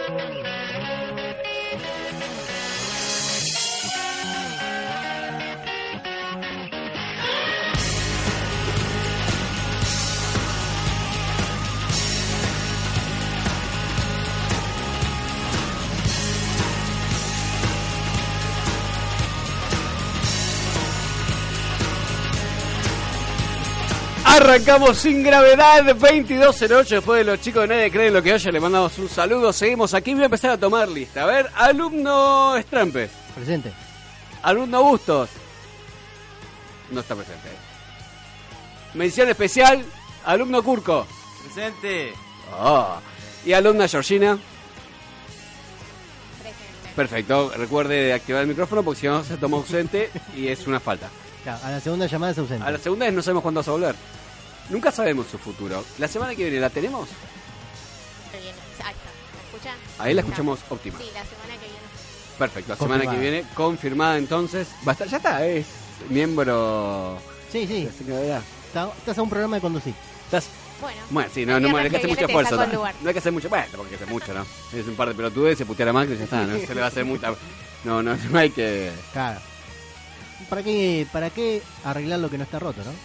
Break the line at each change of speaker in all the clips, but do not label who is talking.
Arrancamos Sin Gravedad, 22:08, después de los chicos de Nadie Cree en Lo Que Oye, le mandamos un saludo, seguimos aquí, voy a empezar a tomar lista. A ver, alumno Estrampe.
Presente.
Alumno Bustos. No está presente. Mención especial, alumno Curco.
Presente.
Oh. Y alumna Georgina.
Presente.
Perfecto, recuerde activar el micrófono porque si no se toma ausente y es una falta.
Claro, a la segunda llamada es ausente.
A la segunda vez no sabemos cuándo vas a volver. Nunca sabemos su futuro. La semana que viene, ¿la tenemos?
Bien, exacto. ¿Me escuchan?
Ahí la escuchamos óptima.
Sí, la semana que viene.
Perfecto, la
Confirmada.
semana que viene confirmada entonces. Va a estar, ya está, es miembro
Sí, sí.
de Sin Gravedad.
Estás a un programa de conducir.
¿Estás?
Bueno,
Sí, no hay que hacer mucho esfuerzo.
Saco el lugar.
No hay que hacer mucho, bueno, porque hay que hacer mucho, ¿no? Es un par de pelotudes, putear a Macri y ya está, no se le va a hacer mucha. No hay que.
Claro. ¿Para qué arreglar lo que no está roto, no?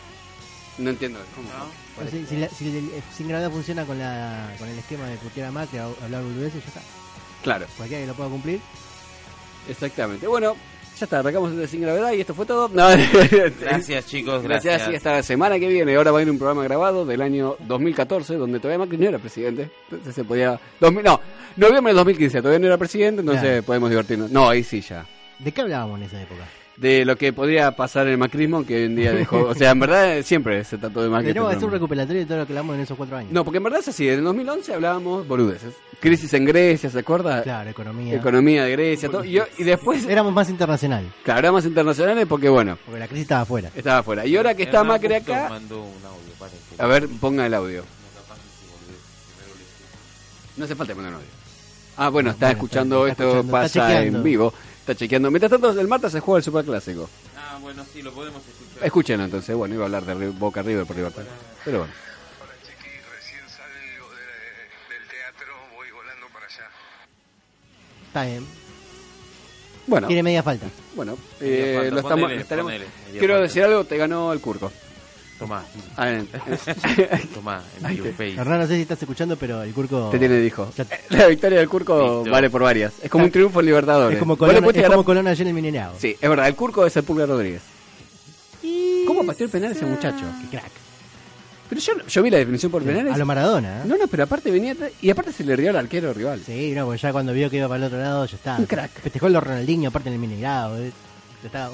No entiendo. ¿Cómo?
O sea, si Sin Gravedad funciona con el esquema de putear a Macri, hablar boludeces, ya está.
Claro,
Cualquiera que lo pueda cumplir.
exactamente. Bueno, ya está, arrancamos de Sin Gravedad y esto fue todo. No,
Gracias, chicos.
Gracias, y hasta la semana que viene. Ahora va a ir un programa grabado del año 2014, donde todavía Macri no era presidente. Entonces se podía. Noviembre del 2015, todavía no era presidente, entonces
Claro.
podemos divertirnos. No, ahí sí ya.
¿De qué hablábamos en esa época?
De lo que podría pasar en el macrismo, que hoy en día dejó. O sea, en verdad siempre se trató de Macri.
Tenemos que hacer un recuperatorio de todo lo que hablamos en esos 4 años.
No, porque en verdad es así. En el 2011 hablábamos boludeces. Crisis en Grecia, ¿se acuerda?
Claro, economía.
Economía de Grecia, todo. Y después,
Éramos más internacional,
claro, era más internacionales porque, bueno,
porque la crisis estaba afuera.
estaba afuera. Y ahora que está
Hernán
Macri
Bustos
acá.
mandó un audio, parece.
A ver, ponga el audio.
No, capaz que se volvió. Primero le escucho.
No hace falta poner audio. Ah, bueno, está
Bueno,
escuchando,
está
esto
escuchando, está
pasa
chequeando.
en vivo. Está chequeando. Mientras tanto, el martes se juega el Superclásico.
Ah, bueno, sí, lo podemos escuchar.
Escúchenlo entonces. Bueno, iba a hablar de Boca River por Libertad. Pero bueno.
Hola Chiqui, recién salgo del teatro, voy volando para allá.
Está bien.
Bueno,
Tiene media falta.
bueno
Media falta,
lo estamos.
ponele,
estaremos-
ponele, media
Quiero
falta.
decir algo, te ganó el Curco.
Tomá,
Ah,
tomá, en
Ay,
your face.
Hernán, no sé si estás escuchando, pero el Curco...
te tiene dijo.
Ya-
La victoria del Curco
Listo.
vale por varias. Es como un triunfo en Libertadores.
Es como
Vos le
Colón,
podés
es
ganar-
como Colón ayer en el Mineirao.
Sí, es verdad. El Curco es el Pulga Rodríguez. ¿Cómo pateó el penal ese muchacho?
Qué crack.
Pero yo vi la definición por penales.
A lo Maradona, ¿eh?
No, pero aparte venía atrás- y aparte se le rió al arquero rival.
Sí, no, porque ya cuando vio que iba para el otro lado, ya está.
Un crack.
Festejó el Ronaldinho, aparte en el Mineirao. Ya está.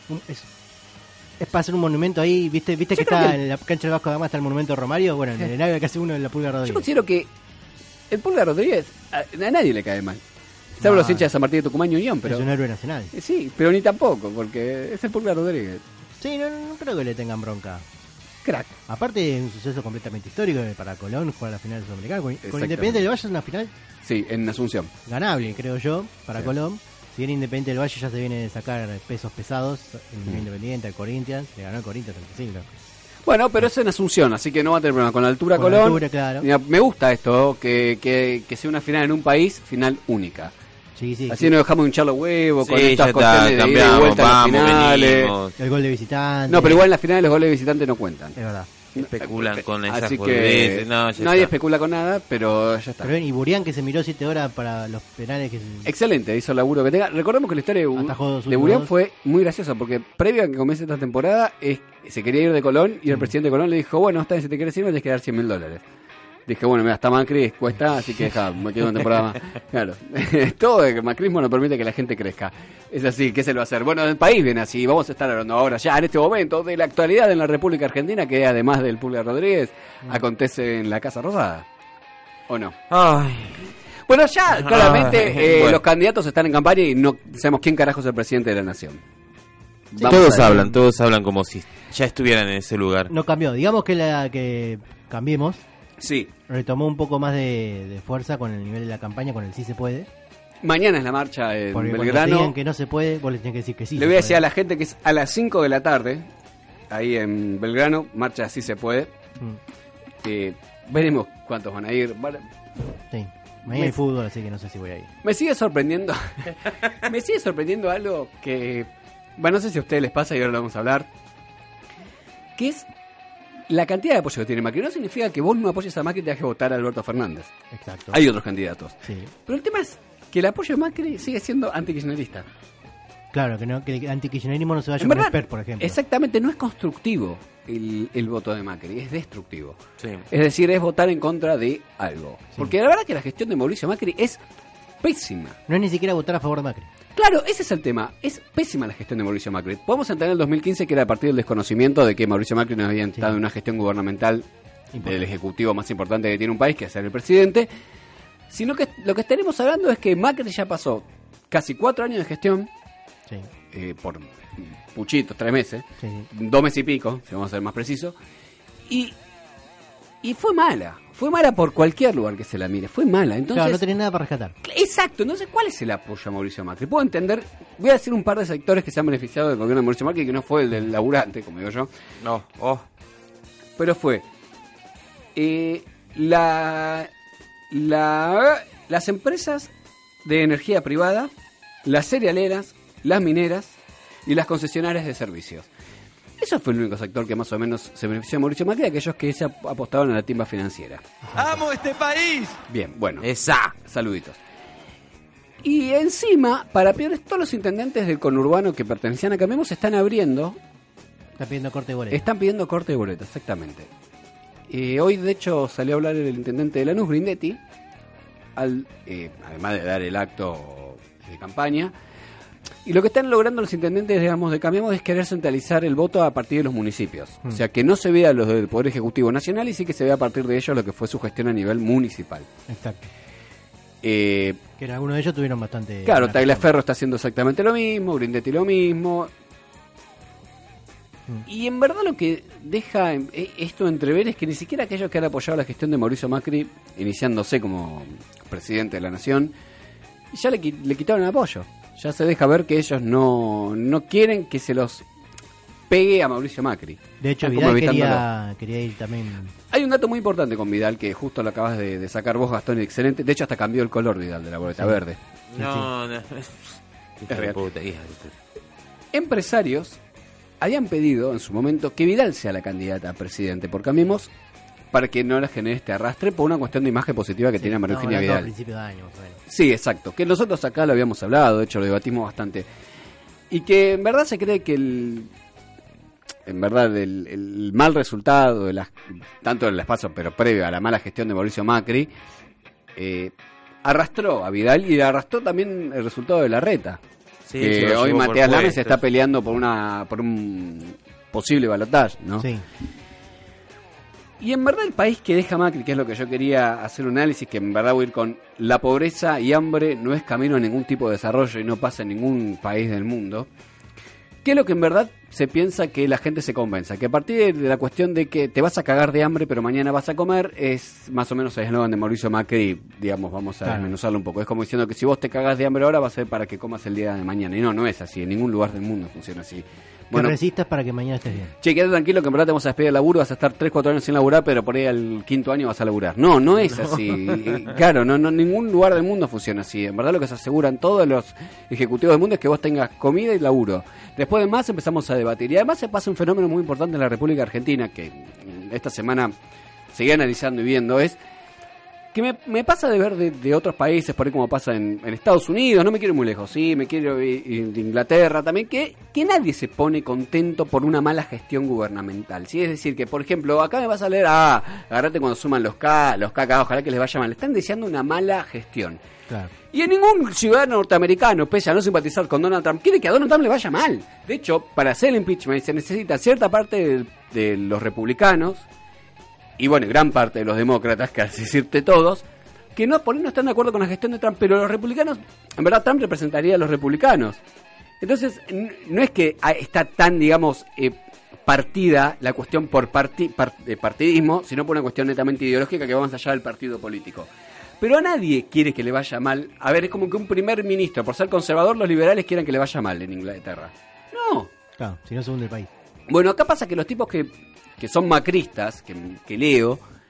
Es para hacer un monumento ahí, ¿viste que
creo
está
que-
en la cancha del Vasco da Gama está el monumento de Romario? Bueno, en el Mineirao que hace uno en la Pulga
Yo
Rodríguez.
considero que el Pulga Rodríguez a nadie le cae mal. Salvo
No,
los hinchas de San Martín de Tucumán y Unión, pero
Es un héroe nacional.
sí, pero ni tampoco, porque es el Pulga Rodríguez.
Sí, no creo que le tengan bronca.
Crack.
Aparte es un suceso completamente histórico para Colón jugar la final sudamericana. Con
Exactamente.
Independiente del Valle es una final
Sí, en Asunción.
ganable, creo yo, para
Sí.
Colón. Si bien Independiente del Valle ya se viene de sacar pesos pesados, el Independiente, al Corinthians, le ganó al Corinthians en el siglo.
Bueno, pero es en Asunción, así que no va a tener problema con la altura
Con la
Colón.
altura, claro.
Mira, me gusta esto, que sea una final en un país, final única.
Sí, sí.
Así no dejamos de hinchar los huevos con
Sí,
estas
ya está,
cuestiones de ida y
cambiamos,
vuelta en las
vamos,
finales.
venimos.
El gol de visitante.
No, pero igual en las finales los goles de visitante no cuentan.
Es verdad.
Especulan con esas
Así que
boludeces. No, ya
nadie
está.
especula con nada, pero ya está.
Pero ven, y Burián que se miró 7 horas para los penales que se...
Excelente, hizo el laburo que tenga. Recordemos que la historia
Atajó dos
de Burián
últimos.
fue muy graciosa, porque previo a que comience esta temporada, se quería ir de Colón y el presidente de Colón le dijo, bueno, está bien, si te quieres ir, me tienes que dar $100.000. Dije, bueno, mira, está Macri, cuesta, así que deja, me quedo una temporada más. Claro, todo el macrismo no permite que la gente crezca. Es así, ¿qué se lo va a hacer? Bueno, el país viene así, vamos a estar hablando ahora ya, en este momento, de la actualidad en la República Argentina, que además del Pulga Rodríguez, acontece en la Casa Rosada. ¿O no?
Ay,
Bueno, ya claramente
bueno.
los candidatos están en campaña y no sabemos quién carajo es el presidente de la nación. Vamos a ver.
todos hablan como si ya estuvieran en ese lugar.
No cambió. Digamos que Cambiemos
Sí,
retomó un poco más de fuerza con el nivel de la campaña, con el sí se puede.
mañana es la marcha en
Porque cuando te
Belgrano.
digan que no se puede, vos le tenés que decir que sí.
Le
se
voy a decir
puede.
a la gente que es a las 5 de la tarde, ahí en Belgrano, marcha así se puede.
Mm,
Veremos cuántos van a ir.
sí. Mañana hay fútbol, así que no sé si voy a ir.
Me sigue sorprendiendo. Me sigue sorprendiendo algo que. Bueno, no sé si a ustedes les pasa y ahora lo vamos a hablar. Que es la cantidad de apoyo que tiene Macri. No significa que vos no apoyes a Macri y tengas que votar a Alberto Fernández.
Exacto.
Hay otros candidatos.
Sí.
Pero el tema es que el apoyo de Macri sigue siendo antikirchnerista.
Claro, que el antikirchnerismo no se vaya
En
con
verdad,
Esper, por ejemplo.
exactamente, no es constructivo el voto de Macri, es destructivo.
Sí.
Es decir, es votar en contra de algo.
Sí.
Porque la verdad que la gestión de Mauricio Macri es pésima.
No es ni siquiera votar a favor de Macri.
Claro, ese es el tema. Es pésima la gestión de Mauricio Macri. Podemos entender el 2015 que era a partir del desconocimiento de que Mauricio Macri no había estado en una gestión gubernamental del ejecutivo más importante que tiene un país, que es ser el presidente. Sino que lo que estaremos hablando es que Macri ya pasó casi 4 años de gestión,
Sí.
por puchitos, 3 meses,
Sí.
2 meses y pico, si vamos a ser más precisos, y fue mala. Fue mala por cualquier lugar que se la mire. Fue mala. Entonces,
Claro, no tenés nada para rescatar.
exacto, entonces ¿cuál es el apoyo a Mauricio Macri? Puedo entender, voy a decir un par de sectores que se han beneficiado del gobierno de Mauricio Macri, que no fue el del laburante, como digo yo,
No, oh.
pero fue las empresas de energía privada, las cerealeras, las mineras y las concesionarias de servicios. Eso fue el único sector que más o menos se benefició de Mauricio Macri, aquellos que se apostaban a la timba financiera.
¡Amo este país!
Bien, bueno.
Esa.
Saluditos. Y encima, para peores, todos los intendentes del conurbano que pertenecían a Cambiemos están abriendo,
Está pidiendo corte de boleto.
están pidiendo corte de boleto, exactamente. Hoy, de hecho, salió a hablar el intendente de Lanús, Grindetti, además de dar el acto de campaña. Y lo que están logrando los intendentes, digamos, de Cambiemos es querer centralizar el voto a partir de los municipios. O sea, que no se vea los del Poder Ejecutivo Nacional y sí que se vea a partir de ellos lo que fue su gestión a nivel municipal.
Exacto.
Eh,
Que en algunos de ellos tuvieron bastante...
Claro,
buena
Tagliaferro está haciendo exactamente lo mismo, Grindetti lo mismo. Y en verdad lo que deja esto entrever es que ni siquiera aquellos que han apoyado la gestión de Mauricio Macri, iniciándose como presidente de la nación, ya le quitaron el apoyo. Ya se deja ver que ellos no quieren que se los pegue a Mauricio Macri.
De hecho,
Están como
Vidal
evitándolo.
quería ir también...
Hay un dato muy importante con Vidal, que justo lo acabas de sacar vos, Gastón, excelente. De hecho, hasta cambió el color Vidal de la boleta verde.
No, no.
Es real.
Puta, hija de puta.
Empresarios habían pedido en su momento que Vidal sea la candidata a presidente por Cambiemos para que no la genere este arrastre por una cuestión de imagen positiva que tiene María Eugenia
A
Vidal.
principio de año, más o menos.
Sí, exacto. Que nosotros acá lo habíamos hablado, de hecho lo debatimos bastante. Y que en verdad se cree que el mal resultado, tanto del espacio, pero previo a la mala gestión de Mauricio Macri, arrastró a Vidal y arrastró también el resultado de Larreta.
Sí,
Que
se lo
hoy
llevó por
Matías Lames
puestos.
está peleando por un posible balotaje, ¿no?
Sí.
Y en verdad el país que deja Macri, que es lo que yo quería hacer un análisis, que en verdad voy a ir con la pobreza y hambre no es camino a ningún tipo de desarrollo y no pasa en ningún país del mundo. ¿Qué es lo que en verdad se piensa que la gente se convenza? Que a partir de la cuestión de que te vas a cagar de hambre pero mañana vas a comer, es más o menos el eslogan de Mauricio Macri, digamos, vamos a
Claro.
desmenuzarlo un poco. Es como diciendo que si vos te cagas de hambre ahora va a ser para que comas el día de mañana. Y no es así, en ningún lugar del mundo funciona así.
Que resistas para que mañana estés bien.
Che, quédate tranquilo que en verdad te vamos a despedir del laburo, vas a estar 3-4 años sin laburar, pero por ahí al 5º año vas a laburar. No es así. Claro, no, ningún lugar del mundo funciona así. En verdad lo que se aseguran todos los ejecutivos del mundo es que vos tengas comida y laburo. Después de más empezamos a debatir. Y además se pasa un fenómeno muy importante en la República Argentina, que esta semana seguí analizando y viendo, es que me pasa de ver de otros países, por ahí como pasa en Estados Unidos, no me quiero ir muy lejos, sí, me quiero ir de Inglaterra también, que nadie se pone contento por una mala gestión gubernamental, ¿sí? Es decir, que por ejemplo, acá me vas a leer, agarrate cuando suman los K, ojalá que les vaya mal, están deseando una mala gestión.
Claro.
Y en ningún ciudadano norteamericano, pese a no simpatizar con Donald Trump, quiere que a Donald Trump le vaya mal. De hecho, para hacer el impeachment se necesita cierta parte de los republicanos, y bueno, gran parte de los demócratas, que al decirte todos, que no están de acuerdo con la gestión de Trump, pero los republicanos, en verdad Trump representaría a los republicanos. Entonces, no es que está tan, digamos, partida la cuestión por partidismo, sino por una cuestión netamente ideológica que va más allá del partido político. Pero a nadie quiere que le vaya mal. A ver, es como que un primer ministro, por ser conservador, los liberales quieran que le vaya mal en Inglaterra. No.
Claro, si no se hunde el país.
Bueno, acá pasa que los tipos que son macristas, que leo,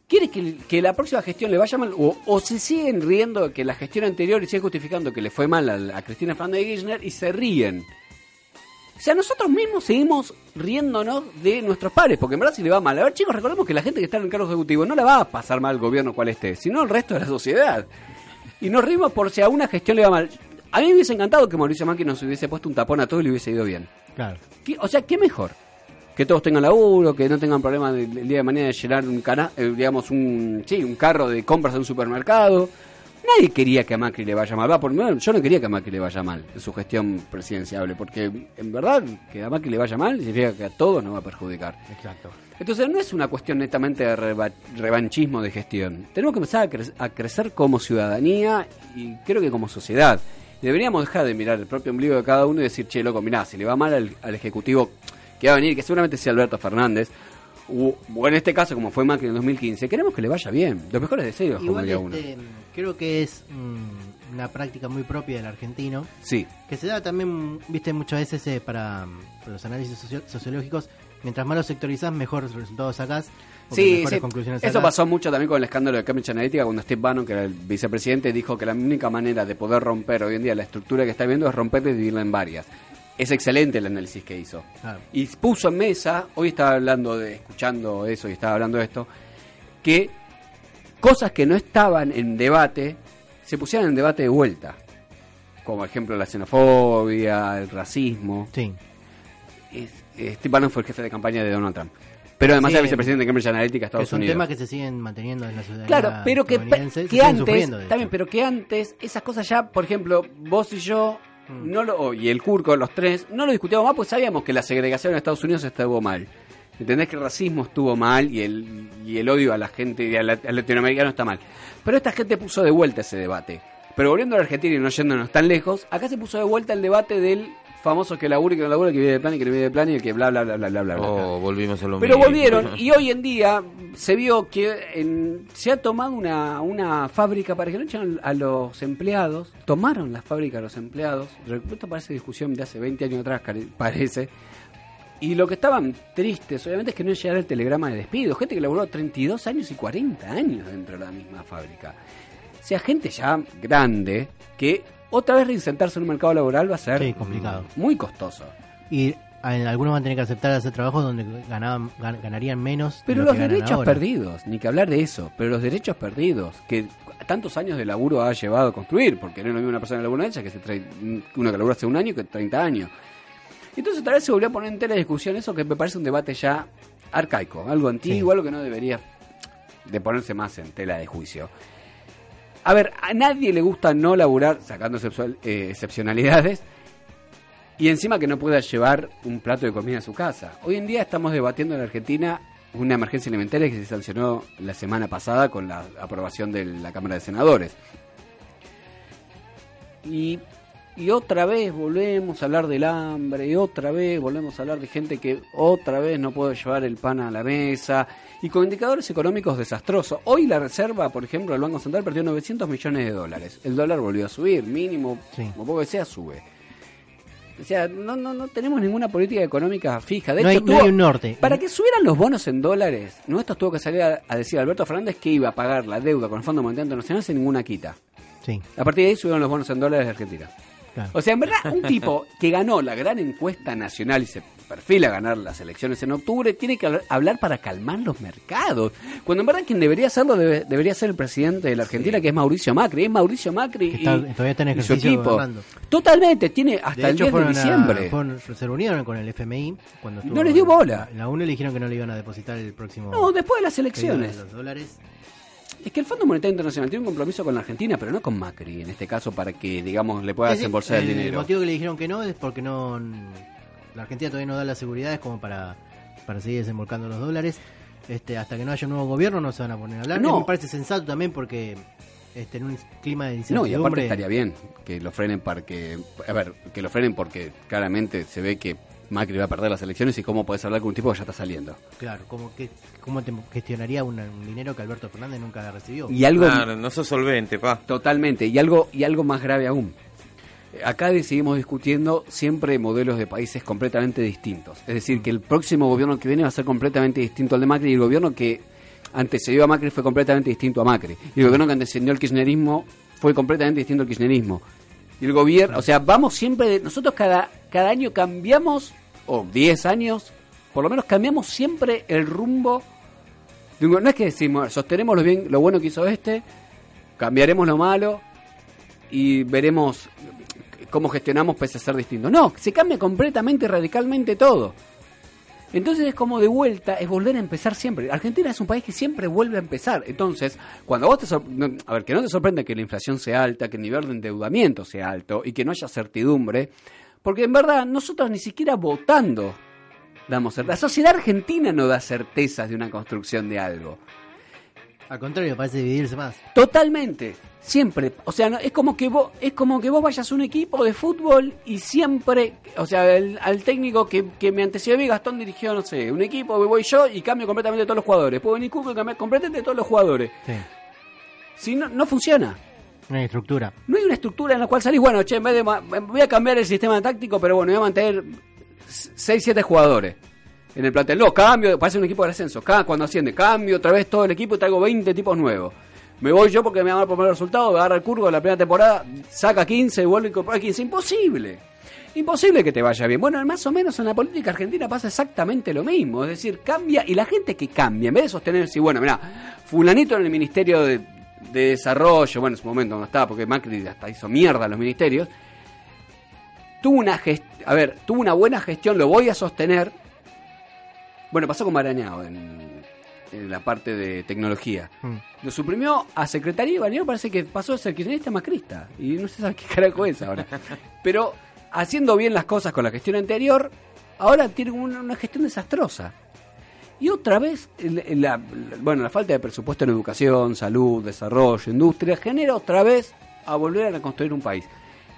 quiere que la próxima gestión le vaya mal, o se siguen riendo de que la gestión anterior y siguen justificando que le fue mal a Cristina Fernández de Kirchner y se ríen. O sea, nosotros mismos seguimos riéndonos de nuestros pares, porque en verdad si le va mal. A ver, chicos, recordemos que la gente que está en el cargo ejecutivo no la va a pasar mal el gobierno cual esté, sino el resto de la sociedad. Y nos rimos por si a una gestión le va mal. A mí me hubiese encantado que Mauricio Macri nos hubiese puesto un tapón a todo y le hubiese ido bien.
Claro.
O sea, ¿qué mejor? Que todos tengan laburo, que no tengan problema el día de mañana de llenar un carro de compras en un supermercado. Nadie quería que a Macri le vaya mal. Yo no quería que a Macri le vaya mal en su gestión presidenciable, porque en verdad que a Macri le vaya mal significa que a todos nos va a perjudicar.
Exacto.
Entonces no es una cuestión netamente de revanchismo de gestión. Tenemos que empezar a crecer como ciudadanía y creo que como sociedad. Deberíamos dejar de mirar el propio ombligo de cada uno y decir, che, loco, mirá, si le va mal al ejecutivo que va a venir, que seguramente sea Alberto Fernández, o en este caso como fue Macri en 2015, queremos que le vaya bien, los mejores deseos.
Igual
como uno.
creo que es una práctica muy propia del argentino,
Sí,
que se da también, viste, muchas veces para los análisis sociológicos, mientras más lo sectorizás, mejor resultados sacás, porque
sí,
mejores
sí.
conclusiones
Eso
sacás.
pasó mucho también con el escándalo de Cambridge Analytica, cuando Steve Bannon, que era el vicepresidente, dijo que la única manera de poder romper hoy en día la estructura que está viendo es romperla y dividirla en varias. Es excelente el análisis que hizo.
Claro.
Y puso en mesa, hoy estaba escuchando eso y estaba hablando de esto, que cosas que no estaban en debate se pusieran en debate de vuelta. Como ejemplo la xenofobia, el racismo.
Sí.
Steve Bannon fue el jefe de campaña de Donald Trump. Pero además
Sí,
era vicepresidente de Cambridge Analytica,
Que
Estados
son
Unidos.
temas que se siguen manteniendo en la ciudadanía.
Claro, pero que
estadounidense, se siguen
antes,
sufriendo, de
también,
hecho.
pero que antes esas cosas ya, por ejemplo, vos y yo y el Curco, los tres, no lo discutíamos más, pues sabíamos que la segregación en Estados Unidos estuvo mal. ¿Entendés que el racismo estuvo mal y el odio a la gente y al latinoamericano está mal? Pero esta gente puso de vuelta ese debate. Pero volviendo a la Argentina y no yéndonos tan lejos, acá se puso de vuelta el debate del famoso que labura y que no labura, que vive de plan y que no vive de plan y el que bla bla bla bla bla bla.
Volvimos a lo
Pero
mismo.
volvieron y hoy en día se vio que se ha tomado una fábrica para que no echen a los empleados. Tomaron la fábrica a los empleados. Esto parece discusión de hace 20 años atrás, parece. Y lo que estaban tristes, obviamente, es que no llegara el telegrama de despido. Gente que laburó 32 años y 40 años dentro de la misma fábrica. O sea, gente ya grande que otra vez reinsertarse en un mercado laboral va a ser
Sí, complicado.
muy costoso.
Y algunos van a tener que aceptar hacer trabajos donde ganarían menos. de
Pero
lo
los
que ganan
derechos
ahora.
perdidos, ni que hablar de eso, pero los derechos perdidos, que tantos años de laburo ha llevado a construir, porque no es lo mismo una persona que labura ella uno que labura hace un año que 30 años. Entonces tal vez se volvió a poner en tela de discusión eso que me parece un debate ya arcaico, algo antiguo, algo que no debería de ponerse más en tela de juicio. A ver, a nadie le gusta no laburar, sacando excepcionalidades, y encima que no pueda llevar un plato de comida a su casa. Hoy en día estamos debatiendo en Argentina una emergencia alimentaria que se sancionó la semana pasada con la aprobación de la Cámara de Senadores. Y otra vez volvemos a hablar del hambre, y otra vez volvemos a hablar de gente que otra vez no puede llevar el pan a la mesa, y con indicadores económicos desastrosos. Hoy la reserva, por ejemplo, del Banco Central perdió 900 millones de dólares. El dólar volvió a subir, mínimo, como poco que sea, sube. O sea, no tenemos ninguna política económica fija. De hecho,
no hay un norte.
Para que subieran los bonos en dólares, nuestro tuvo que salir a decir Alberto Fernández que iba a pagar la deuda con el Fondo Monetario Internacional sin ninguna quita.
Sí,
A partir de ahí subieron los bonos en dólares de Argentina.
claro.
O sea, en verdad, un tipo que ganó la gran encuesta nacional y se perfila a ganar las elecciones en octubre, tiene que hablar para calmar los mercados. Cuando en verdad quien debería hacerlo debería ser el presidente de la Argentina, que es Mauricio Macri. Es Mauricio Macri
Que todavía está en
y su
ejercicio
equipo.
gobernando.
Totalmente, tiene hasta
De
el
hecho,
10 de diciembre.
se reunieron con el FMI cuando estuvo
No les dio bola.
En la UNE le dijeron que no le iban a depositar el próximo
No, después de las
pedido
elecciones.
de los dólares.
Es que el Fondo Monetario Internacional tiene un compromiso con la Argentina, pero no con Macri, en este caso, para que, digamos, le pueda desembolsar el dinero.
El motivo que le dijeron que no es porque la Argentina todavía no da las seguridades como para seguir desembolsando los dólares. Hasta que no haya un nuevo gobierno no se van a poner a hablar.
No.
Me parece sensato también porque en un clima de
No,
incertidumbre.
y aparte estaría bien que lo frenen que lo frenen porque claramente se ve que Macri va a perder las elecciones y cómo podés hablar con un tipo que ya está saliendo.
Claro, ¿cómo te gestionaría un dinero que Alberto Fernández nunca recibió?
Y algo
Claro, no sos solvente, pa.
totalmente, y algo más grave aún. Acá seguimos discutiendo siempre modelos de países completamente distintos. Es decir, que el próximo gobierno que viene va a ser completamente distinto al de Macri, y el gobierno que antecedió a Macri fue completamente distinto a Macri. Y el gobierno que antecedió al kirchnerismo fue completamente distinto al kirchnerismo. Y el gobierno, o sea, vamos siempre, nosotros cada año cambiamos, o 10 años, por lo menos cambiamos siempre el rumbo. No es que decimos, sostenemos lo bueno que hizo cambiaremos lo malo y veremos cómo gestionamos pese a ser distintos. No, se cambia completamente y radicalmente todo. Entonces es como de vuelta, es volver a empezar siempre. Argentina es un país que siempre vuelve a empezar. Entonces, cuando vos que no te sorprenda que la inflación sea alta, que el nivel de endeudamiento sea alto y que no haya certidumbre, porque en verdad nosotros ni siquiera votando damos certeza. La sociedad argentina no da certezas de una construcción de algo.
Al contrario, parece dividirse más.
Totalmente, siempre. O sea, es como que vos vayas a un equipo de fútbol y siempre, o sea, al técnico que me antecedió Gastón dirigió, no sé, un equipo, voy yo y cambio completamente todos los jugadores. Puedo venir Cuco y cambiar completamente todos los jugadores.
Sí.
Si no funciona.
No hay estructura.
No hay una estructura en la cual salís, bueno, en vez de voy a cambiar el sistema táctico, pero bueno, voy a mantener 6-7 jugadores en el plantel. No, cambio, parece un equipo de ascenso. Cuando asciende, cambio otra vez todo el equipo y traigo 20 tipos nuevos. Me voy yo porque me van a poner el resultado, agarra el curvo de la primera temporada, saca 15 y vuelve a incorporar 15. Imposible que te vaya bien. Bueno, más o menos en la política argentina pasa exactamente lo mismo. Es decir, cambia y la gente que cambia, en vez de sostenerse, bueno, mirá, fulanito en el Ministerio de Desarrollo, bueno, en su momento no estaba porque Macri hasta hizo mierda a los ministerios, tuvo una buena gestión, lo voy a sostener. Bueno, pasó con Barañao en la parte de tecnología. Lo suprimió a secretaría y Barañao parece que pasó a ser kirchnerista macrista. Y no se sabe qué carajo es ahora. Pero haciendo bien las cosas con la gestión anterior, ahora tiene una gestión desastrosa. Y otra vez, la falta de presupuesto en educación, salud, desarrollo, industria, genera otra vez a volver a reconstruir un país.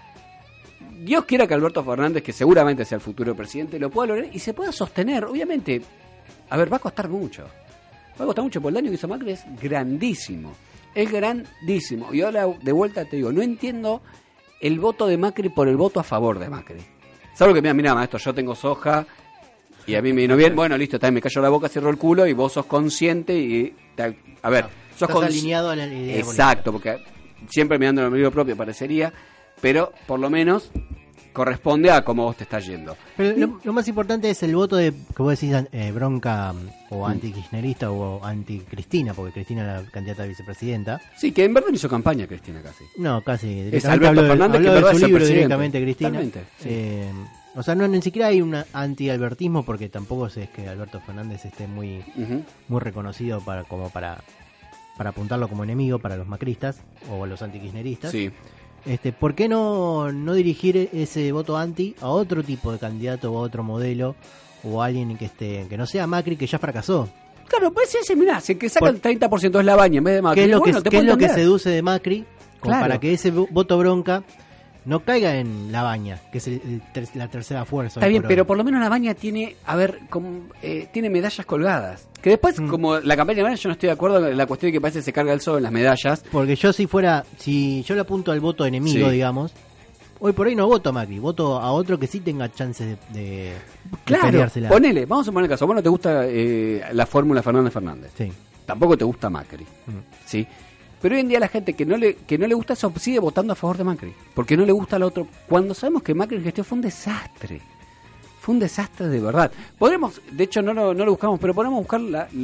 Dios quiera que Alberto Fernández, que seguramente sea el futuro presidente, lo pueda lograr y se pueda sostener. Obviamente, va a costar mucho. Va a costar mucho, porque el daño que hizo Macri es grandísimo. Es grandísimo. Y ahora, de vuelta te digo, no entiendo el voto de Macri por el voto a favor de Macri. Salvo que, mira, maestro, yo tengo soja y a mí me vino bien. Bueno, listo, también me callo la boca, cierro el culo y vos sos consciente y... sos
alineado a la idea.
Exacto, porque siempre mirando el ombligo propio parecería, pero por lo menos corresponde a cómo vos te estás yendo.
Pero lo más importante es el voto de, que vos decís, bronca o anti-kirchnerista o anti-Cristina, porque Cristina es la candidata a vicepresidenta.
Sí, que en verdad no hizo campaña Cristina casi.
No, casi.
Es Alberto Fernández que
habló
de
su libro
presidente.
Directamente Cristina.
Totalmente, sí.
O sea, ni siquiera hay un anti-albertismo, porque tampoco es que Alberto Fernández esté muy reconocido para apuntarlo como enemigo para los macristas o los anti-kirchneristas.
Sí.
¿Por qué no dirigir ese voto anti a otro tipo de candidato o a otro modelo o a alguien que no sea Macri, que ya fracasó?
Claro, pues sí, mirá, si el que saca el 30% es Labaña en vez de Macri.
¿Qué es lo que seduce de Macri? Como para que ese voto bronca no caiga en Labaña, que es la tercera fuerza.
Está bien, pero por lo menos Labaña tiene, tiene medallas colgadas. Que después, como la campaña de Labaña, yo no estoy de acuerdo en la cuestión de que parece que se carga el sol en las medallas.
Porque yo si yo le apunto al voto enemigo, digamos, hoy por hoy no voto a Macri, voto a otro que sí tenga chances de peleársela.
Ponele, vamos a poner el caso. Vos no te gusta la fórmula Fernández.
Sí.
Tampoco te gusta Macri. ¿Sí? Pero hoy en día la gente que no le gusta eso sigue votando a favor de Macri, porque no le gusta al otro, cuando sabemos que Macri en gestión fue un desastre. Fue un desastre de verdad. Podremos, de hecho no lo buscamos, pero podemos buscar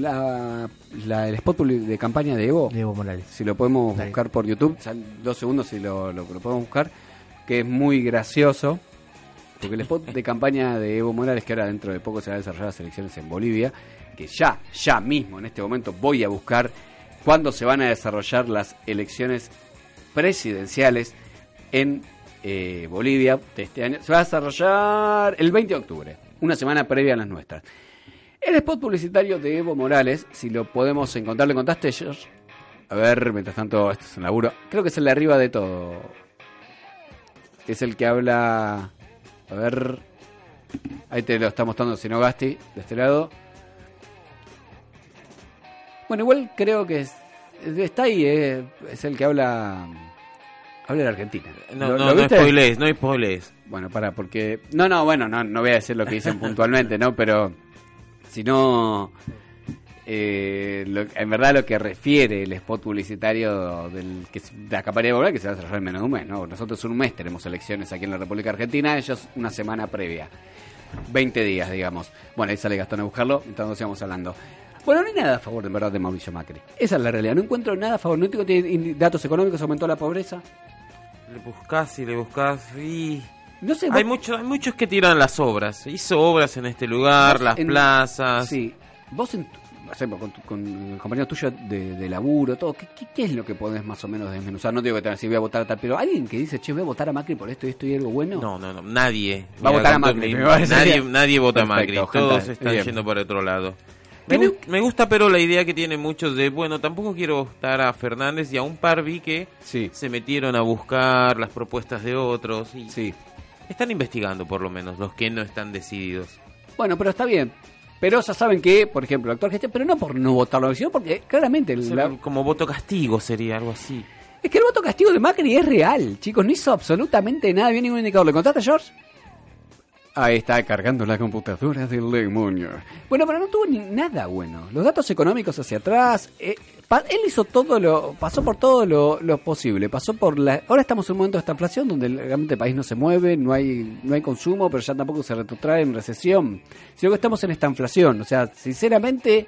el spot de campaña de Evo
Morales.
Si lo podemos buscar por YouTube, 2 segundos si lo podemos buscar, que es muy gracioso. Porque el spot de campaña de Evo Morales, que ahora dentro de poco se van a desarrollar las elecciones en Bolivia, que ya mismo en este momento voy a buscar cuándo se van a desarrollar las elecciones presidenciales en Bolivia de este año. Se va a desarrollar el 20 de octubre, una semana previa a las nuestras. El spot publicitario de Evo Morales, si lo podemos encontrar, ¿le contaste, George? A ver, mientras tanto, esto es un laburo. Creo que es el de arriba de todo. Es el que habla... A ver... Ahí te lo está mostrando Sinogasti, de este lado. Bueno, igual creo que está ahí, es el que habla de Argentina.
No spoilees.
Bueno, porque... No voy a decir lo que dicen puntualmente, ¿no? Pero si no... en verdad lo que refiere el spot publicitario de la campaña de Evo Morales, que se va a cerrar en menos de un mes, ¿no? Nosotros en un mes tenemos elecciones aquí en la República Argentina, ellos una semana previa, 20 días, digamos. Bueno, ahí sale Gastón a buscarlo, entonces sigamos hablando. Bueno, no hay nada a favor, en verdad, de Mauricio Macri. Esa es la realidad, no encuentro nada a favor. No tengo datos económicos, aumentó la pobreza.
Le buscás y...
No sé,
hay muchos que tiran las obras. Hizo obras en este lugar, las plazas.
Sí, vos con compañeros tuyos de laburo, todo, ¿qué es lo que podés más o menos desmenuzar? No digo que te si voy a votar a tal, pero alguien que dice, che, voy a votar a Macri por esto y algo bueno.
No, nadie.
Va a votar a Macri.
Nadie vota a Macri.
Perfecto,
todos están yendo para otro lado. Me gusta, pero la idea que tienen muchos de, bueno, tampoco quiero votar a Fernández, y a un par vi que se metieron a buscar las propuestas de otros. Y están investigando, por lo menos, los que no están decididos.
Bueno, pero está bien. Pero ya saben que, por ejemplo, el actual gestión, pero no por no votarlo, sino porque claramente...
como voto castigo sería algo así.
Es que el voto castigo de Macri es real, chicos, no hizo absolutamente nada, bien ningún indicador. ¿Le contaste a George? Ahí está cargando la computadora del demonio. Bueno, pero no tuvo nada bueno. Los datos económicos hacia atrás. Él hizo pasó por todo lo posible. Pasó por ahora estamos en un momento de esta inflación donde realmente el país no se mueve, no hay consumo, pero ya tampoco se retrotrae en recesión. Sino que estamos en esta inflación. O sea, sinceramente...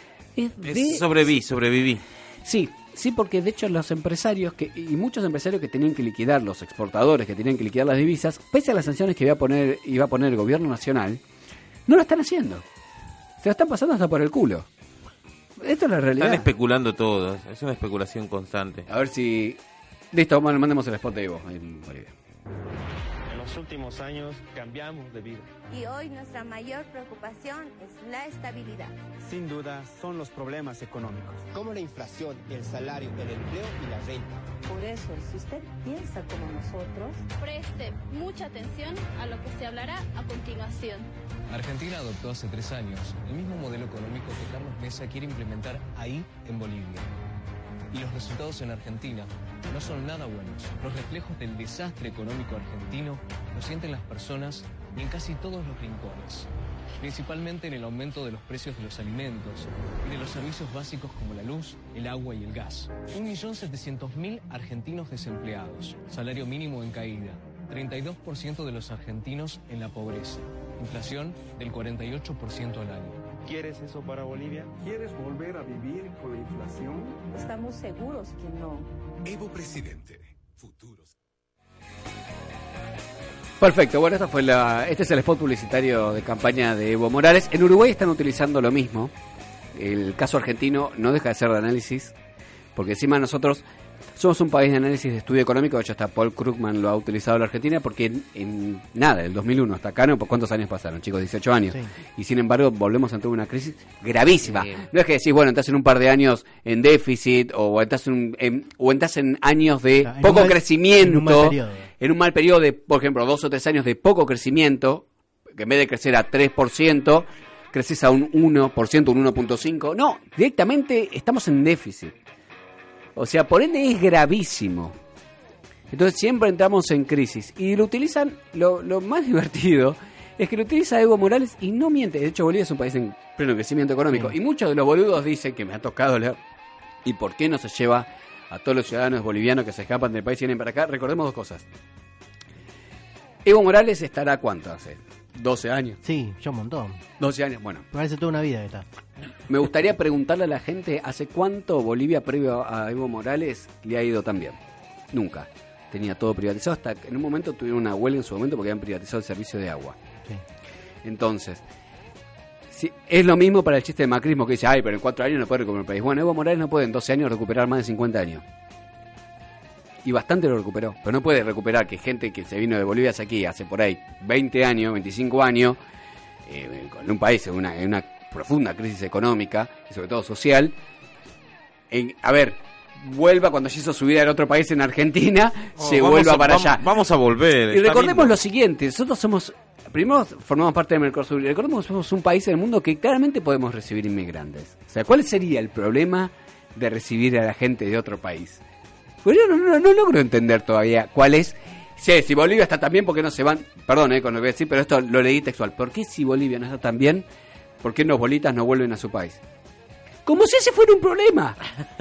Sobreviví.
Sí, porque de hecho los empresarios y muchos empresarios que tenían que liquidar, los exportadores que tenían que liquidar las divisas, pese a las sanciones que iba a poner el gobierno nacional, no lo están haciendo. Se lo están pasando hasta por el culo. Esto es la realidad.
Están especulando todo, es una especulación constante.
A ver si... Listo, mandemos el spot de Evo en Bolivia.
En los últimos años cambiamos de vida.
Y hoy nuestra mayor preocupación es la estabilidad.
Sin duda son los problemas económicos,
como la inflación, el salario, el empleo y la renta.
Por eso, si usted piensa como nosotros,
preste mucha atención a lo que se hablará a continuación.
Argentina adoptó hace 3 años el mismo modelo económico que Carlos Mesa quiere implementar ahí en Bolivia. Y los resultados en Argentina no son nada buenos. Los reflejos del desastre económico argentino lo sienten las personas y en casi todos los rincones. Principalmente en el aumento de los precios de los alimentos y de los servicios básicos como la luz, el agua y el gas. 1.700.000 argentinos desempleados, salario mínimo en caída, 32% de los argentinos en la pobreza, inflación del 48% al año.
¿Quieres eso para Bolivia?
¿Quieres volver a vivir con la inflación?
Estamos seguros que no.
Evo Presidente, futuros.
Perfecto, bueno, este es el spot publicitario de campaña de Evo Morales. En Uruguay están utilizando lo mismo. El caso argentino no deja de ser de análisis, porque encima nosotros somos un país de análisis de estudio económico. De hecho, hasta Paul Krugman lo ha utilizado en la Argentina, porque en nada, del 2001 hasta acá, ¿cuántos años pasaron, chicos? 18 años. Sí. Y sin embargo, volvemos a entrar en una crisis gravísima. Sí. No es que decís, bueno, estás en un par de años en déficit, o estás en años de poco crecimiento, en un mal periodo de, por ejemplo, 2 o 3 años de poco crecimiento, que en vez de crecer a 3%, creces a un 1%, un 1.5%. No, directamente estamos en déficit. O sea, por ende es gravísimo. Entonces siempre entramos en crisis. Y lo utilizan, lo más divertido es que lo utiliza Evo Morales y no miente. De hecho, Bolivia es un país en pleno crecimiento económico. Sí. Y muchos de los boludos dicen, que me ha tocado leer, ¿y por qué no se lleva a todos los ciudadanos bolivianos que se escapan del país y vienen para acá? Recordemos 2 cosas. Evo Morales estará, ¿cuánto hace? 12 años.
Sí, ya un montón.
12 años, bueno.
Parece toda una vida que está.
Me gustaría preguntarle a la gente, ¿hace cuánto Bolivia previo a Evo Morales le ha ido tan bien? Nunca. Tenía todo privatizado, hasta en un momento tuvieron una huelga en su momento porque habían privatizado el servicio de agua. Sí. Entonces, si es lo mismo para el chiste de macrismo que dice, ay, pero en 4 años no puede recuperar el país. Bueno, Evo Morales no puede en 12 años recuperar más de 50 años. Y bastante lo recuperó, pero no puede recuperar que gente que se vino de Bolivia hacia aquí hace por ahí 20 años, 25 años, en un país en una profunda crisis económica y sobre todo social, vuelva cuando se hizo su vida en otro país en Argentina, vuelva para allá.
Vamos a volver.
Y recordemos lo siguiente, nosotros primero formamos parte del Mercosur, y recordemos que somos un país en el mundo que claramente podemos recibir inmigrantes. O sea, ¿cuál sería el problema de recibir a la gente de otro país? Pues yo no logro entender todavía cuál es. Sí, si Bolivia está tan bien, ¿por qué no se van? Perdón, con lo que voy a decir, pero esto lo leí textual. ¿Por qué si Bolivia no está tan bien, por qué los bolitas no vuelven a su país? Como si ese fuera un problema.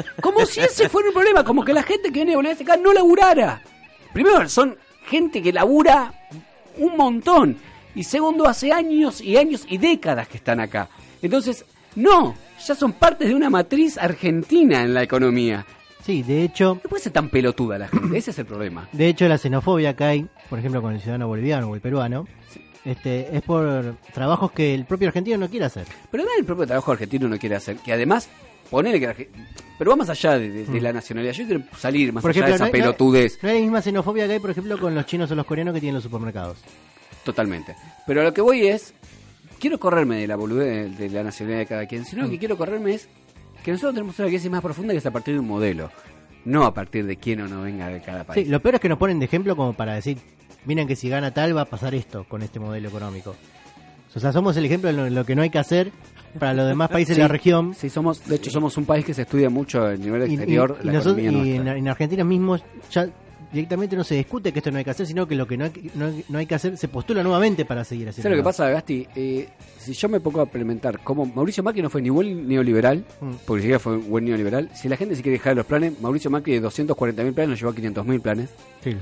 Como que la gente que viene de Bolivia acá no laburara. Primero, son gente que labura un montón. Y segundo, hace años y años y décadas que están acá. Entonces, no, ya son parte de una matriz argentina en la economía.
Sí, de hecho...
No puede ser tan pelotuda la gente, ese es el problema.
De hecho, la xenofobia que hay, por ejemplo, con el ciudadano boliviano o el peruano, sí, es por trabajos que el propio argentino no quiere hacer.
Pero no es el propio trabajo argentino no quiere hacer, que además, ponele que... Pero va más allá de la nacionalidad, yo quiero salir más allá de esa pelotudez.
No hay la misma xenofobia que hay, por ejemplo, con los chinos o los coreanos que tienen los supermercados.
Totalmente. Pero a lo que voy es... Quiero correrme de la boludez de la nacionalidad de cada quien, sino que quiero correrme es que nosotros tenemos una crisis más profunda que es a partir de un modelo, no a partir de quién o no venga de cada país.
Sí, lo peor es que nos ponen de ejemplo como para decir, miren que si gana tal va a pasar esto con este modelo económico. O sea, somos el ejemplo de lo que no hay que hacer para los demás países de la región.
Sí, de hecho somos un país que se estudia mucho a nivel exterior.
Y en Argentina mismo ya directamente no se discute que esto no hay que hacer, sino que lo que no hay que hacer se postula nuevamente para seguir haciendo.
¿Sabes lo que pasa, Gasti? Si yo me pongo a implementar, como Mauricio Macri no fue ni buen neoliberal, porque siquiera fue buen neoliberal, si la gente se quiere dejar los planes, Mauricio Macri de 240.000 planes nos llevó a 500.000 planes.
Sí,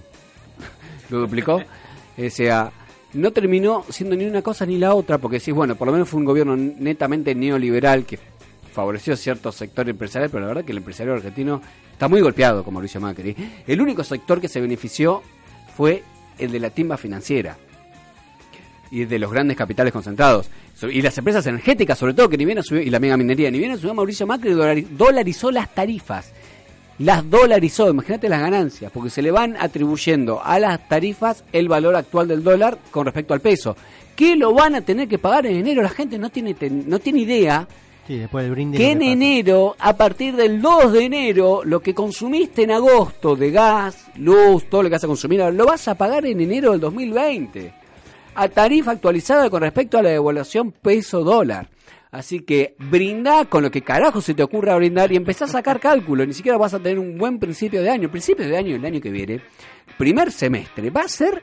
lo duplicó. O sea, no terminó siendo ni una cosa ni la otra, porque decís, bueno, por lo menos fue un gobierno netamente neoliberal que favoreció cierto sector empresarial, pero la verdad que el empresario argentino está muy golpeado con Mauricio Macri. El único sector que se benefició fue el de la timba financiera y de los grandes capitales concentrados. Y las empresas energéticas, sobre todo, que ni bien subió, y la mega minería, ni bien subió Mauricio Macri, dolarizó las tarifas. Las dolarizó, imagínate las ganancias, porque se le van atribuyendo a las tarifas el valor actual del dólar con respecto al peso. ¿Qué lo van a tener que pagar en enero? La gente no tiene idea.
Sí, después del brindis
que en enero, a partir del 2 de enero, lo que consumiste en agosto de gas, luz, todo lo que vas a consumir, lo vas a pagar en enero del 2020, a tarifa actualizada con respecto a la devaluación peso-dólar. Así que brindá con lo que carajo se te ocurra brindar y empezá a sacar cálculo. Ni siquiera vas a tener un buen principio de año. El principio de año, el año que viene, primer semestre, va a ser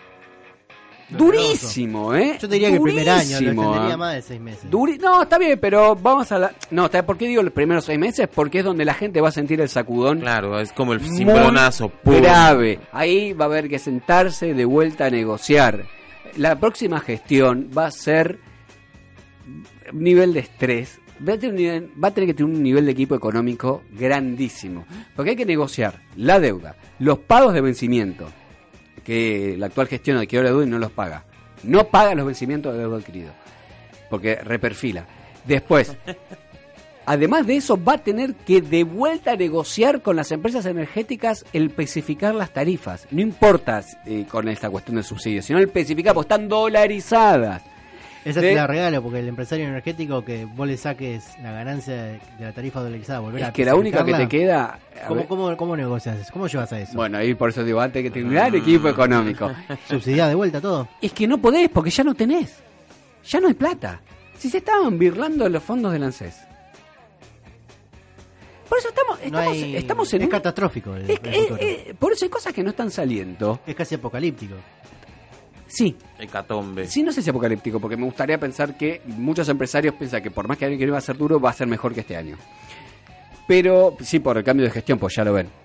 durísimo, ¿eh?
Yo te diría que el primer año lo extendería más de 6 meses.
No, está bien, pero vamos a No, ¿por qué digo los primeros 6 meses? Porque es donde la gente va a sentir el sacudón.
Claro, es como el cimbronazo.
Grave. Ahí va a haber que sentarse de vuelta a negociar. La próxima gestión va a ser nivel de estrés. Va a tener que tener un nivel de equipo económico grandísimo. Porque hay que negociar la deuda, los pagos de vencimiento, que la actual gestión adquirió la deuda y no los paga. No paga los vencimientos de deuda adquirido, porque reperfila. Después, además de eso, va a tener que de vuelta negociar con las empresas energéticas el especificar las tarifas. No importa con esta cuestión de subsidios, sino el especificar, porque están dolarizadas.
Esa te la regalo, porque el empresario energético que vos le saques la ganancia de la tarifa dolarizada, volver a...
Es que la única que te queda...
¿Cómo negocias? ¿Cómo llevas a eso?
Bueno, ahí por eso digo, antes que tenga un gran equipo económico.
¿Subsidiar de vuelta todo?
Es que no podés, porque ya no tenés. Ya no hay plata. Si se estaban birlando los fondos del ANSES. Por eso estamos en...
Es catastrófico el futuro.
Por eso hay cosas que no están saliendo.
Es casi apocalíptico.
Sí.
Hecatombe.
Sí, no sé si apocalíptico, porque me gustaría pensar que muchos empresarios piensan que por más que el año que viene va a ser duro, va a ser mejor que este año. Pero, sí, por el cambio de gestión, pues ya lo ven.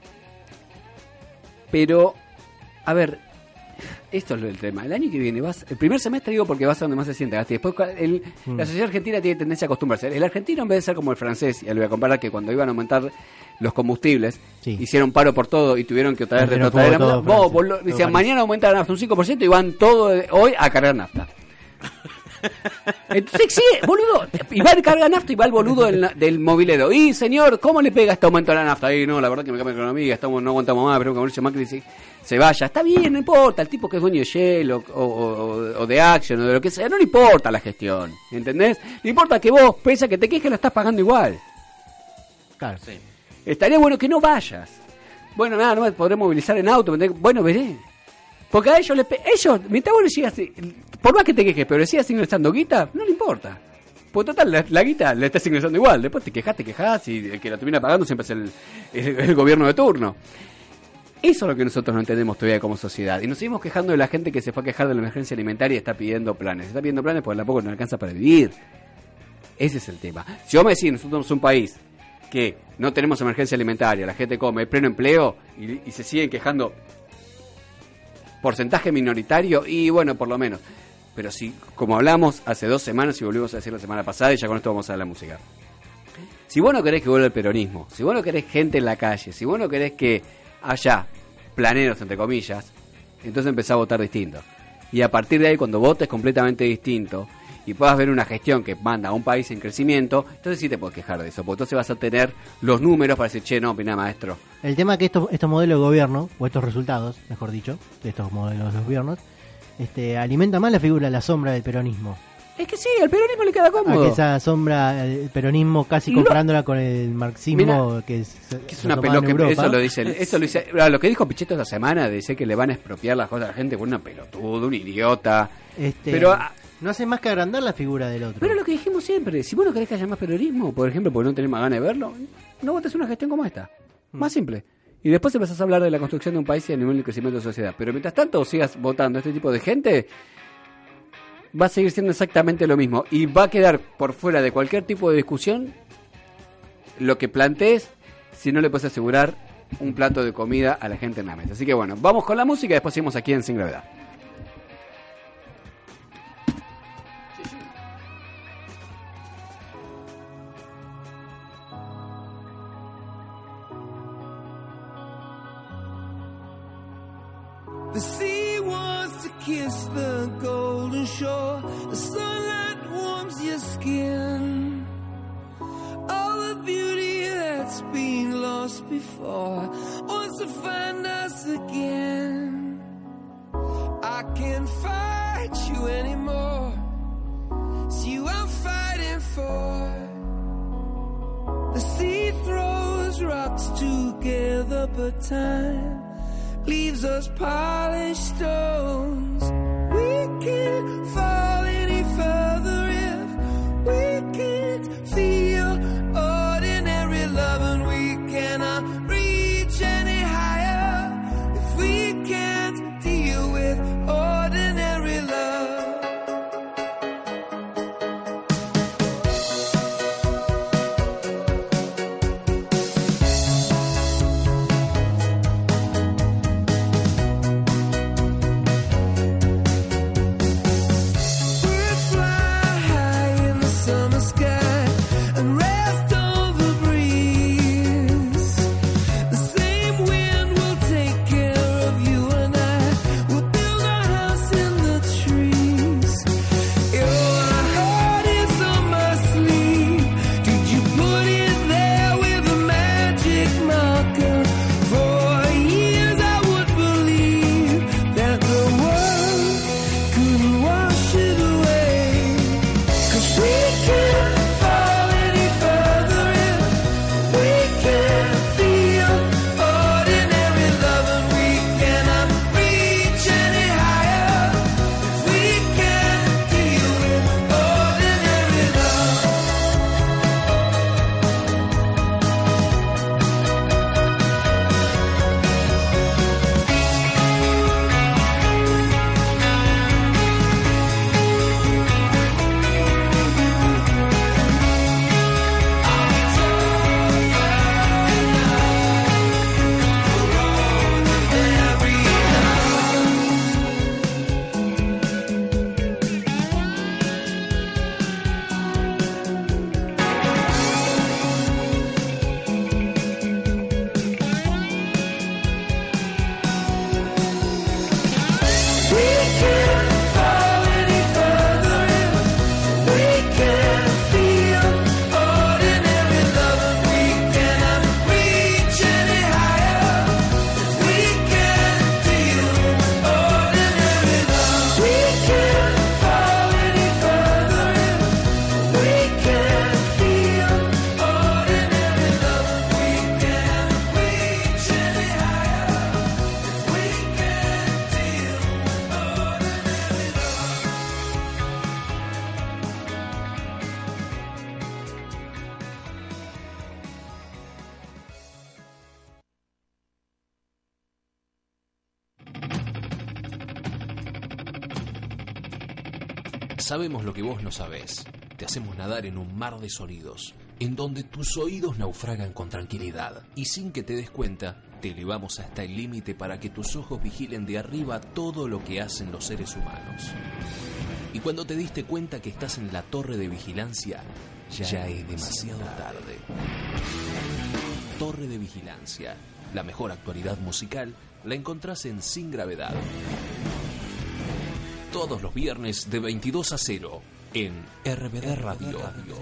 Pero, a ver, esto es el tema. El año que viene, el primer semestre digo porque va a ser donde más se siente. Y después la sociedad argentina tiene tendencia a acostumbrarse. El argentino, en vez de ser como el francés, y le voy a comparar que cuando iban a aumentar los combustibles, hicieron paro por todo y tuvieron que otra vez retrotraer la nafta. Decían, mañana aumenta la nafta un 5% y van todos hoy a cargar nafta. Entonces, sí, boludo, y va a cargar nafta y va el boludo del movilero. Y señor, ¿cómo le pega este aumento a la nafta? Y no, la verdad que me cambia la economía, no aguantamos más, pero que Mauricio Macri se vaya. Está bien, no importa, el tipo que es dueño de Shell o de Action o de lo que sea, no le importa la gestión, ¿entendés? Le importa que vos, pese a que te quejes, lo estás pagando igual.
Claro, sí.
Estaría bueno que no vayas. Bueno, nada, no me podré movilizar en auto. Bueno, veré. Porque a ellos, mientras vos le sigas, por más que te quejes, pero le sigas ingresando guita, no le importa. Porque total, la guita le estás ingresando igual. Después te quejás y el que la termina pagando siempre es el gobierno de turno. Eso es lo que nosotros no entendemos todavía como sociedad. Y nos seguimos quejando de la gente que se fue a quejar de la emergencia alimentaria y está pidiendo planes. Está pidiendo planes porque tampoco no alcanza para vivir. Ese es el tema. Si vos me decís, nosotros somos un país que no tenemos emergencia alimentaria, la gente come, pleno empleo y se siguen quejando porcentaje minoritario, y bueno, por lo menos. Pero si, como hablamos hace 2 semanas y volvimos a decir la semana pasada, y ya con esto vamos a la música. Si vos no querés que vuelva el peronismo, si vos no querés gente en la calle, si vos no querés que haya planeros, entre comillas, entonces empezá a votar distinto. Y a partir de ahí, cuando votes completamente distinto y puedas ver una gestión que manda a un país en crecimiento, entonces sí te puedes quejar de eso, porque entonces vas a tener los números para decir, che, no, opina maestro.
El tema es que estos modelos de gobierno, o estos resultados, mejor dicho, de estos modelos de gobiernos, alimenta más la figura, la sombra del peronismo.
Es que sí, al peronismo le queda cómodo.
Esa sombra, el peronismo casi comparándola con el marxismo. Mirá, que es
una pelota. Eso lo dice. Lo que dijo Pichetto esta semana, de decir que le van a expropiar las cosas a la gente, con una pelotudo, un idiota. Pero
no hace más que agrandar la figura del otro.
Pero lo que dijimos siempre, si vos no querés que haya más peronismo, por ejemplo, porque no tenés más ganas de verlo, no votes una gestión como esta. Más simple. Y después empezás a hablar de la construcción de un país y a nivel de crecimiento de sociedad. Pero mientras tanto sigas votando a este tipo de gente, va a seguir siendo exactamente lo mismo. Y va a quedar por fuera de cualquier tipo de discusión lo que plantees si no le puedes asegurar un plato de comida a la gente en la mesa. Así que bueno, vamos con la música y después seguimos aquí en Sin Gravedad.
The sea wants to kiss the golden shore. The sunlight warms your skin. All the beauty that's been lost before wants to find us again. I can't fight you anymore. It's you I'm fighting for. The sea throws rocks together, but time leaves us polished stones. We can't fall any further if we can't feel ordinary love, and we cannot reach any higher if we can't deal with ordinary love.
Sabemos lo que vos no sabés. te hacemos nadar en un mar de sonidos, en donde tus oídos naufragan con tranquilidad, y sin que te des cuenta, te elevamos hasta el límite para que tus ojos vigilen de arriba todo lo que hacen los seres humanos. Y cuando te diste cuenta que estás en la torre de vigilancia, ya es demasiado tarde. Torre de Vigilancia. La mejor actualidad musical la encontrás en Sin Gravedad. Todos los viernes de 22 a 0 en RBD Radio.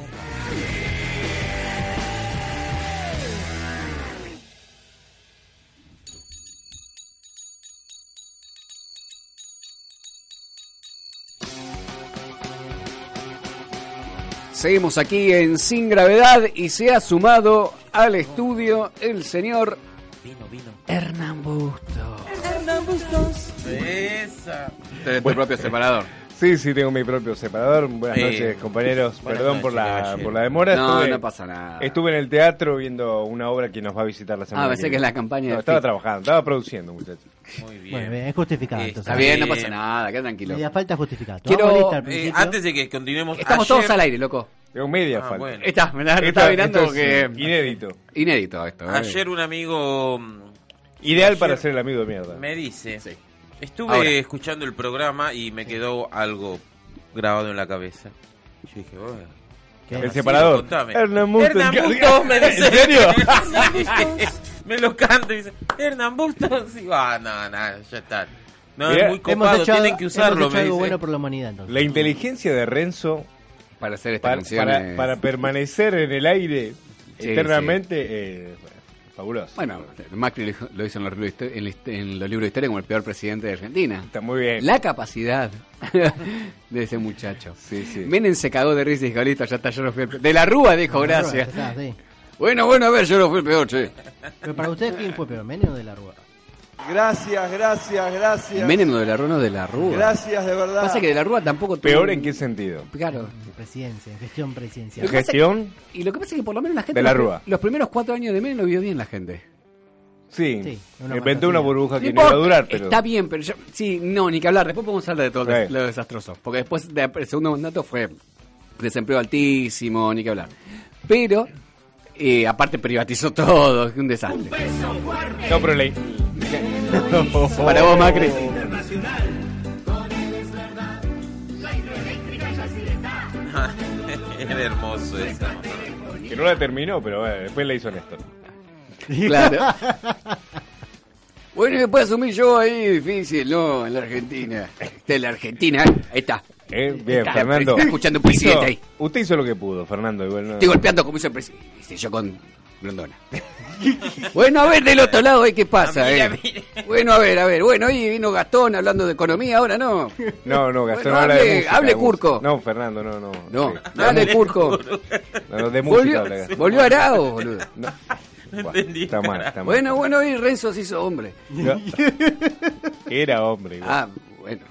Seguimos aquí en Sin Gravedad y se ha sumado al estudio el señor Hernán Busto.
Hernán Bustos.
Esa.
Tenés tu propio separador.
Sí, tengo mi propio separador. Buenas noches, compañeros. Perdón por la demora.
No pasa nada.
Estuve en el teatro viendo una obra que nos va a visitar la semana.
Pensé que es la campaña.
No, estaba trabajando, estaba produciendo, muchachos.
Muy bien.
Bueno, bien, es justificado.
Está bien, no pasa nada, queda tranquilo.
Media falta justificado.
Quiero,
antes de que continuemos,
estamos todos al aire, loco.
Tengo media falta.
Bueno.
Está mirando que...
Inédito
esto.
Ayer un amigo...
Ideal para ser el amigo de mierda.
Me dice... Sí. Estuve escuchando el programa y me quedó algo grabado en la cabeza. Yo dije, bueno...
El separador.
Hernán Bustos, me dice.
¿En serio?
Me lo canta y dice, Hernán Bustos. Y no, ya está. No,
mirá,
es muy copado, tienen que usarlo.
Hemos hecho algo bueno por la humanidad, entonces.
La inteligencia de Renzo
para hacer esta canción
para permanecer en el aire eternamente fabuloso.
Bueno, Macri lo hizo en los libros de historia como el peor presidente de Argentina.
Está muy bien.
La capacidad de ese muchacho.
Sí.
Menem se cagó de risa y dijo, listo, ya está, yo no fui el peor. De la Rúa dijo, gracias.
Sí.
Bueno, a ver, yo no fui el peor, che.
Pero para ustedes, ¿quién fue peor, Menem o de la Rúa?
Gracias.
Menem de la Rúa, no de la Rúa.
Gracias, de verdad.
Pasa que de la Rúa tampoco...
¿Peor en qué sentido?
Claro.
Presidencia, gestión presidencial.
¿Gestión?
Y lo que pasa es que por lo menos la gente...
De la Rúa.
Los primeros 4 años de Menem lo vio bien la gente.
Sí. Inventó una burbuja que no iba a durar, pero...
Está bien, pero yo... Sí, no, ni que hablar. Después podemos hablar de todo lo desastroso. Porque después del segundo mandato fue desempleo altísimo, ni que hablar. Pero... aparte privatizó todo, es un desastre.
No, pero
para vos, Macri.
Era hermoso eso.
Que no la terminó, pero después la hizo Néstor.
Claro. Bueno, después asumí yo ahí, difícil, ¿no? En la Argentina. En la Argentina, ahí está.
Bien, Fernando.
Está escuchando un presidente ahí.
Usted hizo lo que pudo, Fernando.
Estoy golpeando como hizo el presidente. Dice yo con Grondona. Bueno, a ver del otro lado, ¿qué pasa?
Mira.
Bueno, a ver. Bueno, ahí vino Gastón hablando de economía, ahora no.
No, Gastón
bueno,
habla de música.
Hable Curco.
No, Fernando, no.
No, hable Curco.
No, de música habla Gastón.
Volvió Arao, boludo.
No entendí.
Está mal.
Bueno, y Renzo se hizo hombre.
No. Era hombre. Igual.
Bueno.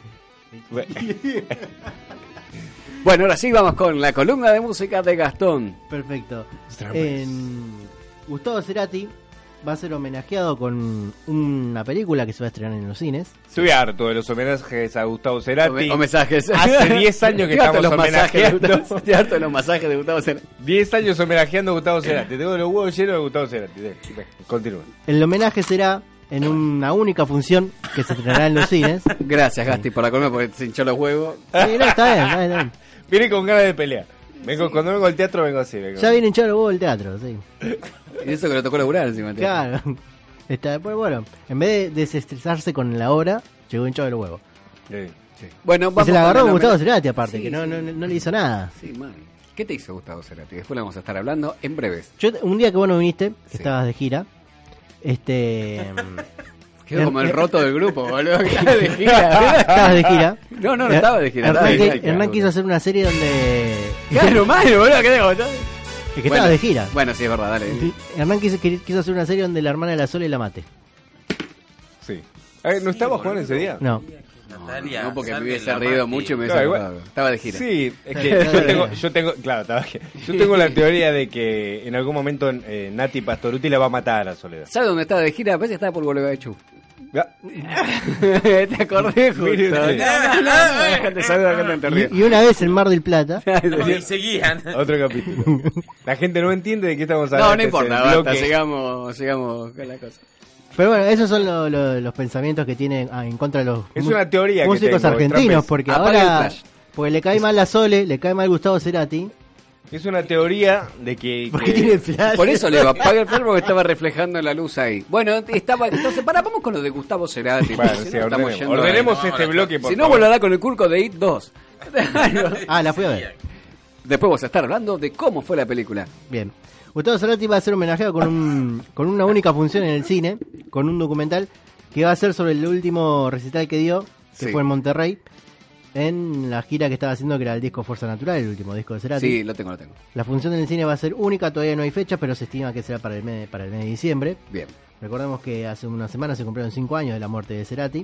Bueno, ahora sí vamos con la columna de música de Gastón.
Perfecto. Gustavo Cerati va a ser homenajeado con una película que se va a estrenar en los cines.
Estoy harto de los homenajes a Gustavo Cerati.
Homenajes.
Hace 10 años que estamos homenajeando.
Estoy harto de los masajes de Gustavo Cerati.
10 años homenajeando a Gustavo Cerati. Tengo los huevos llenos de Gustavo Cerati. Continúa.
El homenaje será en una única función que se estrenará en los cines.
Gracias, Gasti, por la columna, porque se hinchó los huevos.
Sí, no, está bien.
Viene con ganas de pelear. Cuando vengo al teatro vengo así.
Ya viene hinchado los huevos del teatro, sí.
Y eso que le tocó laburar encima.
Claro. Después, bueno, en vez de desestresarse con la obra, llegó hinchado de los huevos.
Sí.
Bueno,
vamos. Y se la agarró Gustavo Cerati, aparte, que no le hizo nada.
Sí, man. ¿Qué te hizo Gustavo Cerati? Después le vamos a estar hablando en breves.
Un día que vos no viniste, que estabas de gira,
quedó como el roto del grupo, boludo. Estabas de gira.
¿Estabas de gira?
No estaba de gira.
Hernán quiso hacer una serie donde...
Claro, boludo, ¿qué digo?
Es que estaba de gira.
Bueno, sí, es verdad, dale.
Hernán quiso hacer una serie donde la hermana de la Sole la mate.
Sí. ¿No estaba Juan ese día?
No.
No, porque me hubiese reído mucho y me hubiese acordado. Estaba de gira.
Sí, es que yo tengo la teoría de que en algún momento Nati Pastoruti la va a matar a Soledad.
¿Sabe dónde estaba de gira? Parece que estaba por Gualeguaychú. Te acordé justo.
Y una vez en Mar del Plata.
Y seguían.
Otro capítulo. La gente no entiende de qué estamos hablando.
No importa, basta, sigamos con la cosa.
Pero bueno, esos son los pensamientos que tienen en contra de los
una teoría
músicos argentinos, porque ahora porque le cae mal a Sole, le cae mal Gustavo Cerati.
Es una teoría de que...
tiene flash.
Por eso le apaga el flash porque estaba reflejando la luz ahí. Bueno, entonces vamos con lo de Gustavo Cerati.
Bueno, sí, ordenemos este bloque, por
Si no, volverá con el Curco de It 2.
La fui a ver.
Después vamos a estar hablando de cómo fue la película.
Bien. Gustavo Cerati va a ser homenajeado con una única función en el cine, con un documental que va a ser sobre el último recital que dio, que fue en Monterrey, en la gira que estaba haciendo, que era el disco Fuerza Natural, el último disco de Cerati.
Sí, lo tengo.
La función en el cine va a ser única, todavía no hay fecha, pero se estima que será para el mes de diciembre.
Bien.
Recordemos que hace una semana se cumplieron 5 años de la muerte de Cerati.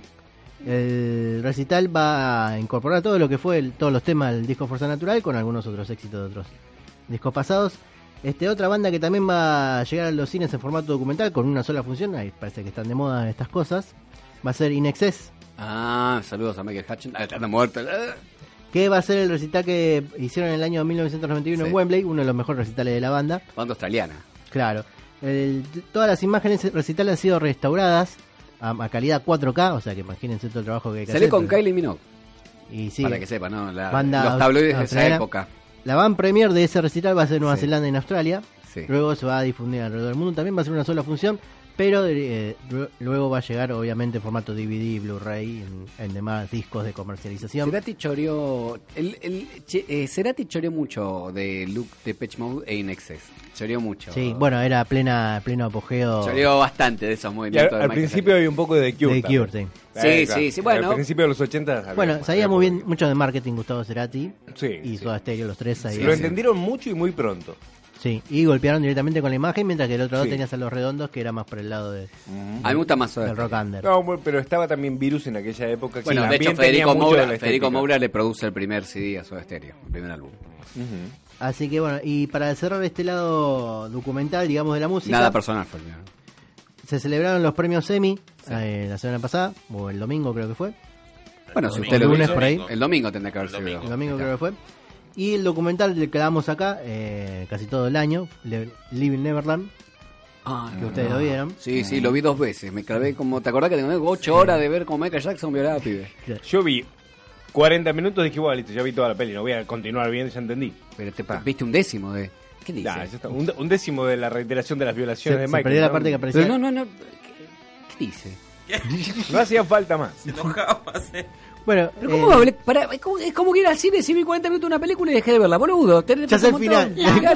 El recital va a incorporar todo lo que fue todos los temas del disco Fuerza Natural, con algunos otros éxitos de otros discos pasados. Otra banda que también va a llegar a los cines en formato documental con una sola función, ahí parece que están de moda estas cosas, va a ser In Excess.
Saludos a Michael Hutchins, está muerto.
Que va a ser el recital que hicieron en el año 1991 en Wembley, uno de los mejores recitales de la banda.
Banda australiana.
Claro. Todas las imágenes recitales han sido restauradas a calidad 4K, o sea que imagínense todo el trabajo que hay que hacer.
Sale con Kylie Minogue.
Y sí,
para que sepa, ¿no? Los
banda
tabloides de esa época.
La van premier de ese recital va a ser en Nueva Zelanda y en Australia. Luego se va a difundir alrededor del mundo. También va a ser una sola función, pero luego va a llegar obviamente en formato DVD, Blu-ray, en demás discos de comercialización.
Cerati choreó Cerati choreó mucho de Look, Depeche Mode e In Excess. Choreó mucho.
Sí, bueno, era pleno apogeo.
Choreó bastante de esos movimientos.
Al principio había un poco de The Cure.
The Cure,
sí, bueno.
Al principio de los 80.
Bueno, sabía muy bien mucho de marketing Gustavo Cerati. Y Soda Stereo, los tres ahí.
Lo entendieron mucho y muy pronto.
Sí, y golpearon directamente con la imagen, mientras que el otro lado tenías a Los Redondos, que era más por el lado de
a mí me gusta más
del rock under.
No, pero estaba también Virus en aquella época.
Bueno, de hecho Federico Moura le produce el primer CD a Soda Stereo, el primer álbum.
Así que bueno, y para cerrar este lado documental, digamos, de la música...
Nada personal fue el mío.
Se celebraron los premios Emmy la semana pasada, o el domingo creo que fue.
Bueno, si usted lo lunes por ahí. El domingo tendría que haber sido.
El domingo creo que fue. Y el documental del que damos acá, casi todo el año, Living Neverland, que ustedes lo vieron.
Sí, lo vi 2 veces. Me clavé como... ¿Te acordás que tengo 8 horas de ver cómo Michael Jackson violaba a pibes?
Yo vi 40 minutos y dije, bueno, listo, ya vi toda la peli, no voy a continuar viendo, ya entendí.
Pero viste un décimo de... ¿Qué dices?
Un décimo de la reiteración de las violaciones de Michael.
Se perdió la parte que aparecía.
Pero no. ¿Qué dice?
No hacía falta más.
Se enojaba,
Bueno,
pero ¿cómo es como que ir al cine, si vi 40 minutos de una película y dejé de verla, boludo?
Ya sé el final.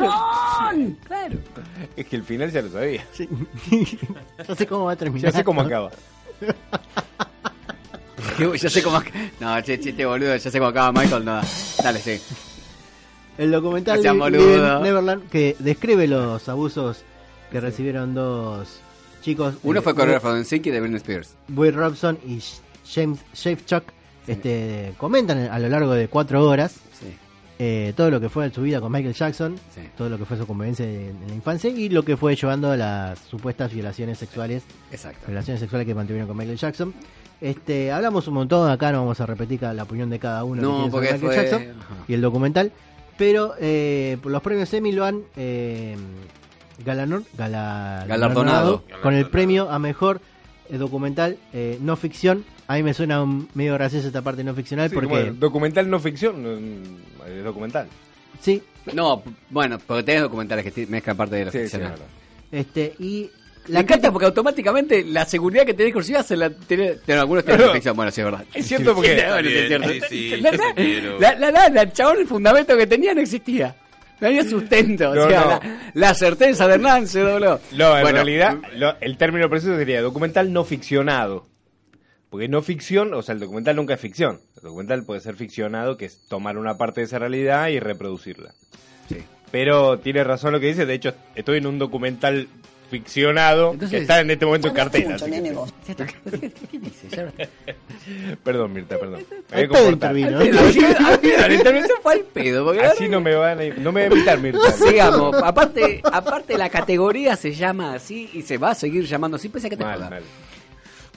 Claro.
Es que el final ya lo sabía.
Sí. Yo sé cómo va a terminar.
Ya sé cómo acaba.
Ya sé cómo... No, chiste boludo, ya sé cómo acaba Michael, no. Dale, sí.
El documental de Neverland, que describe los abusos que recibieron 2 chicos.
Uno fue coreógrafo de NSYNC y de Britney Spears.
Will Robson y James Shevchuk comentan a lo largo de 4 horas todo lo que fue su vida con Michael Jackson, todo lo que fue su convivencia en la infancia y lo que fue llevando a las supuestas violaciones sexuales.
Exacto.
Relaciones sexuales que mantuvieron con Michael Jackson. Hablamos un montón, acá no vamos a repetir la opinión de cada uno
no, porque
Michael Jackson y el documental, pero los premios Emmy lo han galardonado con el premio a mejor documental no ficción. A mí me suena medio gracioso esta parte no ficcional, porque...
Bueno, documental no ficción es documental.
Sí.
No, bueno, porque tenés documentales que mezclan parte de la ficción.
Y
me encanta porque automáticamente la seguridad que tenés cursiva se la tenés algunos tienen no ficción. Bueno, sí, es verdad.
Es cierto porque...
El chabón, el fundamento que tenía no existía. No había sustento, la certeza de Hernán se dobló.
No, en realidad, el término preciso sería documental no ficcionado. Porque no ficción, o sea, el documental nunca es ficción. El documental puede ser ficcionado, que es tomar una parte de esa realidad y reproducirla.
Sí.
Pero tiene razón lo que dice, de hecho, estoy en un documental ficcionado. Entonces, que está en este momento en cartela.
¿Qué dice?
Perdón, Mirta, perdón.
Me voy a comportar.
La intervención fue al pedo.
Así no me van a invitar, Mirta.
Sigamos. Aparte la categoría se llama así y se va a seguir llamando así, pese a que te jodas.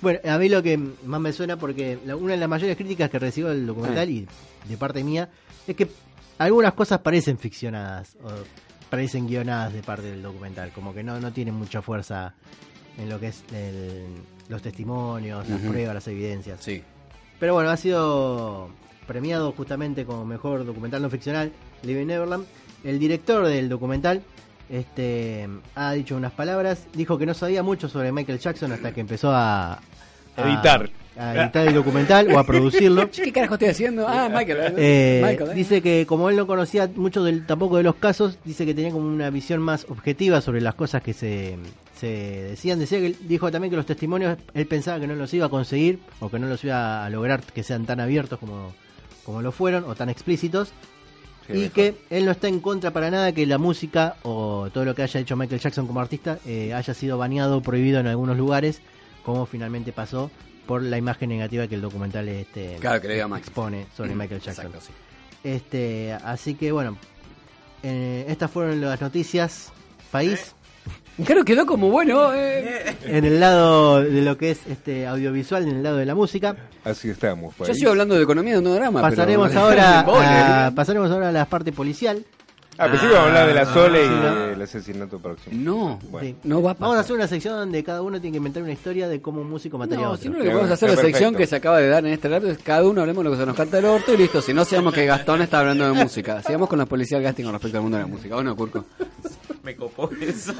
Bueno, a mí lo que más me suena, porque una de las mayores críticas que recibo del documental, y de parte mía, es que algunas cosas parecen ficcionadas, o parecen guionadas de parte del documental, como que no tienen mucha fuerza en lo que es los testimonios, las pruebas, las evidencias.
Sí.
Pero bueno, ha sido premiado justamente como mejor documental no ficcional, Living Neverland. El director del documental ha dicho unas palabras, dijo que no sabía mucho sobre Michael Jackson hasta que empezó a editar el documental o a producirlo.
¿Qué carajo estoy haciendo? Michael.
Dice que como él no conocía mucho tampoco de los casos, dice que tenía como una visión más objetiva sobre las cosas que se decían. Dijo también que los testimonios él pensaba que no los iba a conseguir o que no los iba a lograr que sean tan abiertos como lo fueron o tan explícitos. Sí, y que él no está en contra para nada que la música o todo lo que haya hecho Michael Jackson como artista haya sido baneado o prohibido en algunos lugares, como finalmente pasó por la imagen negativa que el documental expone sobre Michael Jackson.
Exacto, sí.
Así que bueno, estas fueron las noticias país.
Claro, quedó como bueno.
En el lado de lo que es audiovisual, en el lado de la música.
Así estamos.
Yo sigo hablando de economía de un drama.
Pasaremos ahora a la parte policial.
Pensé que iba a hablar de la Sole y del asesinato próximo.
No,
bueno.
Sí, no va a pasar.
Vamos a hacer una sección donde cada uno tiene que inventar una historia de cómo un músico mataría a otro.
Siempre lo que podemos hacer la sección que se acaba de dar en este rato es cada uno hablemos lo que se nos canta el orto y listo. Si no, sigamos que Gastón está hablando de música. Sigamos con la policía del Gasting con respecto al mundo de la música. ¿O no, Curco?
Me copó eso.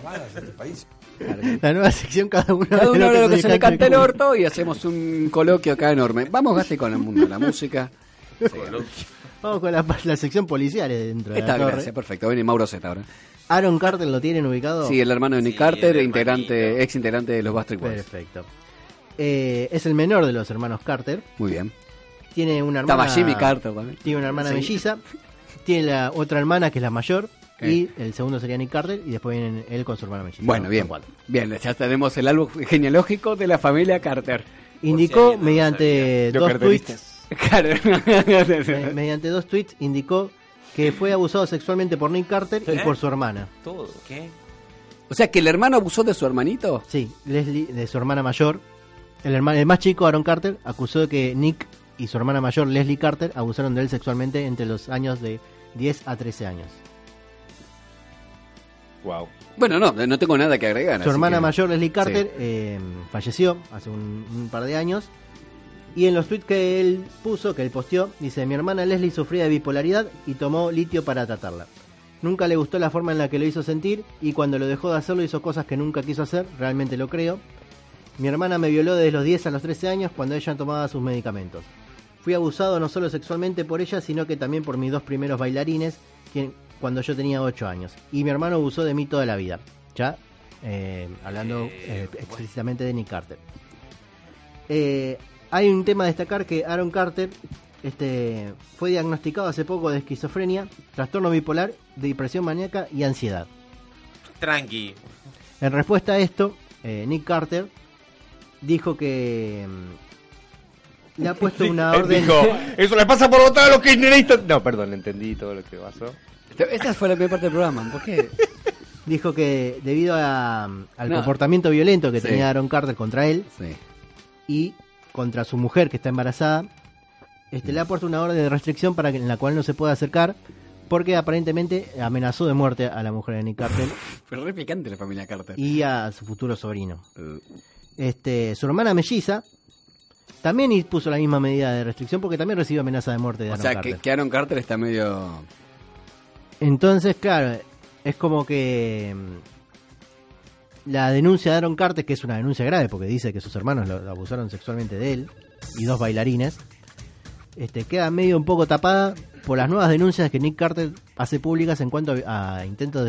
La nueva sección, cada uno
habla lo que se le canta el orto y hacemos un coloquio acá enorme. Vamos, Gasti, con el mundo de la música.
Vamos con la sección policial dentro de la torre.
Gracias, perfecto. Viene Mauro Z ahora.
¿Aaron Carter lo tienen ubicado?
Sí, el hermano de Nick Carter, ex integrante de los Backstreet Boys.
Perfecto. Es el menor de los hermanos Carter.
Muy bien.
Tiene una hermana.
Estaba Jimmy Carter también.
Tiene una hermana melliza. Tiene la otra hermana que es la mayor. Y el segundo sería Nick Carter. Y después viene él con su hermana melliza.
Bueno, bien. Bien, ya tenemos el árbol genealógico de la familia Carter.
Indicó mediante dos tweets. Mediante dos tweets indicó que fue abusado sexualmente por Nick Carter y por su hermana.
¿Todo? ¿Qué?
O sea, que el hermano abusó de su hermanito.
Sí, Leslie, de su hermana mayor. El más chico, Aaron Carter, acusó de que Nick y su hermana mayor, Leslie Carter, abusaron de él sexualmente entre los años de 10 a 13 años.
Wow.
Bueno, no tengo nada que agregar.
Su hermana mayor, Leslie Carter, falleció hace un par de años. Y en los tweets que él posteó, dice: mi hermana Leslie sufría de bipolaridad y tomó litio para tratarla. Nunca le gustó la forma en la que lo hizo sentir y cuando lo dejó de hacerlo hizo cosas que nunca quiso hacer, realmente lo creo. Mi hermana me violó desde los 10 a los 13 años cuando ella tomaba sus medicamentos. Fui abusado no solo sexualmente por ella, sino que también por mis dos primeros bailarines, cuando yo tenía 8 años. Y mi hermano abusó de mí toda la vida. Ya hablando explícitamente de Nick Carter. Hay un tema a destacar que Aaron Carter fue diagnosticado hace poco de esquizofrenia, trastorno bipolar, depresión maníaca y ansiedad.
Tranqui.
En respuesta a esto, Nick Carter dijo que le ha puesto una orden.
Dijo, eso le pasa por votar a los kirchneristas. No, perdón, entendí todo lo que pasó.
Esta fue la primera parte del programa. ¿Por qué?
Dijo que debido al comportamiento violento que tenía Aaron Carter contra él y contra su mujer que está embarazada, le ha puesto una orden de restricción en la cual no se puede acercar porque aparentemente amenazó de muerte a la mujer de Nick Carter.
Fue re picante la familia Carter.
Y a su futuro sobrino. Su hermana melliza también puso la misma medida de restricción porque también recibió amenaza de muerte de Aaron Carter.
O sea, que Aaron Carter está medio...
Entonces, claro, es como que la denuncia de Aaron Carter, que es una denuncia grave porque dice que sus hermanos lo abusaron sexualmente de él y dos bailarines, queda medio un poco tapada por las nuevas denuncias que Nick Carter hace públicas en cuanto a intentos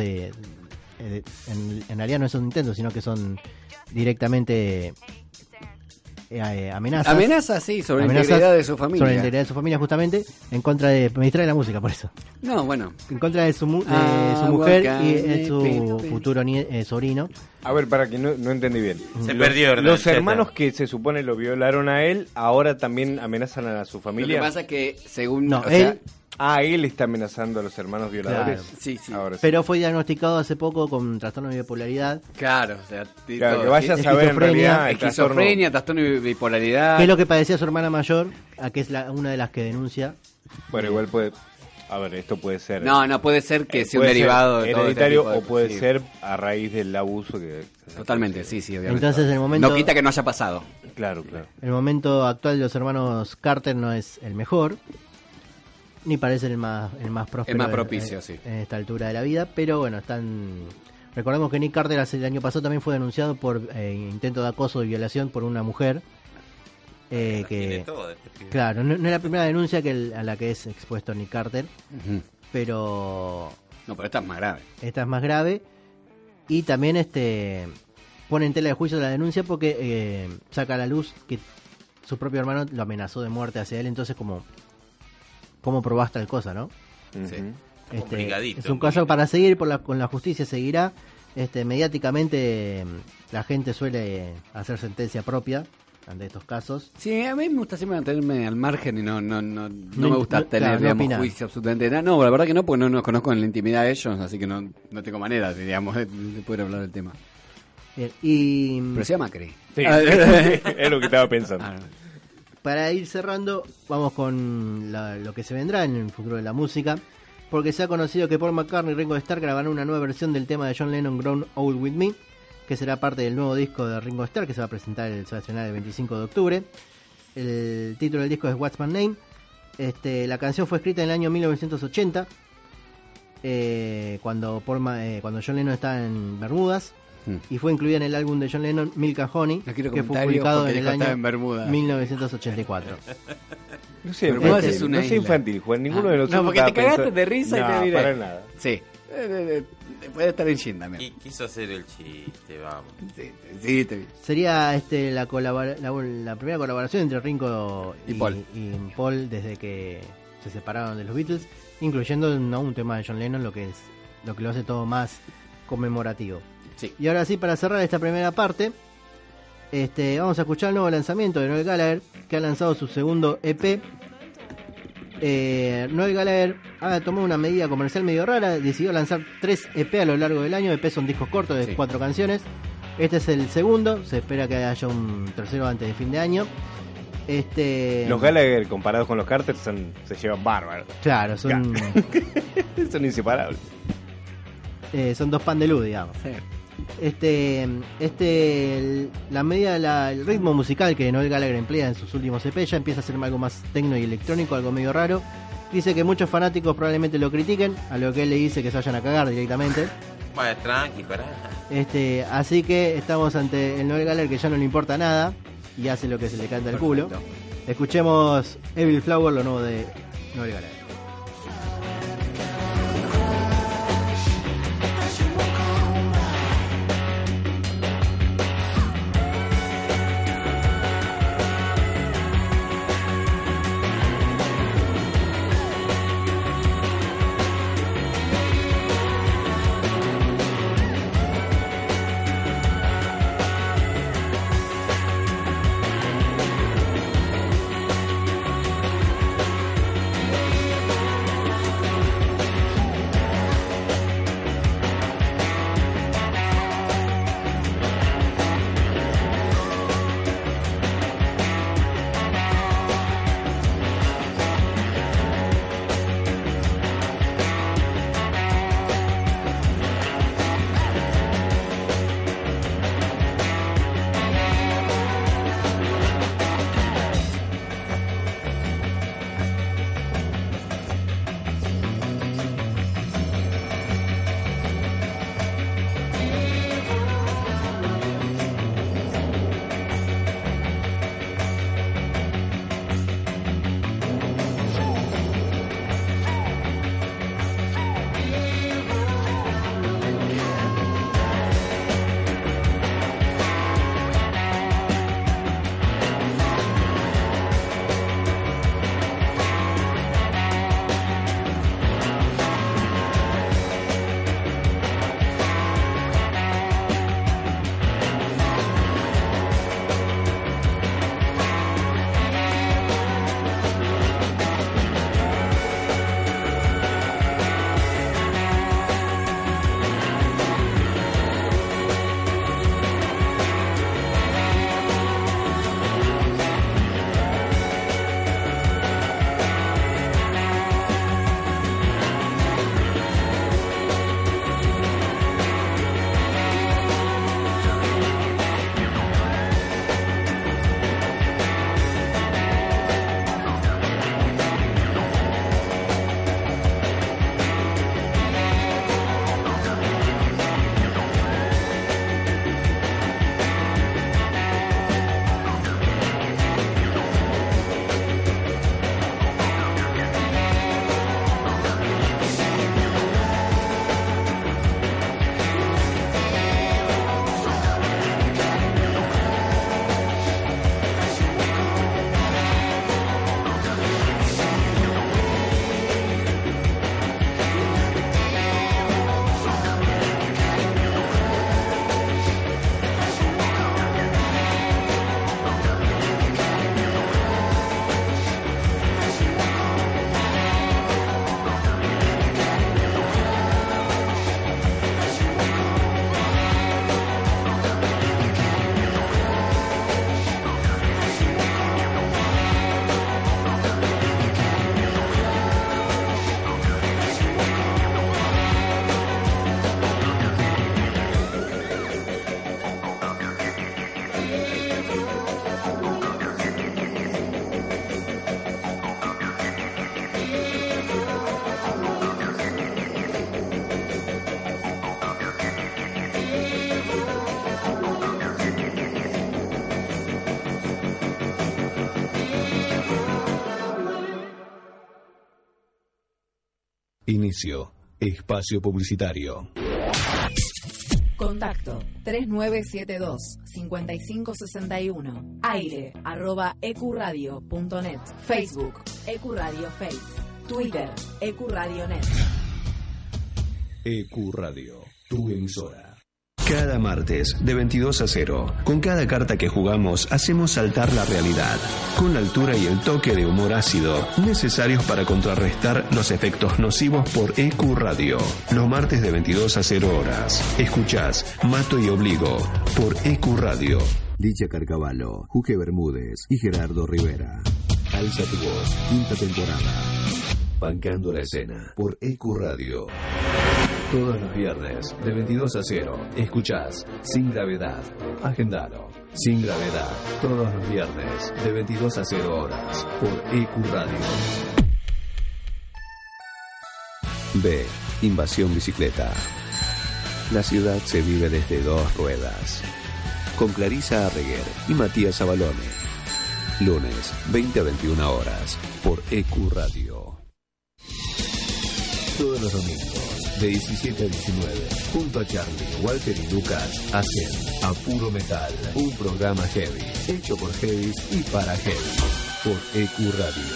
en realidad no son intentos, sino que son directamente amenazas.
Amenazas, sí, sobre la integridad de su familia.
Sobre la integridad de su familia, justamente, en contra de... Me distrae la música, por eso.
No, bueno.
En contra de su mujer y de su futuro sobrino.
A ver, para que no entendí bien.
Se perdió.
Los hermanos que se supone lo violaron a él, ahora también amenazan a su familia.
Lo que pasa es que, según...
No,
Él está amenazando a los hermanos violadores.
Claro.
Sí.
Ahora sí.
Pero fue diagnosticado hace poco con trastorno de bipolaridad.
Claro, o sea,
que vaya a saber en realidad
esquizofrenia, trastorno de bipolaridad.
Que es lo que padecía su hermana mayor, a que es una de las que denuncia.
Bueno, igual puede... A ver, esto puede ser...
No puede ser que sea un derivado de
hereditario
todo este tipo
o puede ser a raíz del abuso que...
Totalmente, sí, obviamente.
Entonces, el momento...
No quita que no haya pasado.
Claro.
El momento actual de los hermanos Carter no es el mejor, ni parece el más próspero.
El más propicio, sí.
En esta altura de la vida, pero bueno, recordemos que Nick Carter el año pasado también fue denunciado por intento de acoso y violación por una mujer. Claro, no es la primera denuncia a la que es expuesto Nick Carter, pero...
No, pero esta es más grave.
Esta es más grave, y también pone en tela de juicio la denuncia porque saca a la luz que su propio hermano lo amenazó de muerte hacia él, entonces ¿cómo probás tal cosa, no?
Sí.
Es un caso para seguir con la justicia, seguirá. Mediáticamente la gente suele hacer sentencia propia ante estos casos.
Sí, a mí me gusta siempre mantenerme al margen y no me gusta tener, juicio absolutamente nada. No, la verdad que no, porque no conozco en la intimidad de ellos, así que no tengo manera, digamos, de poder hablar del tema.
Bien,
pero sea Macri.
Sí, es lo que estaba pensando.
Para ir cerrando, vamos con lo que se vendrá en el futuro de la música, porque se ha conocido que Paul McCartney y Ringo Starr grabarán una nueva versión del tema de John Lennon, Grown Old With Me, que será parte del nuevo disco de Ringo Starr, que se va a estrenar el 25 de octubre. El título del disco es What's My Name. La canción fue escrita en el año 1980, cuando John Lennon estaba en Bermudas, y fue incluida en el álbum de John Lennon, Milk and Honey, que fue publicado en el año 1984.
No sé, no es infantil, Juan, ninguno de nosotros.
No, porque te cagaste de risa y te diré.
Para nada.
Sí. Puede estar en Shin también.
Y quiso hacer el chiste, vamos.
Sí,
sería la primera colaboración entre Ringo y Paul desde que se separaron de los Beatles, incluyendo un tema de John Lennon, lo que lo hace todo más conmemorativo.
Sí.
Y ahora sí, para cerrar esta primera parte, vamos a escuchar el nuevo lanzamiento de Noel Gallagher, que ha lanzado su segundo EP. Noel Gallagher ha tomado una medida comercial medio rara, decidió lanzar 3 EP a lo largo del año. EP son discos cortos de 4 canciones. Este es el segundo, se espera que haya un tercero antes de fin de año.
Los Gallagher comparados con los Carter se llevan bárbaros.
Claro, son
inseparables.
Son dos pan de luz, digamos.
Sí.
La medida, el ritmo musical que Noel Gallagher emplea en sus últimos EP ya empieza a ser algo más tecno y electrónico, algo medio raro. Dice que muchos fanáticos probablemente lo critiquen, a lo que él le dice que se vayan a cagar directamente.
Bueno, tranqui, pará.
Así que estamos ante el Noel Gallagher que ya no le importa nada y hace lo que se le canta el culo. Escuchemos Evil Flower, lo nuevo de Noel Gallagher.
Inicio. Espacio publicitario.
Contacto 3972-5561. Aire @ecuradio.net. Facebook Ecuradio Face. Twitter Ecuradio.net.
Ecuradio, tu emisora. Cada martes, de 22 a 0, con cada carta que jugamos, hacemos saltar la realidad, con la altura y el toque de humor ácido, necesarios para contrarrestar los efectos nocivos por Ecuradio. Los martes de 22 a 0 horas, escuchás Mato y Obligo, por Ecuradio.
Licha Carcavallo, Juge Bermúdez y Gerardo Rivera. Alza tu voz, 5ª temporada.
Bancando la escena, por Ecuradio. Todos los viernes, de 22 a 0, escuchás Sin Gravedad. Agendalo. Sin Gravedad. Todos los viernes, de 22 a 0 horas, por Ecuradio.
B. Invasión Bicicleta. La ciudad se vive desde 2 ruedas. Con Clarisa Arreguer y Matías Abalone. Lunes, 20 a 21 horas, por Ecuradio. Todos los domingos, de 17 a 19, junto a Charlie, Walter y Lucas, hacen A Puro Metal, un programa heavy, hecho por heavies y para heavy, por Ecuradio.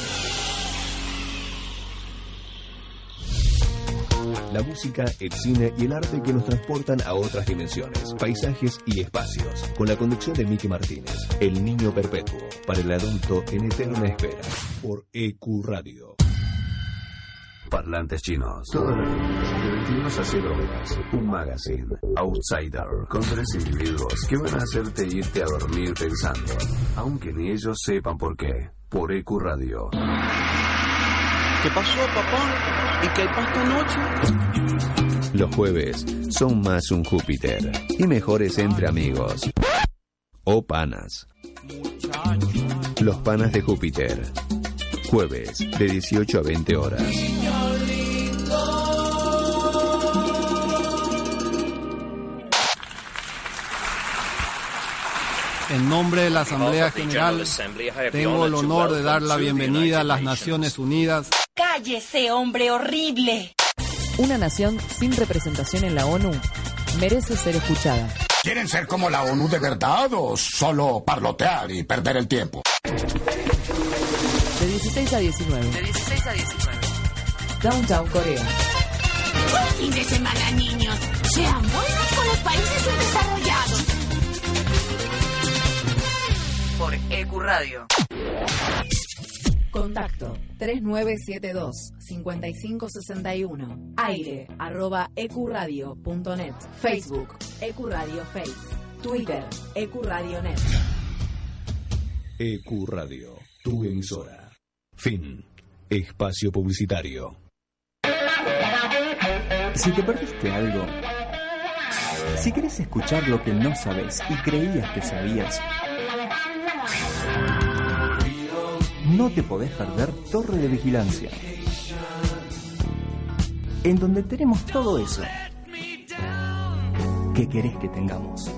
La música, el cine y el arte que nos transportan a otras dimensiones, paisajes y espacios, con la conducción de Miki Martínez, El Niño Perpetuo, para el adulto en eterna espera, por Ecuradio. Parlantes Chinos. Todos los días, de 22 a 0 horas. Un magazine. Outsider. Con 3 individuos que van a hacerte irte a dormir pensando. Aunque ni ellos sepan por qué. Por Ecuradio.
¿Qué pasó, papá? ¿Y qué hay para esta noche?
Los jueves son más un Júpiter. Y mejores entre amigos. O panas. Los panas de Júpiter. Jueves, de 18 a 20 horas.
En nombre de la Asamblea General, tengo el honor de dar la bienvenida a las Naciones Unidas.
¡Cállese, hombre horrible!
Una nación sin representación en la ONU merece ser escuchada.
¿Quieren ser como la ONU de verdad o solo parlotear y perder el tiempo?
De 16 a 19. Downtown Corea.
Buen fin de semana, niños. Sean buenos con los países subdesarrollados.
Por Ecuradio. Contacto 3972-5561. Aire @ecuradio.net. Facebook Ecuradio Face. Twitter Ecuradio.net.
Ecuradio, tu emisora. Fin. Espacio publicitario.
Si te perdiste algo, si querés escuchar lo que no sabes y creías que sabías, no te podés perder Torre de Vigilancia, en donde tenemos todo eso que querés que tengamos.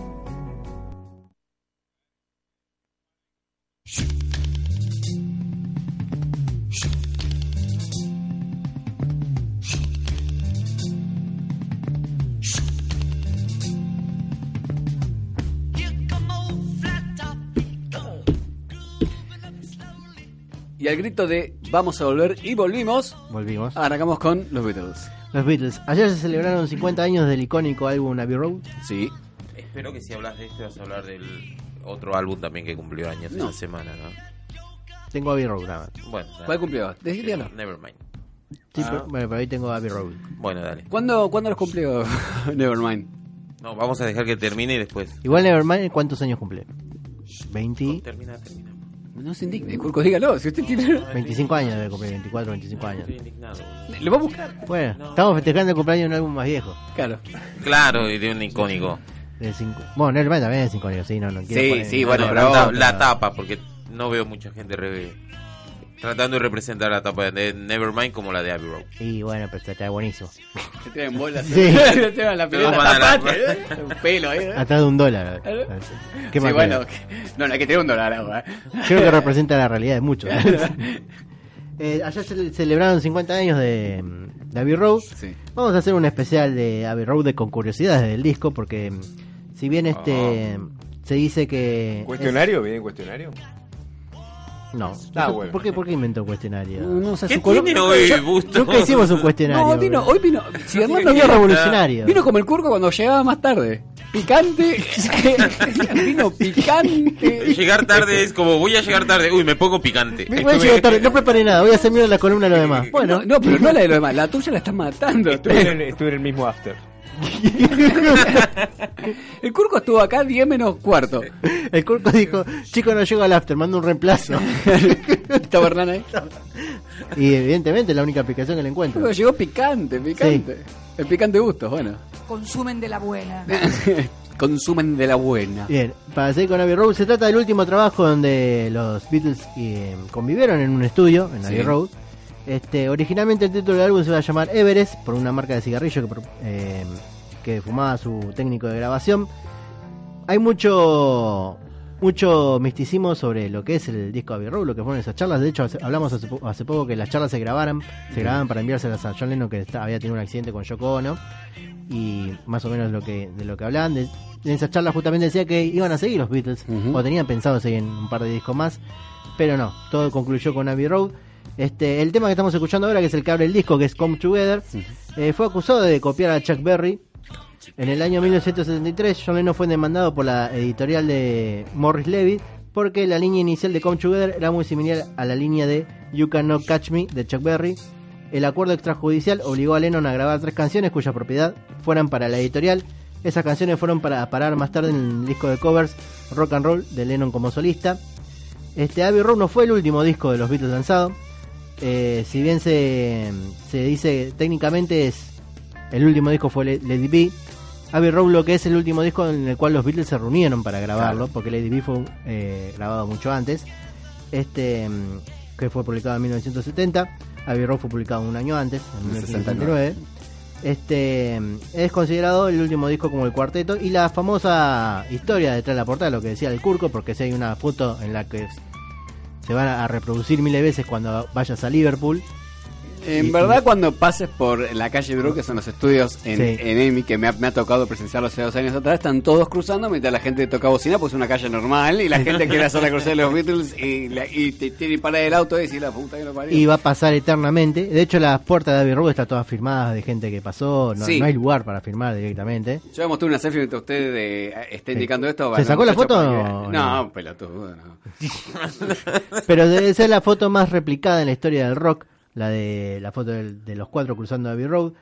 Y al grito de vamos a volver y volvimos, arrancamos con los Beatles.
Los Beatles. Ayer se celebraron 50 años del icónico álbum Abbey Road.
Sí.
Espero que si hablas de este vas a hablar del otro álbum también que cumplió años esta semana, ¿no?
Tengo Abbey Road nada más.
Bueno,
¿cuál cumplió? Decídelo.
Nevermind.
Sí, bueno, pero ahí tengo Abbey Road.
Bueno, dale.
¿Cuándo los cumplió Nevermind?
No, vamos a dejar que termine y después.
Igual Nevermind, ¿cuántos años cumple? 20.
Termina.
No se indigne, Curco, dígalo. Si usted tiene
25 años debe cumplir, 24, 25 años.
Estoy indignado.
¿Lo va a buscar?
Bueno, estamos festejando el cumpleaños de un álbum más viejo.
Claro, y de un icónico.
Bueno, Nevermind también es icónico, sí, no quiero poner...
Sí, bueno,
pero la tapa, porque no veo mucha gente tratando de representar la tapa de Nevermind como la de Abbey Road.
Sí, bueno, pero está buenísimo.
Se traen bolas.
Sí.
Se traen la pelota. Un pelo ahí.
Hasta de $1.
¿Qué más? Sí, bueno, no hay que tener $1 agua.
Creo que representa la realidad de muchos. Ayer se celebraron 50 años de Abbey Road.
Sí.
Vamos a hacer un especial de Abbey Road con curiosidades del disco, porque si bien se dice que...
¿Cuestionario? ¿Viene cuestionario?
No.
Bueno.
¿Por qué inventó cuestionario?
No sé,
¿Qué tiene hoy, Busto?
Nunca hicimos un cuestionario.
Hoy vino. Si Armando
vino revolucionario.
Vino como el Curco cuando llegaba más tarde. Picante. Vino picante.
Llegar tarde es como, voy a llegar tarde. Uy, me pongo picante.
Voy a llegar tarde. No preparé nada. Voy a hacer mierda la columna de lo demás. Bueno.
No, pero no la de lo demás. La tuya la estás matando.
Estuve en el mismo after.
El Curco estuvo acá 10 menos cuarto.
El Curco dijo, chico, no llego al after, mando un reemplazo.
¿Estaba Hernán ahí?
Y evidentemente es la única aplicación que le encuentro.
Pero llegó picante. Sí. El picante gusto, bueno.
Consumen de la buena.
Consumen de la buena.
Bien, para seguir con Abbey Road, se trata del último trabajo donde los Beatles convivieron en un estudio, en Abbey Road. Originalmente el título del álbum se iba a llamar Everest, por una marca de cigarrillo que fumaba su técnico de grabación. Hay mucho misticismo sobre lo que es el disco Abbey Road, lo que fueron esas charlas. De hecho, hablamos hace poco que las charlas se grababan para enviárselas a John Lennon, que había tenido un accidente con Yoko Ono, y más o menos de lo que hablaban. En esas charlas justamente decía que iban a seguir los Beatles, o tenían pensado seguir en un par de discos más, pero no, todo concluyó con Abbey Road. El tema que estamos escuchando ahora, que es el que abre el disco, que es Come Together, fue acusado de copiar a Chuck Berry. En el año 1973, John Lennon fue demandado por la editorial de Morris Levy porque la línea inicial de Come Together era muy similar a la línea de You Cannot Catch Me de Chuck Berry. El acuerdo extrajudicial obligó a Lennon a grabar 3 canciones cuya propiedad fueran para la editorial. Esas canciones fueron para parar más tarde en el disco de covers Rock and Roll de Lennon como solista. Abbey Road no fue el último disco de los Beatles lanzado. Si bien se dice técnicamente es el último disco fue Let It Be, Abbey Road lo que es el último disco en el cual los Beatles se reunieron para grabarlo, porque Let It Be fue grabado mucho antes, que fue publicado en 1970. Abbey Road fue publicado un año antes, en 1969. Es considerado el último disco como el cuarteto, y la famosa historia detrás de la portada, lo que decía el Curco, porque si hay una foto en la que se van a reproducir miles de veces cuando vayas a Liverpool.
En verdad, cuando pases por la calle Brook, que son los estudios en EMI, que me ha tocado presenciarlo hace 2 años atrás, están todos cruzando mientras la gente toca bocina, pues es una calle normal, y la gente quiere hacer la cruzada de los Beatles y te tiene que parar el auto y decir la puta que lo parió.
Y va a pasar eternamente. De hecho, las puertas de Abbey Road están todas firmadas de gente que pasó. No hay lugar para firmar directamente.
Yo mostré una selfie mientras usted está indicando esto.
¿Se sacó la foto?
No, pelotudo, no.
Pero debe ser la foto más replicada en la historia del rock. La foto de los 4 cruzando Abbey Road.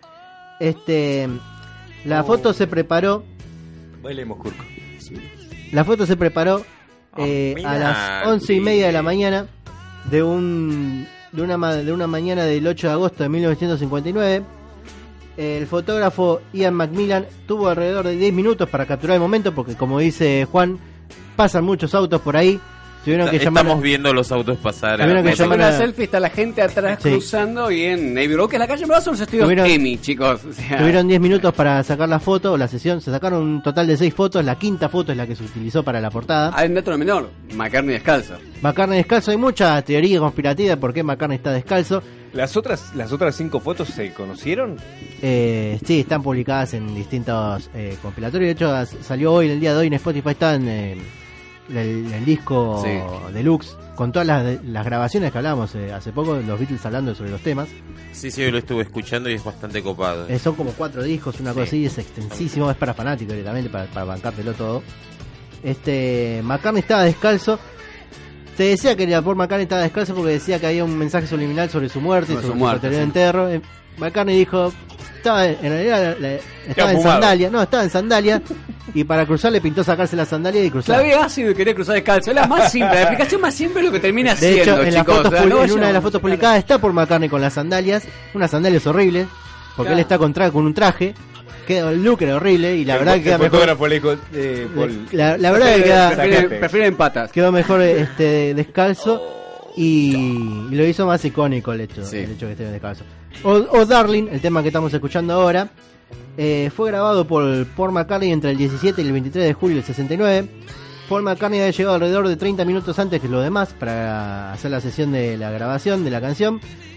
La foto se preparó.
Bailemos, Curco.
La foto se preparó a las 11:30 de la mañana de una mañana del 8 de agosto de 1959. El fotógrafo Ian Macmillan tuvo alrededor de 10 minutos para capturar el momento, porque como dice Juan, pasan muchos autos por ahí.
Estamos viendo los autos pasar.
Una selfie, está la gente atrás cruzando, y en Abbey Road, que es la calle Broad, son los estudios EMI, chicos. O sea,
tuvieron 10 minutos para sacar la foto, la sesión. Se sacaron un total de 6 fotos. La quinta foto es la que se utilizó para la portada.
Hay un dato menor: McCartney descalzo.
Hay mucha teoría conspirativa de por qué McCartney está descalzo.
¿Las otras 5 fotos se conocieron?
Sí, están publicadas en distintos compilatorios. De hecho, salió hoy, el día de hoy, en Spotify. Está en el disco deluxe, con todas las grabaciones que hablábamos hace poco, los Beatles hablando sobre los temas.
Sí, hoy lo estuve escuchando y es bastante copado.
Son como 4 discos, una cosa así, es extensísimo, es para fanáticos directamente, para bancártelo todo. McCartney estaba descalzo. Se decía que Paul McCartney estaba descalzo porque decía que había un mensaje subliminal sobre su muerte y sobre su posterior entierro. McCartney dijo, estaba en sandalias, estaba en sandalias, y para cruzar le pintó sacarse las sandalias y cruzar.
La había ácido y quería cruzar descalzo, es la más simple, la explicación más simple es lo que termina
de
siendo,
hecho,
chicos.
En una de las fotos publicadas está Paul McCartney con las sandalias, unas sandalias horribles, porque él está con un traje. El look era horrible, y la verdad que queda mejor. La verdad que queda,
prefieren patas.
Quedó mejor descalzo, y lo hizo más icónico el hecho que esté descalzo. O Darling, el tema que estamos escuchando ahora, fue grabado por Paul McCartney entre el 17 y el 23 de julio del 69. Paul McCartney había llegado alrededor de 30 minutos antes que los demás para hacer la sesión de la grabación de la canción.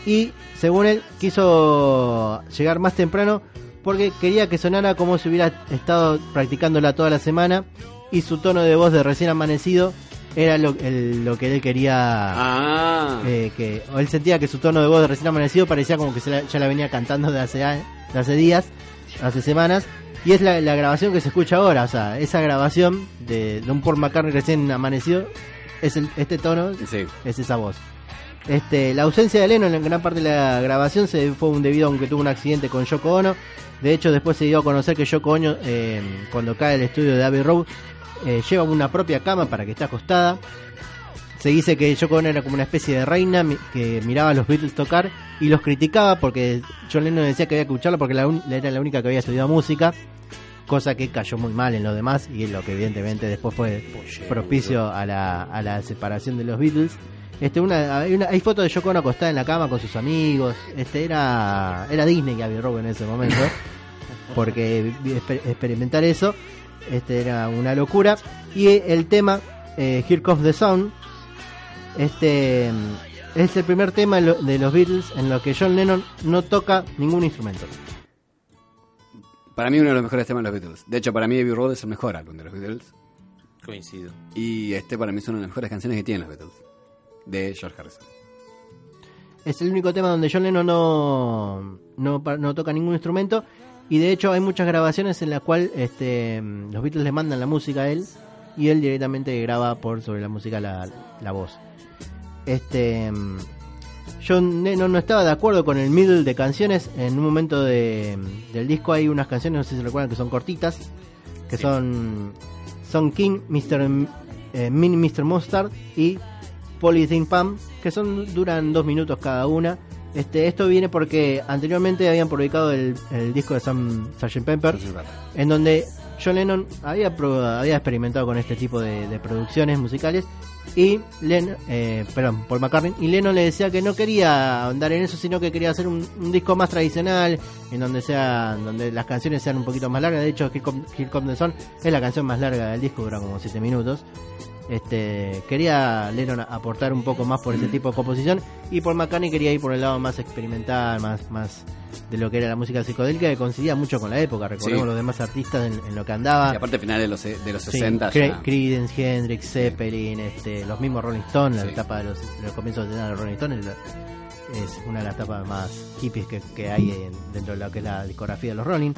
y según él quiso llegar más temprano porque quería que sonara como si hubiera estado practicándola toda la semana, y su tono de voz de recién amanecido era lo que él quería. Que él sentía que su tono de voz de recién amanecido parecía como que ya la venía cantando de hace días, hace semanas. Y es la grabación que se escucha ahora. O sea, esa grabación de un Paul McCartney recién amanecido es este tono, sí. Es esa voz. La ausencia de Lennon en gran parte de la grabación fue debido a que tuvo un accidente con Yoko Ono. De hecho, después se dio a conocer que Yoko Ono, cuando cae el estudio de Abbey Road, lleva una propia cama para que esté acostada. Se dice que Yoko Ono era como una especie de reina que miraba a los Beatles tocar y los criticaba porque John Lennon decía que había que escucharlo porque era la única que había estudiado música, cosa que cayó muy mal en los demás y es lo que evidentemente después fue propicio a la separación de los Beatles. Hay fotos de Yoko Ono acostada en la cama con sus amigos. Era Disney Abbey Road en ese momento, porque experimentar eso era una locura. Y el tema Here Comes the Sun es el primer tema de los Beatles en lo que John Lennon no toca ningún instrumento.
Para mí uno de los mejores temas de los Beatles. De hecho, para mí Abbey Road es el mejor álbum de los Beatles.
Coincido.
Y para mí es una de las mejores canciones que tienen los Beatles, de George Harrison.
Es el único tema donde John Lennon no toca ningún instrumento. Y de hecho hay muchas grabaciones en las cuales los Beatles le mandan la música a él y él directamente graba sobre la música la voz. John Lennon no estaba de acuerdo con el middle de canciones. En un momento del disco hay unas canciones, no sé si se recuerdan, que son cortitas, que son King, Mr. Mustard y Polythene Pam, que duran 2 minutos cada una. Esto viene porque anteriormente habían publicado el disco de Sgt. Pepper, en donde John Lennon había experimentado con este tipo de producciones musicales y Paul McCartney, y Lennon le decía que no quería andar en eso, sino que quería hacer un disco más tradicional, en donde las canciones sean un poquito más largas. De hecho, Here Comes the Sun es la canción más larga del disco, dura como 7 minutos. Quería Lennon aportar un poco más por ese tipo de composición, y Paul McCartney quería ir por el lado más experimental, más de lo que era la música psicodélica, que coincidía mucho con la época. Recordemos los demás artistas en lo que andaba.
Y aparte final de los 60 ya.
Creedence, Hendrix, Zeppelin, los mismos Rolling Stones, la etapa de los comienzos de los Rolling Stones es una de las etapas más hippies que hay dentro de lo que es la discografía de los Rolling.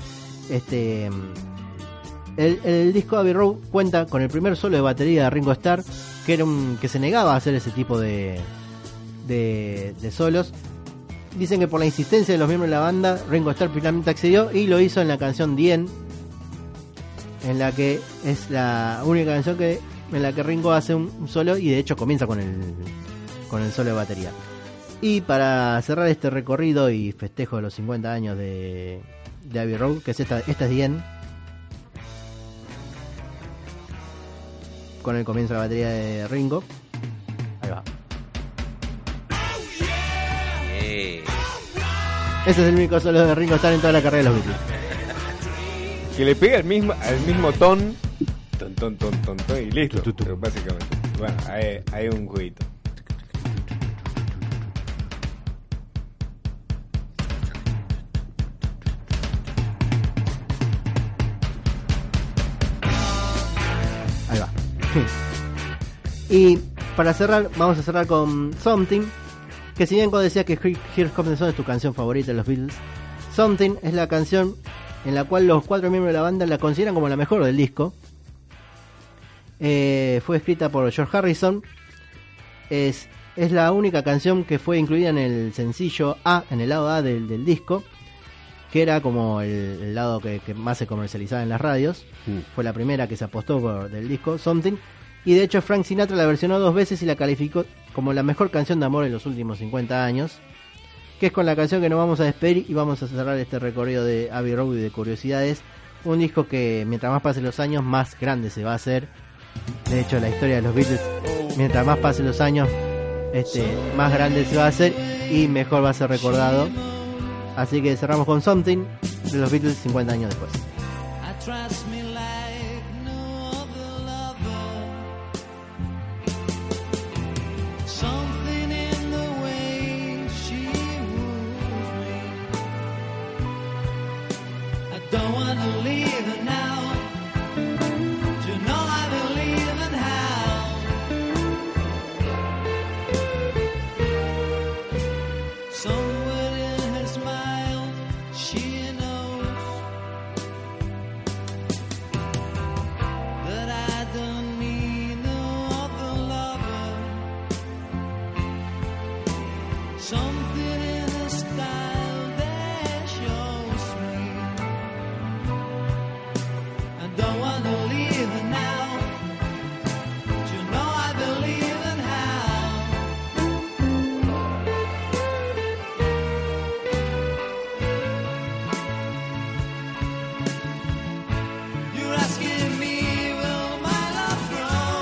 El disco Abbey Road cuenta con el primer solo de batería de Ringo Starr, que se negaba a hacer ese tipo de solos. Dicen que por la insistencia de los miembros de la banda, Ringo Starr finalmente accedió y lo hizo en la canción The End, en la que es la única canción en la que Ringo hace un solo, y de hecho comienza con el solo de batería. Y para cerrar este recorrido y festejo de los 50 años de Abbey Road, que es esta es The End, con el comienzo de la batería de Ringo. Ahí va. Ese es el único solo de Ringo Starr en toda la carrera de los Beatles.
Que le pega al mismo ton y listo, básicamente. Bueno, hay un jueguito.
Ahí va. Y para cerrar, vamos a cerrar con Something, que si bien decía que Here Comes the Sun es tu canción favorita de los Beatles, Something es la canción en la cual los 4 miembros de la banda la consideran como la mejor del disco. Fue escrita por George Harrison. Es la única canción que fue incluida en el sencillo A, en el lado A del disco, que era como el lado que más se comercializaba en las radios. Fue la primera que se apostó del disco, Something. Y de hecho Frank Sinatra la versionó 2 veces y la calificó como la mejor canción de amor en los últimos 50 años, que es con la canción que nos vamos a despedir y vamos a cerrar este recorrido de Abbey Road y de curiosidades. Un disco que mientras más pasen los años, más grande se va a hacer. De hecho, la historia de los Beatles, mientras más pasen los años, más grande se va a hacer y mejor va a ser recordado. Así que cerramos con Something de los Beatles 50 años después.
Something in the way she Something in the style that shows me I don't want to leave it now. But you know I believe in how you're asking me, will my love grow?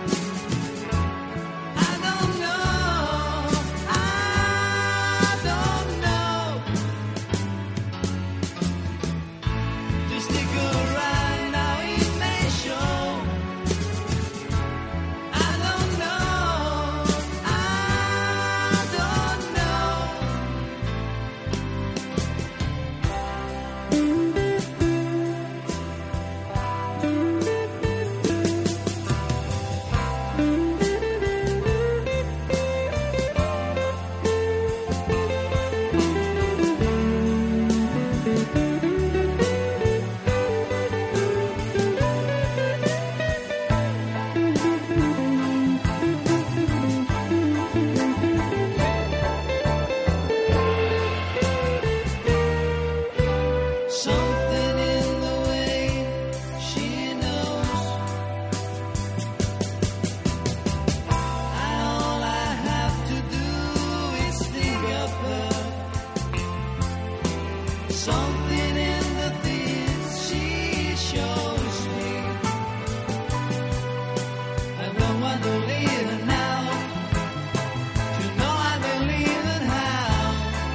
I don't know. I don't know. Just stick around now, it may show. I don't know. I don't know. Something in the way she knows. All I have to do is think of her. Something in the things she shows me. I don't want to leave her now. You know I believe in how.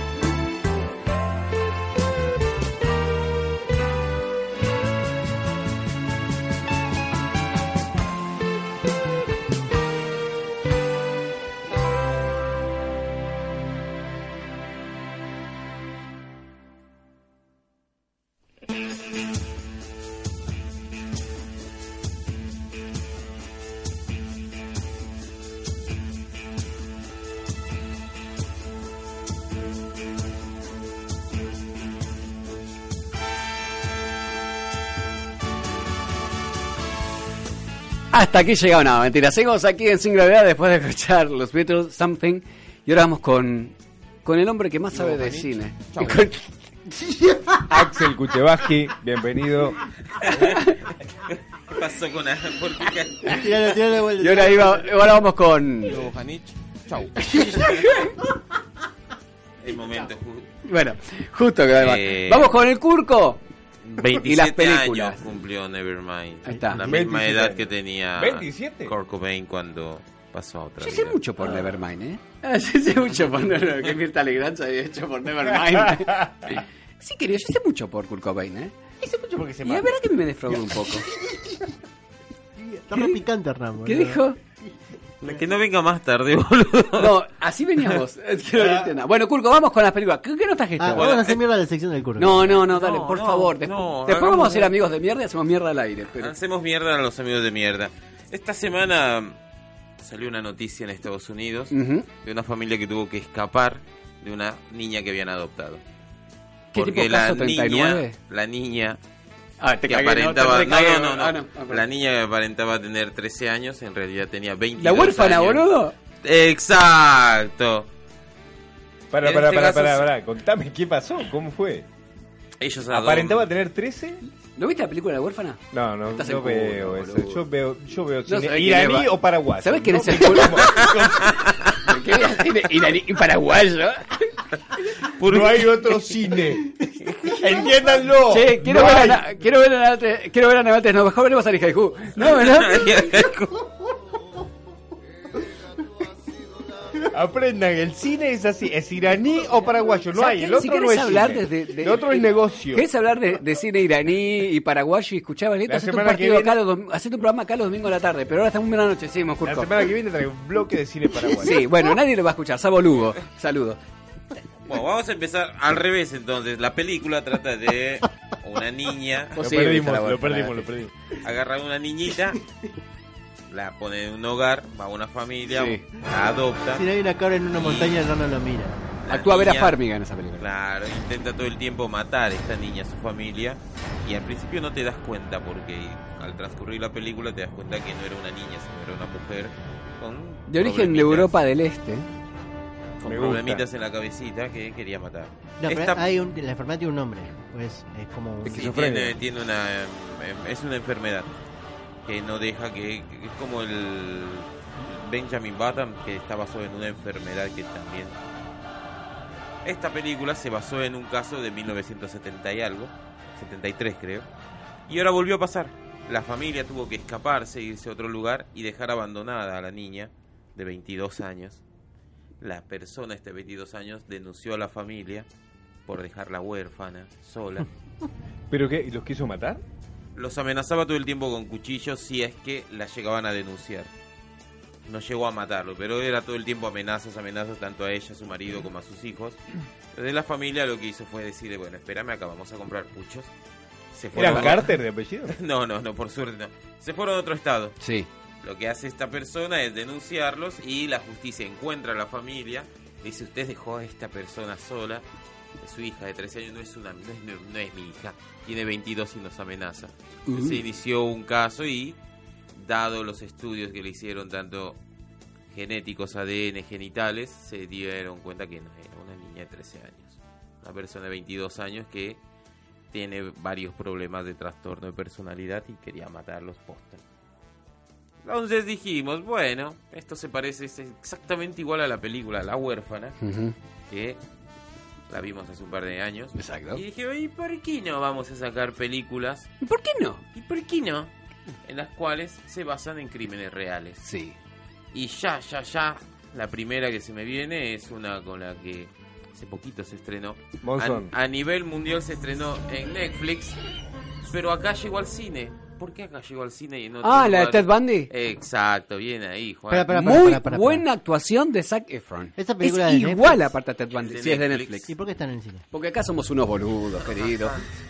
Hasta aquí llegamos, no, mentira. Seguimos aquí en Sin Gravedad después de escuchar los Beatles, Something. Y ahora vamos con el hombre que más sabe de cine.
Axel Kuchevaski, bienvenido.
¿Qué pasó con la... ¿Por qué?
Y ahora vamos con...
Chau. El momento.
Bueno, justo que vamos con el Curco.
27
y las películas.
años cumplió Nevermind.
Ahí está.
La misma
27
edad
años.
que tenía
27.
Kurt Cobain cuando pasó a otra
Yo
vida.
sé mucho por Nevermind, ¿eh? Yo sé mucho por Nevermind. Que Mirta Legrand se había hecho por Nevermind. Sí, querido, yo sé mucho por Kurt Cobain, ¿eh?
Sé mucho porque se
Y la verdad que me defraudó un poco.
Está re picante, Ramón.
¿Qué dijo?
Que no venga más tarde, boludo.
No, así veníamos. Es que no entiendo. Bueno, Curco, vamos con las películas. ¿Qué no trajiste?
Vamos a hacer mierda la sección del Curco.
No, dale, por favor. Después vamos a ser amigos de mierda y hacemos mierda al aire. Pero...
Hacemos mierda a los amigos de mierda. Esta semana salió una noticia en Estados Unidos de una familia que tuvo que escapar de una niña que habían adoptado.
¿Qué
Porque
tipo caso, 39?
la niña
te
que
cagué,
aparentaba...
no.
La niña que aparentaba tener 13 años, en realidad tenía 22
¿La huérfana,
años.
boludo?
Exacto.
Para, contame, ¿qué pasó? ¿Cómo fue?
Ellos
¿Aparentaba tener 13?
¿No viste la película La huérfana?
No, no veo eso.
Boludo.
Yo veo
No
cine
sé
iraní o paraguayo.
¿Sabes quién
no
es el culo? ¿Qué cine iraní y paraguayo?
No hay otro cine. Entiéndanlo.
Che, quiero ver a Navantes. No, mejor venimos a Haiku. No.
Aprendan, el cine es así, es iraní o paraguayo, no hay, el otro
si
no es
hablar
cine. El otro es negocio.
¿Querés hablar de cine iraní y paraguayo y escuchabas esto? Hacete un programa acá los domingos a la tarde, pero ahora estamos en la noche, sí,
La semana que viene traigo un bloque de cine paraguayo.
Sí, bueno, nadie lo va a escuchar, salvo Lugo. Saludos.
Bueno, vamos a empezar al revés entonces. La película trata de una niña.
Lo perdimos.
Agarra a una niñita, la pone en un hogar, va a una familia, la adopta.
Si no hay una cabra en una montaña, no lo mira.
Actúa Vera Farmiga en esa película.
Claro, intenta todo el tiempo matar a esta niña, a su familia. Y al principio no te das cuenta porque al transcurrir la película te das cuenta que no era una niña, sino era una mujer con
de origen de Europa del Este.
con problemitas en la cabecita que quería matar.
No, pero la enfermedad tiene un nombre, pues es como
tiene es una enfermedad que no deja que es como el Benjamin Button, que está basado en una enfermedad que también. Esta película se basó en un caso de 1970 y algo, 73 creo, y ahora volvió a pasar. La familia tuvo que escaparse, irse a otro lugar y dejar abandonada a la niña de 22 años. La persona de 22 años denunció a la familia por dejarla huérfana, sola.
¿Pero qué? ¿Y los quiso matar?
Los amenazaba todo el tiempo con cuchillos si es que la llegaban a denunciar. No llegó a matarlo, pero era todo el tiempo amenazas, tanto a ella, a su marido, como a sus hijos. Entonces la familia lo que hizo fue decirle, bueno, espérame acá, vamos a comprar puchos.
¿Era Carter de apellido?
No, por suerte no. Se fueron a otro estado.
Sí.
Lo que hace esta persona es denunciarlos y la justicia encuentra a la familia. Dice, usted dejó a esta persona sola, es su hija de 13 años, no es mi hija, tiene 22 y nos amenaza. Se inició un caso y, dado los estudios que le hicieron, tanto genéticos, ADN, genitales, se dieron cuenta que no era una niña de 13 años. Una persona de 22 años que tiene varios problemas de trastorno de personalidad y quería matarlos posta. Entonces dijimos, bueno, esto se parece exactamente igual a la película La Huérfana, que la vimos hace un par de años.
Exacto.
Y dije, ¿y por qué no vamos a sacar películas?
¿Y por qué no?
En las cuales se basan en crímenes reales.
Sí.
Y ya, la primera que se me viene es una con la que hace poquito se estrenó. A nivel mundial se estrenó en Netflix, pero acá llegó al cine. ¿Por qué acá llegó al cine y no?
¿La de Ted Bundy?
Exacto, bien ahí, Juan.
Muy buena actuación de Zac Efron.
Esta película
es
de
igual
Netflix.
aparte a Ted Bundy. Sí, es de Netflix.
¿Y por qué está en el cine?
Porque acá somos unos boludos, querido.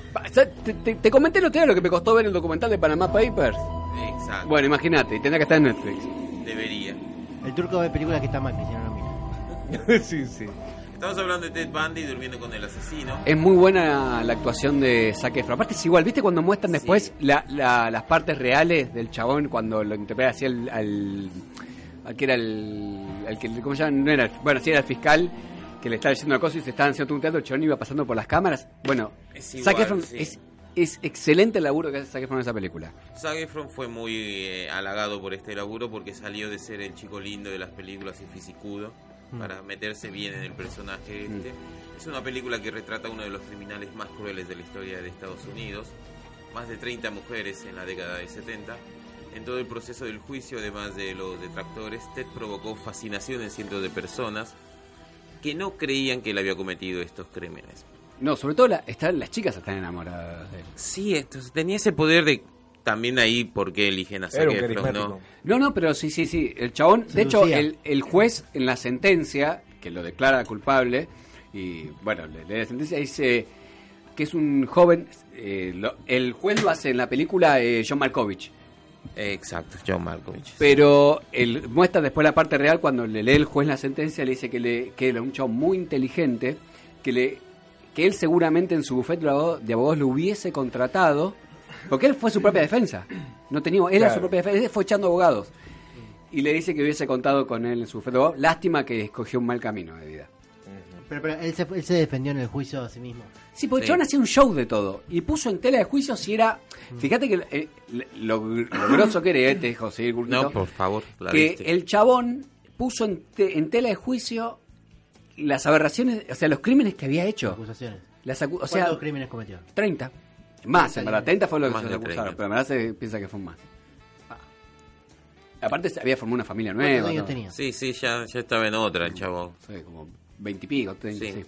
Te comenté el otro día lo que me costó ver el documental de Panama Papers.
Exacto.
Bueno, imagínate, tendrá que estar en Netflix.
Debería.
El turco ve películas que está mal, que si no lo mira.
Sí.
Estamos hablando de Ted Bundy durmiendo con el asesino.
Es muy buena la actuación de Zac Efron. Aparte es igual, ¿viste cuando muestran después las partes reales del chabón cuando lo interpreta así al que era el que, ¿cómo se llama? No era, bueno, sí era el fiscal que le estaba diciendo una cosa y se estaban haciendo un teatro, el chabón iba pasando por las cámaras. Bueno, Zac Efron es excelente el laburo que hace Zac Efron en esa película.
Zac Efron fue muy halagado por este laburo porque salió de ser el chico lindo de las películas y fisicudo para meterse bien en el personaje este. Es una película que retrata a uno de los criminales más crueles de la historia de Estados Unidos. Más de 30 mujeres en la década de 70. En todo el proceso del juicio, además de los detractores, Ted provocó fascinación en cientos de personas que no creían que él había cometido estos crímenes.
No, sobre todo las chicas están enamoradas de él.
Sí, entonces tenía ese poder de... También ahí, ¿por qué eligen a Zac Efron?
No, pero sí. El chabón, de hecho, el juez en la sentencia, que lo declara culpable, y bueno, le da la sentencia, dice que es un joven, el juez lo hace en la película John Malkovich.
Exacto, John Malkovich.
Pero él muestra después la parte real, cuando le lee el juez la sentencia, le dice que era un chabón muy inteligente, que él seguramente en su bufete de abogados lo hubiese contratado, porque él fue su propia defensa. Él era su propia defensa, él fue echando abogados. Y le dice que hubiese contado con él en su bufete de abogados. Lástima que escogió un mal camino de vida.
Pero él se defendió en el juicio a sí mismo.
Sí, porque el chabón hacía un show de todo. Y puso en tela de juicio si era... Fíjate que lo grosso que era, te dejo seguir, Gurquito.
No, por favor.
Que el chabón puso en tela de juicio las aberraciones, o sea, los crímenes que había hecho.
Acusaciones.
¿Cuántos
crímenes cometió?
30. Más, en verdad, 30 fue lo que se
de
acusaron,
30.
pero en verdad se piensa que fue más. Aparte había formado una familia nueva.
¿Cuántos años tenía?
Sí, ya estaba en otra el chabón.
Sí, como 20 y pico, 30, sí.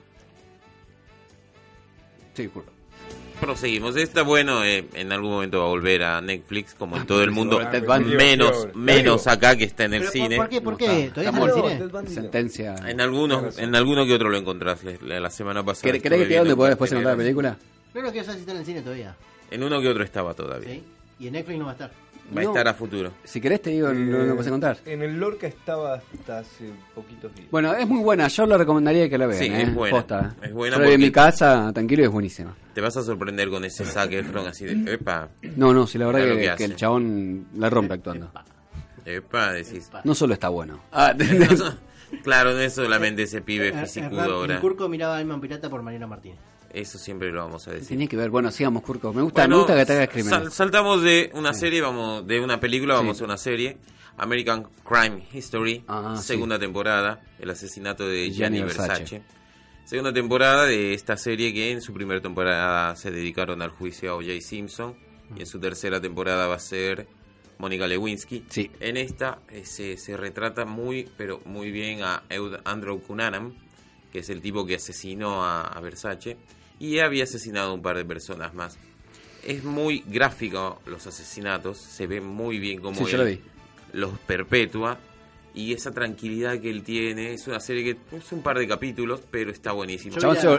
Sí, juro.
Proseguimos. Está bueno, en algún momento va a volver a Netflix, como en todo el mundo. Menos acá que está en el cine.
¿Por qué? ¿Todavía está en el cine?
Sentencia.
En alguno que otro lo encontraste la semana pasada.
¿Crees que te dónde podés después encontrar la película?
Creo que ya está en el cine todavía.
En uno que otro estaba todavía.
¿Sí? Y en Netflix no va a estar.
Va a estar a futuro.
Si querés te digo, no lo puedes encontrar.
En el Lorca estaba hasta hace poquitos días.
Bueno, es muy buena, yo le recomendaría que la vean.
Sí, es buena.
Posta.
Es buena.
Yo la vi en mi casa, tranquilo, y es buenísima.
Te vas a sorprender con ese Zac Efron así de... Epa.
No, sí, la verdad que el chabón la rompe actuando.
Epa, decís...
No solo está bueno.
Claro, no es solamente ese pibe fisicudo ahora.
El Curco miraba Alma Pirata por Mariano Martínez.
Eso siempre lo vamos a decir.
Tenía que ver, bueno, sigamos, Curco. Me gusta que traigas crímenes.
Saltamos de una serie, de una película, vamos a una serie. American Crime History, segunda temporada, el asesinato de Gianni Versace. Segunda temporada de esta serie que en su primera temporada se dedicaron al juicio a O.J. Simpson y en su tercera temporada va a ser Mónica Lewinsky.
Sí.
En esta se retrata pero muy bien a Andrew Cunanan, que es el tipo que asesinó a Versace y había asesinado a un par de personas más. Es muy gráfico los asesinatos, se ve muy bien cómo él los perpetúa. Y esa tranquilidad que él tiene, es una serie que es un par de capítulos, pero está buenísimo.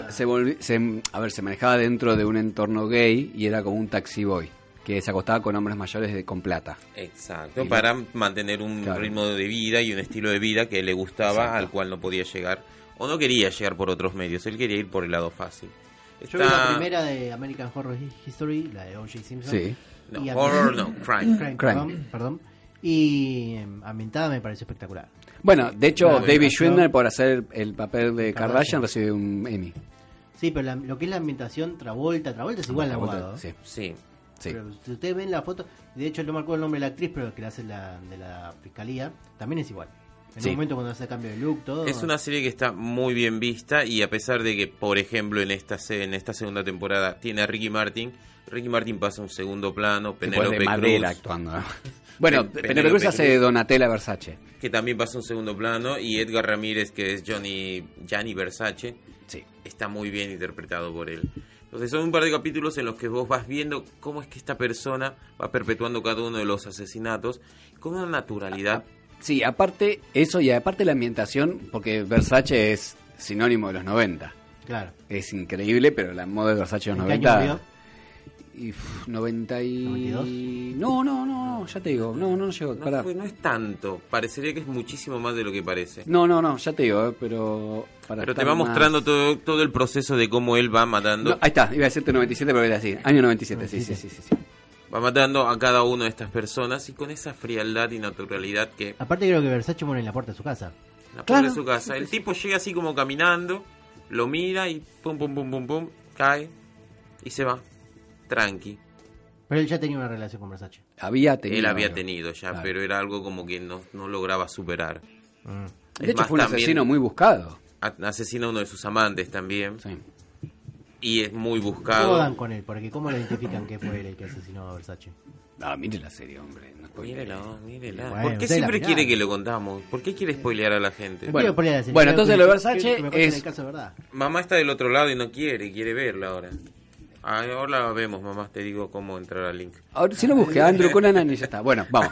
Se manejaba dentro de un entorno gay y era como un taxi boy, que se acostaba con hombres mayores con plata.
Exacto, para mantener un ritmo de vida y un estilo de vida que le gustaba, al cual no podía llegar, o no quería llegar por otros medios, él quería ir por el lado fácil.
Yo vi la primera de American Horror History, la de O.J. Simpson.
Sí.
Crime.
Perdón. Y ambientada me pareció espectacular.
Bueno, de hecho, David Schwimmer, por hacer el papel de Kardashian, recibe un Emmy.
Sí, pero lo que es la ambientación, Travolta es igual al abogado.
Sí.
Pero si ustedes ven la foto, de hecho no me acuerdo el nombre de la actriz, pero que la hace de la fiscalía, también es igual. En un momento cuando hace el cambio de look, todo.
Es una serie que está muy bien vista y a pesar de que, por ejemplo, en esta segunda temporada tiene a Ricky Martin pasa un segundo plano, Penélope Cruz
actuando. Bueno, Penélope Cruz hace de Donatella Versace,
que también pasa un segundo plano, y Edgar Ramírez, que es Gianni Versace, está muy bien interpretado por él. Entonces son un par de capítulos en los que vos vas viendo cómo es que esta persona va perpetuando cada uno de los asesinatos con una naturalidad.
Sí, aparte eso y aparte la ambientación, porque Versace es sinónimo de los 90.
Claro.
Es increíble, pero la moda de Versace de los 90... Y 90 y... ¿92? No, ya te digo, no llegó.
No es tanto, parecería que es muchísimo más de lo que parece.
No, ya te digo, pero...
Pero te va mostrando todo el proceso de cómo él va matando...
ahí está, iba a decirte 97, pero era así, año 97, sí.
Va matando a cada una de estas personas y con esa frialdad y naturalidad que...
Aparte creo que Versace pone en la puerta de su casa.
La puerta de su casa, el tipo llega así como caminando, lo mira y pum, cae y se va. Tranqui.
Pero él ya tenía una relación con Versace.
Él había tenido ya, claro. Pero era algo como que no lograba superar.
De hecho fue un asesino muy buscado.
Asesina a uno de sus amantes también. Sí. Y es muy buscado.
¿Cómo dan con él? Porque ¿cómo le identifican que fue él el que asesinó a Versace?
Mire la serie, hombre.
Mírela. Bueno, ¿por qué siempre quiere que lo contamos? ¿Por qué quiere spoilear a la gente?
Bueno, entonces lo de Versace es...
El caso, ¿verdad?
Mamá está del otro lado y no quiere verla ahora. Ahora la vemos, mamá, te digo cómo entrar al link.
Ahora, si no busqué a Andrew Cunanan y ya está. Bueno, vamos.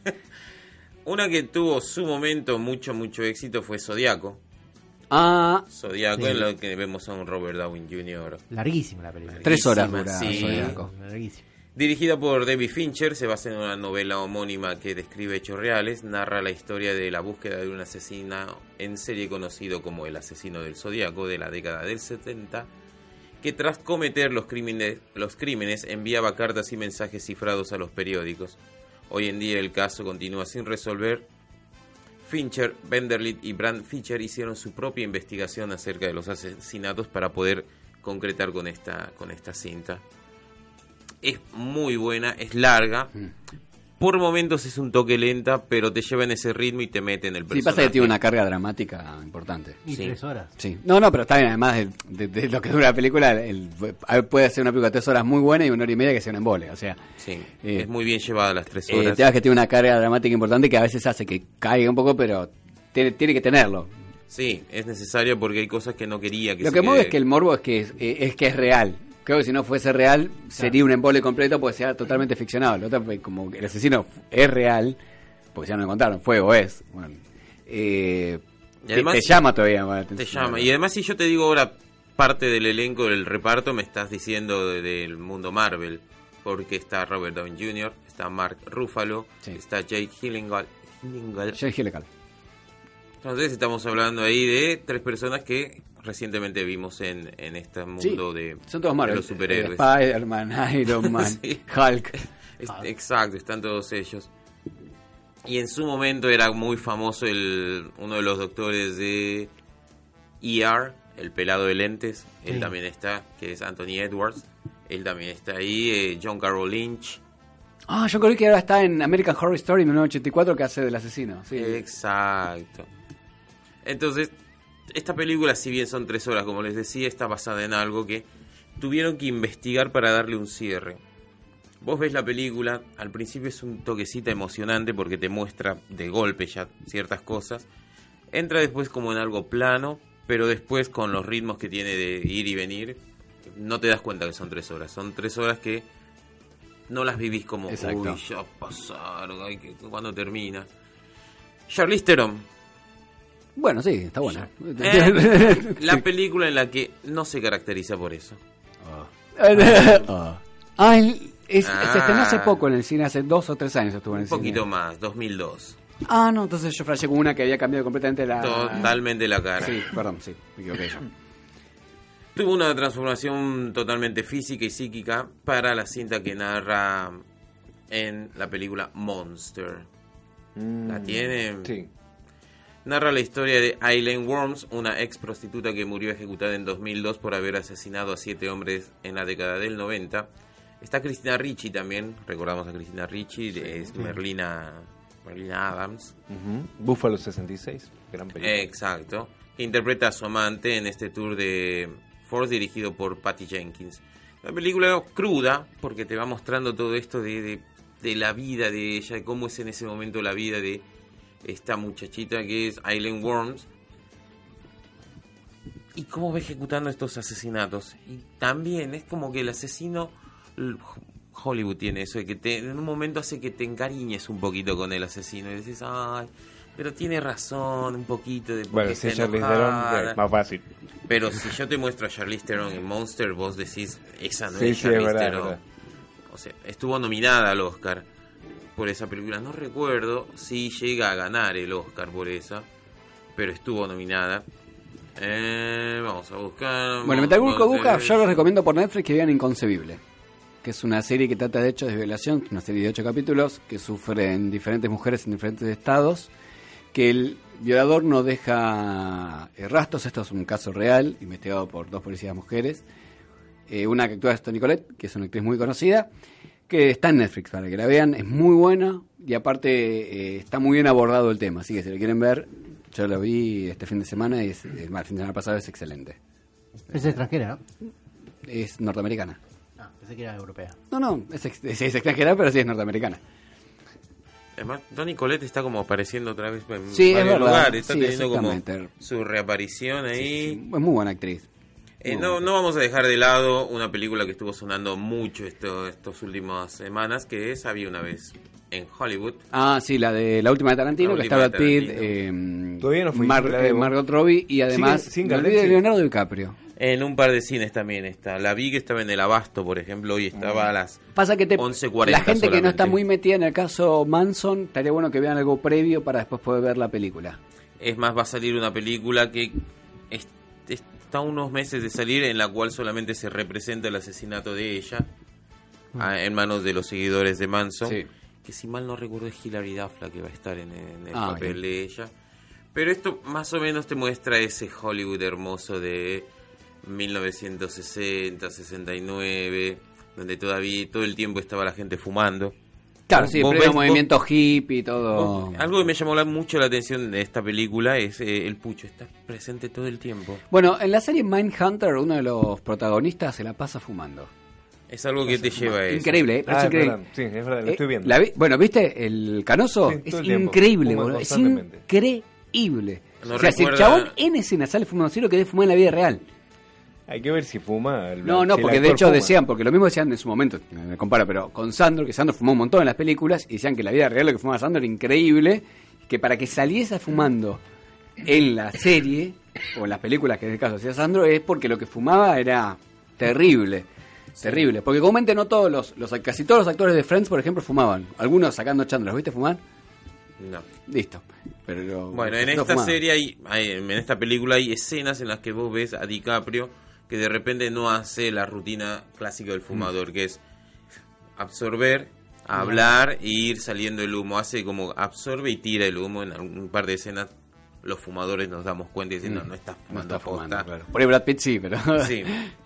Una que tuvo su momento mucho éxito fue Zodiaco. Zodiaco, en lo que vemos a un Robert Downey Jr.
Larguísima la película.
3 horas dura Zodiaco.
Larguísima.
Dirigida por David Fincher, se basa en una novela homónima que describe hechos reales, narra la historia de la búsqueda de un asesino en serie conocido como el asesino del Zodiaco de la década del 70, que tras cometer los crímenes enviaba cartas y mensajes cifrados a los periódicos. Hoy en día el caso continúa sin resolver. Fincher, Vanderlit y Brand Fischer hicieron su propia investigación acerca de los asesinatos para poder concretar con esta cinta. Es muy buena, es larga. Por momentos es un toque lenta, pero te lleva en ese ritmo y te mete en el personaje.
Sí, pasa que tiene una carga dramática importante.
Y 3 horas.
Sí. No, pero está bien, además de lo que dura la película, puede ser una película de 3 horas muy buena y 1 hora y media que sea un embole. O sea,
sí, es muy bien llevada las 3 horas.
El tema es que tiene una carga dramática importante que a veces hace que caiga un poco, pero tiene que tenerlo.
Sí, es necesaria porque hay cosas que no quería que
Lo que mueve es que el morbo es que es real. Creo que si no fuese real, sería un embole completo porque sea totalmente ficcionado. Lo otro, como el asesino es real, porque ya no lo encontraron, fue o es. Bueno,
y además,
te llama todavía.
Te llama. Y además, si yo te digo ahora parte del elenco del reparto, me estás diciendo del mundo Marvel. Porque está Robert Downey Jr., está Mark Ruffalo, está Jake Gyllenhaal. Entonces estamos hablando ahí de 3 personas que recientemente vimos en este mundo
son todos Marvel,
de los superhéroes.
Spider-Man, Iron Man, Hulk.
Exacto, están todos ellos. Y en su momento era muy famoso uno de los doctores de ER, el pelado de lentes. Él
Sí.
también está, que es Anthony Edwards. Él también está ahí. John Carroll Lynch.
Yo creo que ahora está en American Horror Story 1984, que hace del asesino. Sí.
Exacto. Entonces, esta película, si bien son 3 horas, como les decía, está basada en algo que tuvieron que investigar para darle un cierre. Vos ves la película, al principio es un toquecito emocionante porque te muestra de golpe ya ciertas cosas. Entra después como en algo plano, pero después con los ritmos que tiene de ir y venir, no te das cuenta que son 3 horas. Son 3 horas que no las vivís como,
Exacto.
uy, ya pasaron, ¿cuándo termina? Charlize Theron.
Bueno, sí, está buena.
La película en la que no se caracteriza por eso.
Se estrenó hace poco en el cine, hace 2 o 3 años estuvo en el
Un poquito
cine.
más, 2002.
No, entonces yo flashé con una que había cambiado completamente la...
Totalmente la cara.
Sí, perdón, sí, me equivoqué yo.
Tuvo una transformación totalmente física y psíquica para la cinta que narra en la película Monster. ¿La tienen?
Sí.
Narra la historia de Eileen Worms, una ex prostituta que murió ejecutada en 2002 por haber asesinado a 7 hombres en la década del 90. Está Christina Ricci también, recordamos a Christina Ricci, es Merlina Adams.
Buffalo 66, gran película.
Exacto, que interpreta a su amante en este tour de Force dirigido por Patty Jenkins. Una película cruda, porque te va mostrando todo esto de la vida de ella, de cómo es en ese momento la vida de esta muchachita que es Eileen Worms, y cómo va ejecutando estos asesinatos. Y también es como que el asesino, Hollywood tiene eso, de que en un momento hace que te encariñes un poquito con el asesino y dices, ay, pero tiene razón un poquito de por
Bueno,
qué
si es
está
Charlize
enojada.
Theron, es más fácil.
Pero si yo te muestro a Charlize Theron en Monster, vos decís, esa no
Sí,
es
sí,
Charlize
es verdad,
Theron.
es verdad.
O sea, estuvo nominada al Oscar por esa película. No recuerdo si llega a ganar el Oscar por esa, pero estuvo nominada. Vamos a buscar.
Bueno, Metal Gear Busca, yo les recomiendo por Netflix que vean Inconcebible, que es una serie que trata de hechos de violación, una serie de 8 capítulos que sufren diferentes mujeres en diferentes estados, que el violador no deja rastros. Esto es un caso real, investigado por 2 policías mujeres. Una que actúa es Toni Collette, que es una actriz muy conocida, que está en Netflix para que la vean, es muy buena y aparte está muy bien abordado el tema, así que si lo quieren ver, yo lo vi este fin de semana y el fin de semana pasado es excelente.
¿Es extranjera?
Es norteamericana.
Pensé que era europea.
No, es extranjera, pero sí es norteamericana.
Además, Toni Collette está como apareciendo otra vez en
Sí, es
varios
verdad.
lugares. Está
Sí,
teniendo como
exactamente.
su reaparición ahí.
Sí, es muy buena actriz.
No vamos a dejar de lado una película que estuvo sonando mucho estas últimas semanas, que es Había una vez en Hollywood.
Sí, la última de Tarantino, que está Brad Pitt,
Todavía no fui, la debo.
Margot Robbie y además
Sin
me olvidé de
sí.
Leonardo DiCaprio.
En un par de cines también está. La vi que estaba en el Abasto, por ejemplo, y estaba a las
Pasa que
11:40
la gente que no está
solamente.
muy metida en el caso Manson, estaría bueno que vean algo previo para después poder ver la película.
Es más, va a salir una película que está a unos meses de salir, en la cual solamente se representa el asesinato de ella en manos de los seguidores de Manson.
Sí.
Que si mal no recuerdo es Hilary Duff la que va a estar en el
Ah,
papel
bien.
de ella. Pero esto más o menos te muestra ese Hollywood hermoso de 1960, 69, donde todavía todo el tiempo estaba la gente fumando.
Claro, sí,
Vos
pero
ves-
el movimiento hippie y todo.
Algo que me llamó mucho la atención de esta película es el pucho, está presente todo el tiempo.
Bueno, en la serie Mindhunter, uno de los protagonistas se la pasa fumando.
Es algo que te lleva a eso.
Increíble, es increíble.
Verdad. Sí, es verdad, lo estoy viendo.
Bueno, ¿viste? El canoso
Sí,
es
todo el tiempo.
increíble,
Fuma
boludo. Es
constantemente.
increíble.
No
o sea, si el
recuerda-
chabón en escena sale fumando, sí lo que debe fumar en la vida real.
Hay que ver si fuma.
No,
si el
porque de
actor
hecho
fuma.
decían, porque lo mismo decían en su momento, me comparo, pero con Sandro, que Sandro fumó un montón en las películas, y decían que en la vida real lo que fumaba Sandro era increíble, que para que saliese fumando en la serie, o en las películas que en el caso hacía Sandro, es porque lo que fumaba era terrible. Terrible, porque comúnmente no todos casi todos los actores de Friends, por ejemplo, fumaban. Algunos sacando Chandler, ¿los viste fumar?
No.
Listo. Pero
Bueno, en
no
esta
fumaban.
serie en esta película hay escenas en las que vos ves a DiCaprio que de repente no hace la rutina clásica del fumador, que es absorber, a hablar y ir saliendo el humo. Hace como absorbe y tira el humo. En un par de escenas los fumadores nos damos cuenta y dicen, no estás fumando,
claro. Por ahí Brad Pitt sí, pero...
Sí.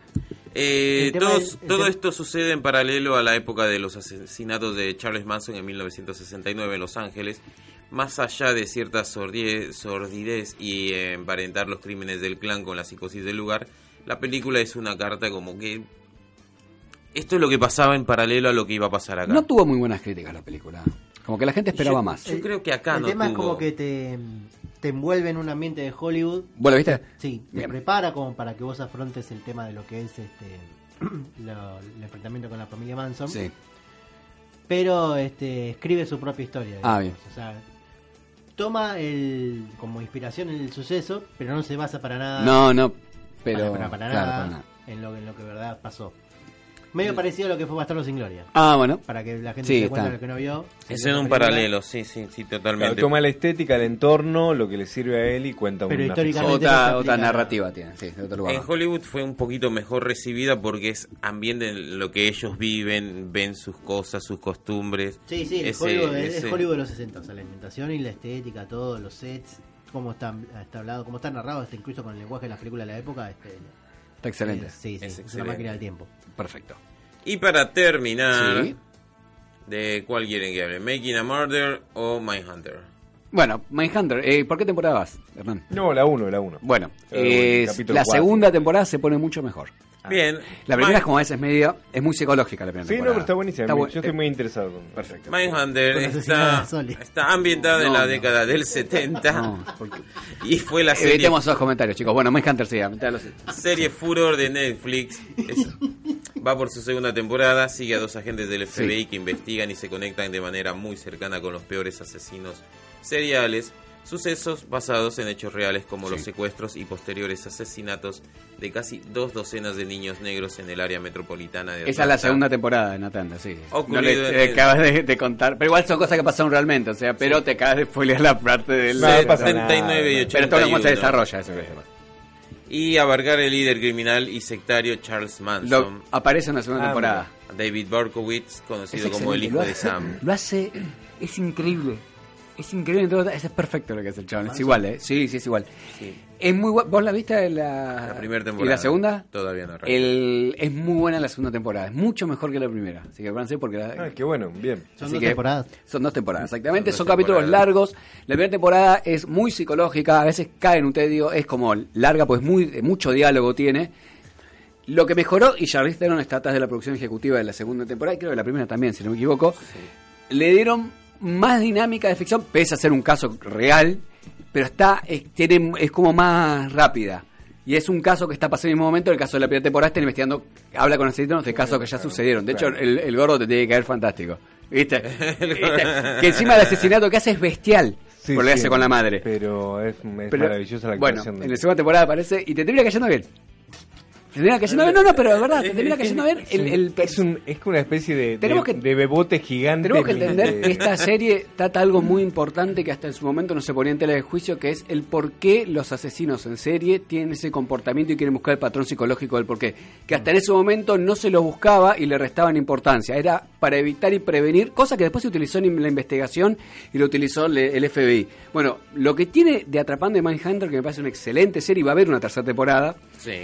Todo esto sucede en paralelo a la época de los asesinatos de Charles Manson en 1969 en Los Ángeles. Más allá de cierta sordidez y emparentar los crímenes del clan con la psicosis del lugar, la película es una carta como que esto es lo que pasaba en paralelo a lo que iba a pasar acá.
No tuvo muy buenas críticas la película. Como que la gente esperaba más.
Yo creo que acá
el
no
tema
tuvo.
es como que te envuelve en un ambiente de Hollywood.
¿Vos lo viste?
Sí, te prepara como para que vos afrontes el tema de lo que es el enfrentamiento con la familia Manson.
Sí.
Pero escribe su propia historia.
Bien.
O sea, toma como inspiración el suceso, pero no se basa para nada.
No, pero
para nada en lo que verdad pasó. Medio parecido a lo que fue Bastardos sin Gloria.
Bueno.
Para que la gente se dé cuenta de lo que no vio.
Es en un paralelo, sí, totalmente.
Claro, toma la estética, el entorno, lo que le sirve a él y cuenta
pero
una
históricamente
otra narrativa tiene, sí, de otro lugar.
En Hollywood fue un poquito mejor recibida porque es ambiente en lo que ellos viven, ven sus cosas, sus costumbres.
Sí, es Hollywood de los 60, o sea, la alimentación y la estética, todos los sets, cómo está hablado, cómo está narrado, incluso con el lenguaje de las películas de la época.
Está excelente.
Es una máquina del tiempo.
Perfecto.
Y para terminar, ¿de cuál quieren que hable? ¿Making a Murder o Mindhunter?
Bueno, Mindhunter, ¿por qué temporada vas, Hernán?
No, la 1.
Bueno, la segunda temporada se pone mucho mejor.
Bien.
La primera es como a veces es muy psicológica la primera temporada.
Sí, pero está buenísima. Yo estoy muy interesado.
Perfecto.
Mindhunter está ambientada en la década del 70 y fue la serie...
Evitemos esos comentarios, chicos. Bueno, Mindhunter sí.
Serie furor de Netflix. Va por su segunda temporada, sigue a 2 agentes del FBI que investigan y se conectan de manera muy cercana con los peores asesinos seriales. Sucesos basados en hechos reales como los secuestros y posteriores asesinatos de casi 2 docenas de niños negros en el área metropolitana de Atlanta.
Esa es la segunda temporada en Atlanta, sí.
Ocurrido
no le acabas de contar, pero igual son cosas que pasaron realmente, o sea, pero te acabas de spoilear la parte del
79 y 81.
Pero todo cómo se desarrolla eso.
Y abarcar el líder criminal y sectario Charles Manson.
Aparece en la segunda temporada.
David Berkowitz, conocido como el hijo de Sam.
Lo hace, es increíble. Es increíble, es perfecto lo que hace el chabón. Es igual, ¿eh? Sí, es igual. Sí. Es muy ¿Vos la viste la
primera temporada?
¿Y la segunda?
Todavía no.
Es muy buena la segunda temporada. Es mucho mejor que la primera. Así que váyanse porque...
qué bueno, bien.
Son 2 temporadas.
Son 2 temporadas, exactamente. Son capítulos largos. La primera temporada es muy psicológica. A veces cae en un tedio. Es como larga, pues mucho diálogo tiene. Lo que mejoró, y Charlize Theron está atrás de la producción ejecutiva de la segunda temporada, y creo que la primera también, si no me equivoco, le dieron más dinámica de ficción, pese a ser un caso real, pero es como más rápida. Y es un caso que está pasando en el mismo momento. El caso de la primera temporada está investigando, habla con asesinos de casos que ya sucedieron. De hecho, el gordo te tiene que caer fantástico. ¿Viste? Que encima el asesinato que hace es bestial. Por lo que hace con la madre.
Pero es maravillosa la actuación.
Bueno, en la segunda temporada aparece y te termina cayendo bien. Te termina cayendo bien, no, pero de verdad, te termina cayendo bien.
Es una especie de bebote gigante.
Tenemos que entender que esta serie trata algo muy importante que hasta en su momento no se ponía en tela de juicio, que es el por qué los asesinos en serie tienen ese comportamiento y quieren buscar el patrón psicológico del por qué. Que hasta en ese momento no se lo buscaba y le restaban importancia. Era para evitar y prevenir, cosa que después se utilizó en la investigación y lo utilizó el FBI. Bueno, lo que tiene de Atrapando de Mindhunter, que me parece una excelente serie, y va a haber una tercera temporada.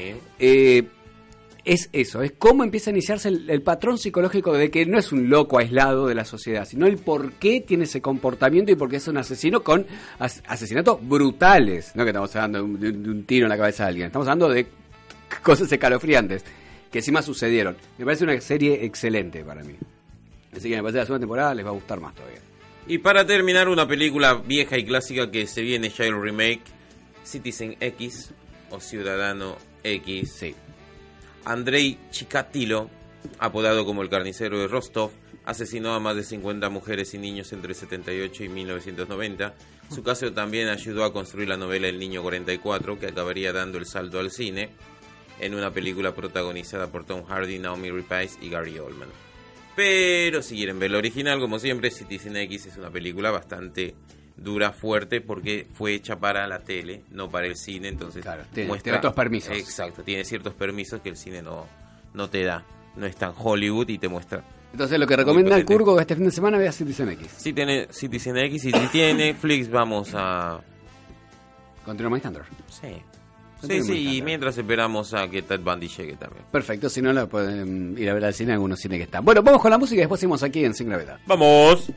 Sí.
Es eso, es cómo empieza a iniciarse el patrón psicológico de que no es un loco aislado de la sociedad, sino el por qué tiene ese comportamiento y por qué es un asesino con asesinatos brutales. No que estamos hablando de un tiro en la cabeza de alguien, estamos hablando de cosas escalofriantes que encima sucedieron. Me parece una serie excelente para mí. Así que me parece que la segunda temporada les va a gustar más todavía.
Y para terminar, una película vieja y clásica que se viene ya el remake, Citizen X o Ciudadano X.
Sí.
Andrei Chikatilo, apodado como el carnicero de Rostov, asesinó a más de 50 mujeres y niños entre 78 y 1990. Su caso también ayudó a construir la novela El Niño 44, que acabaría dando el salto al cine en una película protagonizada por Tom Hardy, Naomi Rapace y Gary Oldman. Pero si quieren ver lo original, como siempre, Citizen X es una película bastante dura, fuerte, porque fue hecha para la tele, no para el cine, entonces
tiene otros permisos.
Exacto, tiene ciertos permisos que el cine no te da. No está en Hollywood y te muestra
Entonces lo que recomienda el Curgo este fin de semana, vea Citizen X.
Si tiene Citizen X, si tiene Netflix, vamos a...
Continúa Mindhunter.
Sí, y mientras esperamos a que Ted Bundy llegue también.
Perfecto, si no la pueden ir a ver al cine, algunos cines que están. Bueno, vamos con la música y después seguimos aquí en Sin Gravedad.
¡Vamos!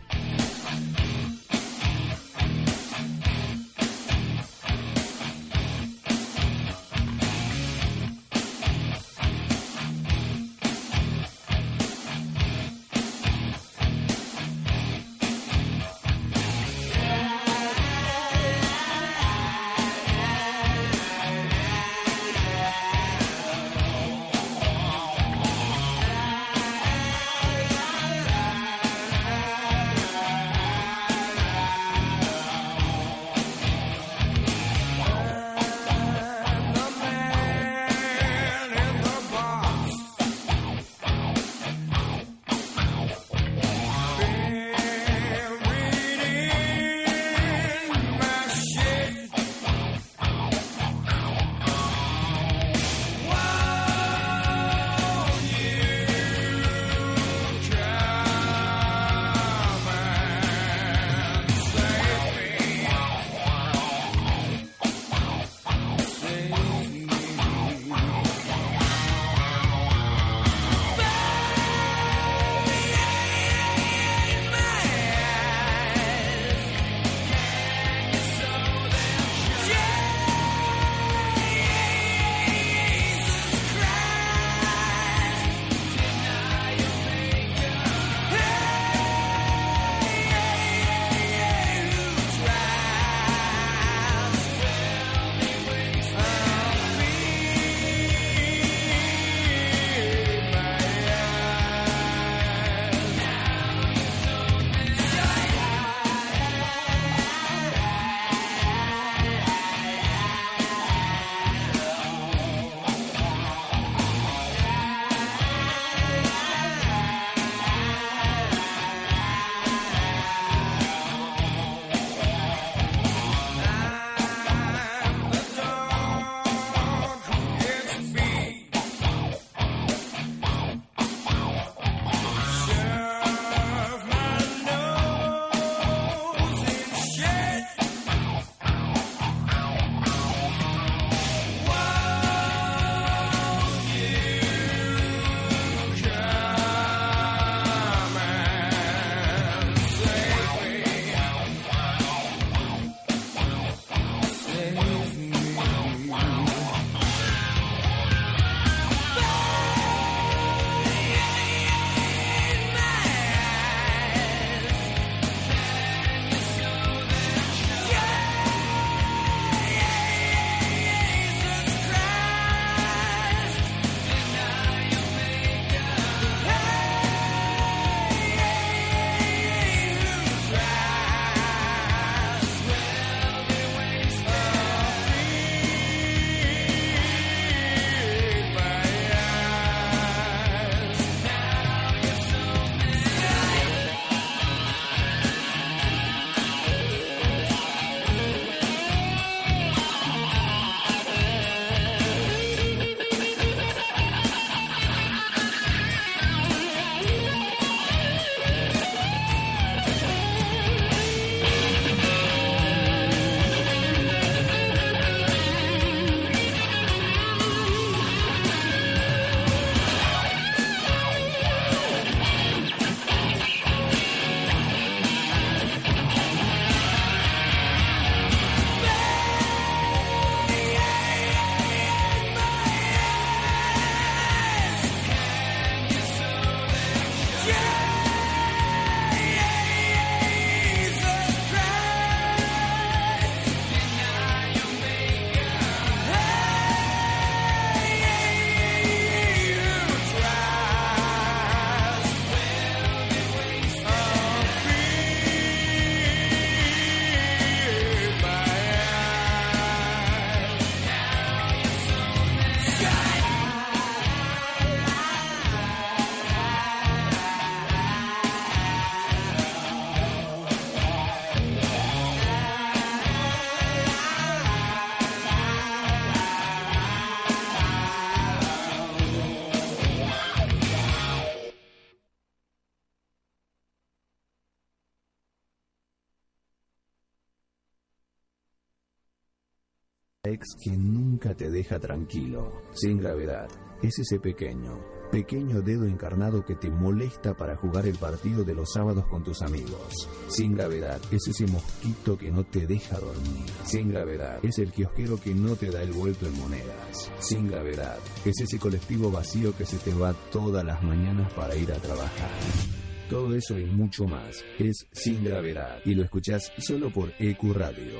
Ex que nunca te deja tranquilo. Sin gravedad. Es ese pequeño dedo encarnado que te molesta para jugar el partido de los sábados con tus amigos. Sin gravedad. Es ese mosquito que no te deja dormir. Sin gravedad. Es el kiosquero que no te da el vuelto en monedas. Sin gravedad. Es ese colectivo vacío que se te va todas las mañanas para ir a trabajar. Todo eso y mucho más es Sin Gravedad. Y lo escuchás solo por EQ Radio.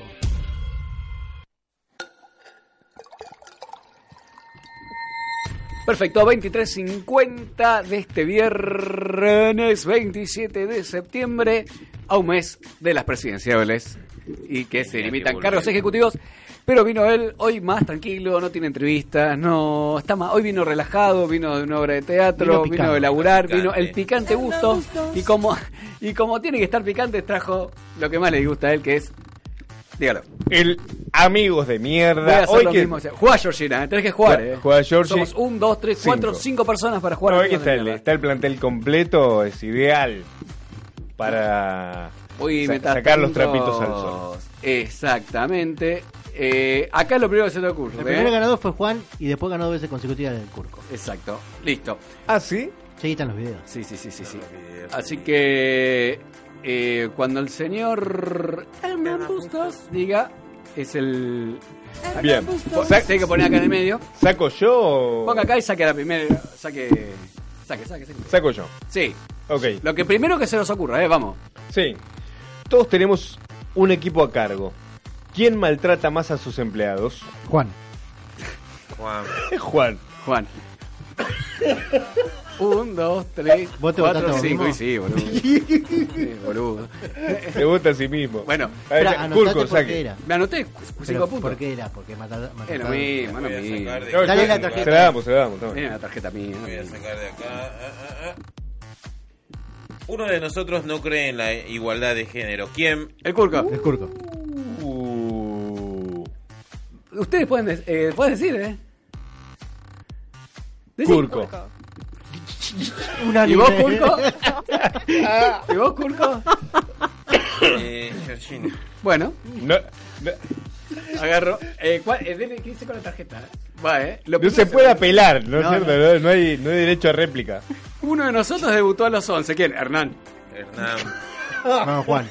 Perfecto, 23:50 de este viernes 27 de septiembre, a un mes de las presidenciales y que se limitan cargos ejecutivos. Pero vino él hoy más tranquilo, no tiene entrevistas, no está más, hoy vino relajado, vino de una obra de teatro, vino de laburar, vino el picante gusto y como tiene que estar picante trajo lo que más le gusta a él, que es, dígalo,
el amigos de mierda.
Voy a hacer lo mismo. Juega Georgina, tenés que jugar.
Juega Georgie.
Somos 1, 2, 3, 4, 5 personas para jugar.
No, aquí está el plantel completo, es ideal para sacar los trapitos al sol.
Exactamente. Acá lo primero que se te ocurre.
El primer ganador fue Juan y después ganó 2 veces consecutivas del Curco.
Exacto, listo.
¿Ah, sí?
Sí, están los videos.
Sí. Así que cuando el señor Hernán Bustos diga, es el...
Bien.
Tiene que poner acá en el medio.
¿Saco yo o...?
Ponga acá y saque la primera. Saque.
¿Saco yo?
Sí.
Ok.
Lo que primero que se nos ocurra, vamos.
Sí. Todos tenemos un equipo a cargo. ¿Quién maltrata más a sus empleados?
Juan.
1, 2, 3,
¿Vos te
4,
votaste
5
vos
y sí, boludo. Sí, boludo.
Se vota a sí mismo.
Bueno,
Curco, saque.
Me anoté 5 puntos.
¿Por qué era? Porque mataba.
Es lo mismo, es lo mismo.
Dale la tarjeta.
Se la damos.
Mira la tarjeta mía.
Voy a sacar de acá. Uno de nosotros no cree en la igualdad de género. ¿Quién?
El Curco.
El Curco.
Ustedes pueden decir,
Curco.
¿Y vos, Curco? ¿Y vos, Curco?
Georgina.
Bueno.
No.
Agarro. ¿Qué hice con la tarjeta? Va,
no se puede apelar, ¿no es cierto? No hay derecho a réplica.
Uno de nosotros debutó a los 11. ¿Quién? Hernán.
No, Juan.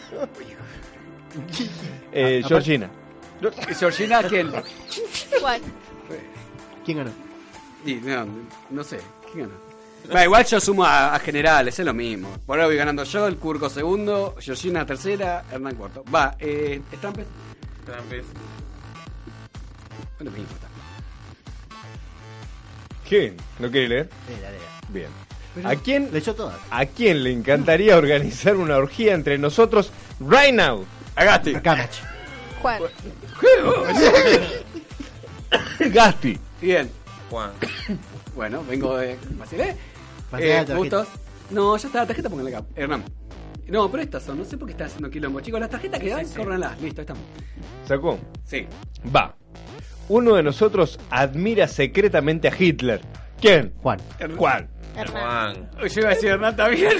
Georgina.
¿Georgina quién?
Juan.
¿Quién ganó?
No sé. ¿Quién ganó? Igual yo sumo a generales, es lo mismo. Por ahora voy ganando yo, el Curco segundo, Georgina tercera, Hernán cuarto. ¿Estampes? Es lo mismo.
¿Quién? ¿No quiere leer?
Lea.
Bien.
Pero
¿A quién?
Le echó todas.
¿A quién le encantaría organizar una orgía entre nosotros right now?
A Gasti.
A Camach.
Juan.
Gasti.
Bien.
Juan.
Bueno, vengo de Basilé.
Gustos.
No, ya está la tarjeta, pónganla acá. Hernán. No, pero estas son, no sé por qué está haciendo quilombo. Chicos, las tarjetas que dan, córranlas. Listo, estamos.
¿Sacó?
Sí.
Va. Uno de nosotros admira secretamente a Hitler. ¿Quién?
Juan.
Juan.
Yo iba a decir Hernán también.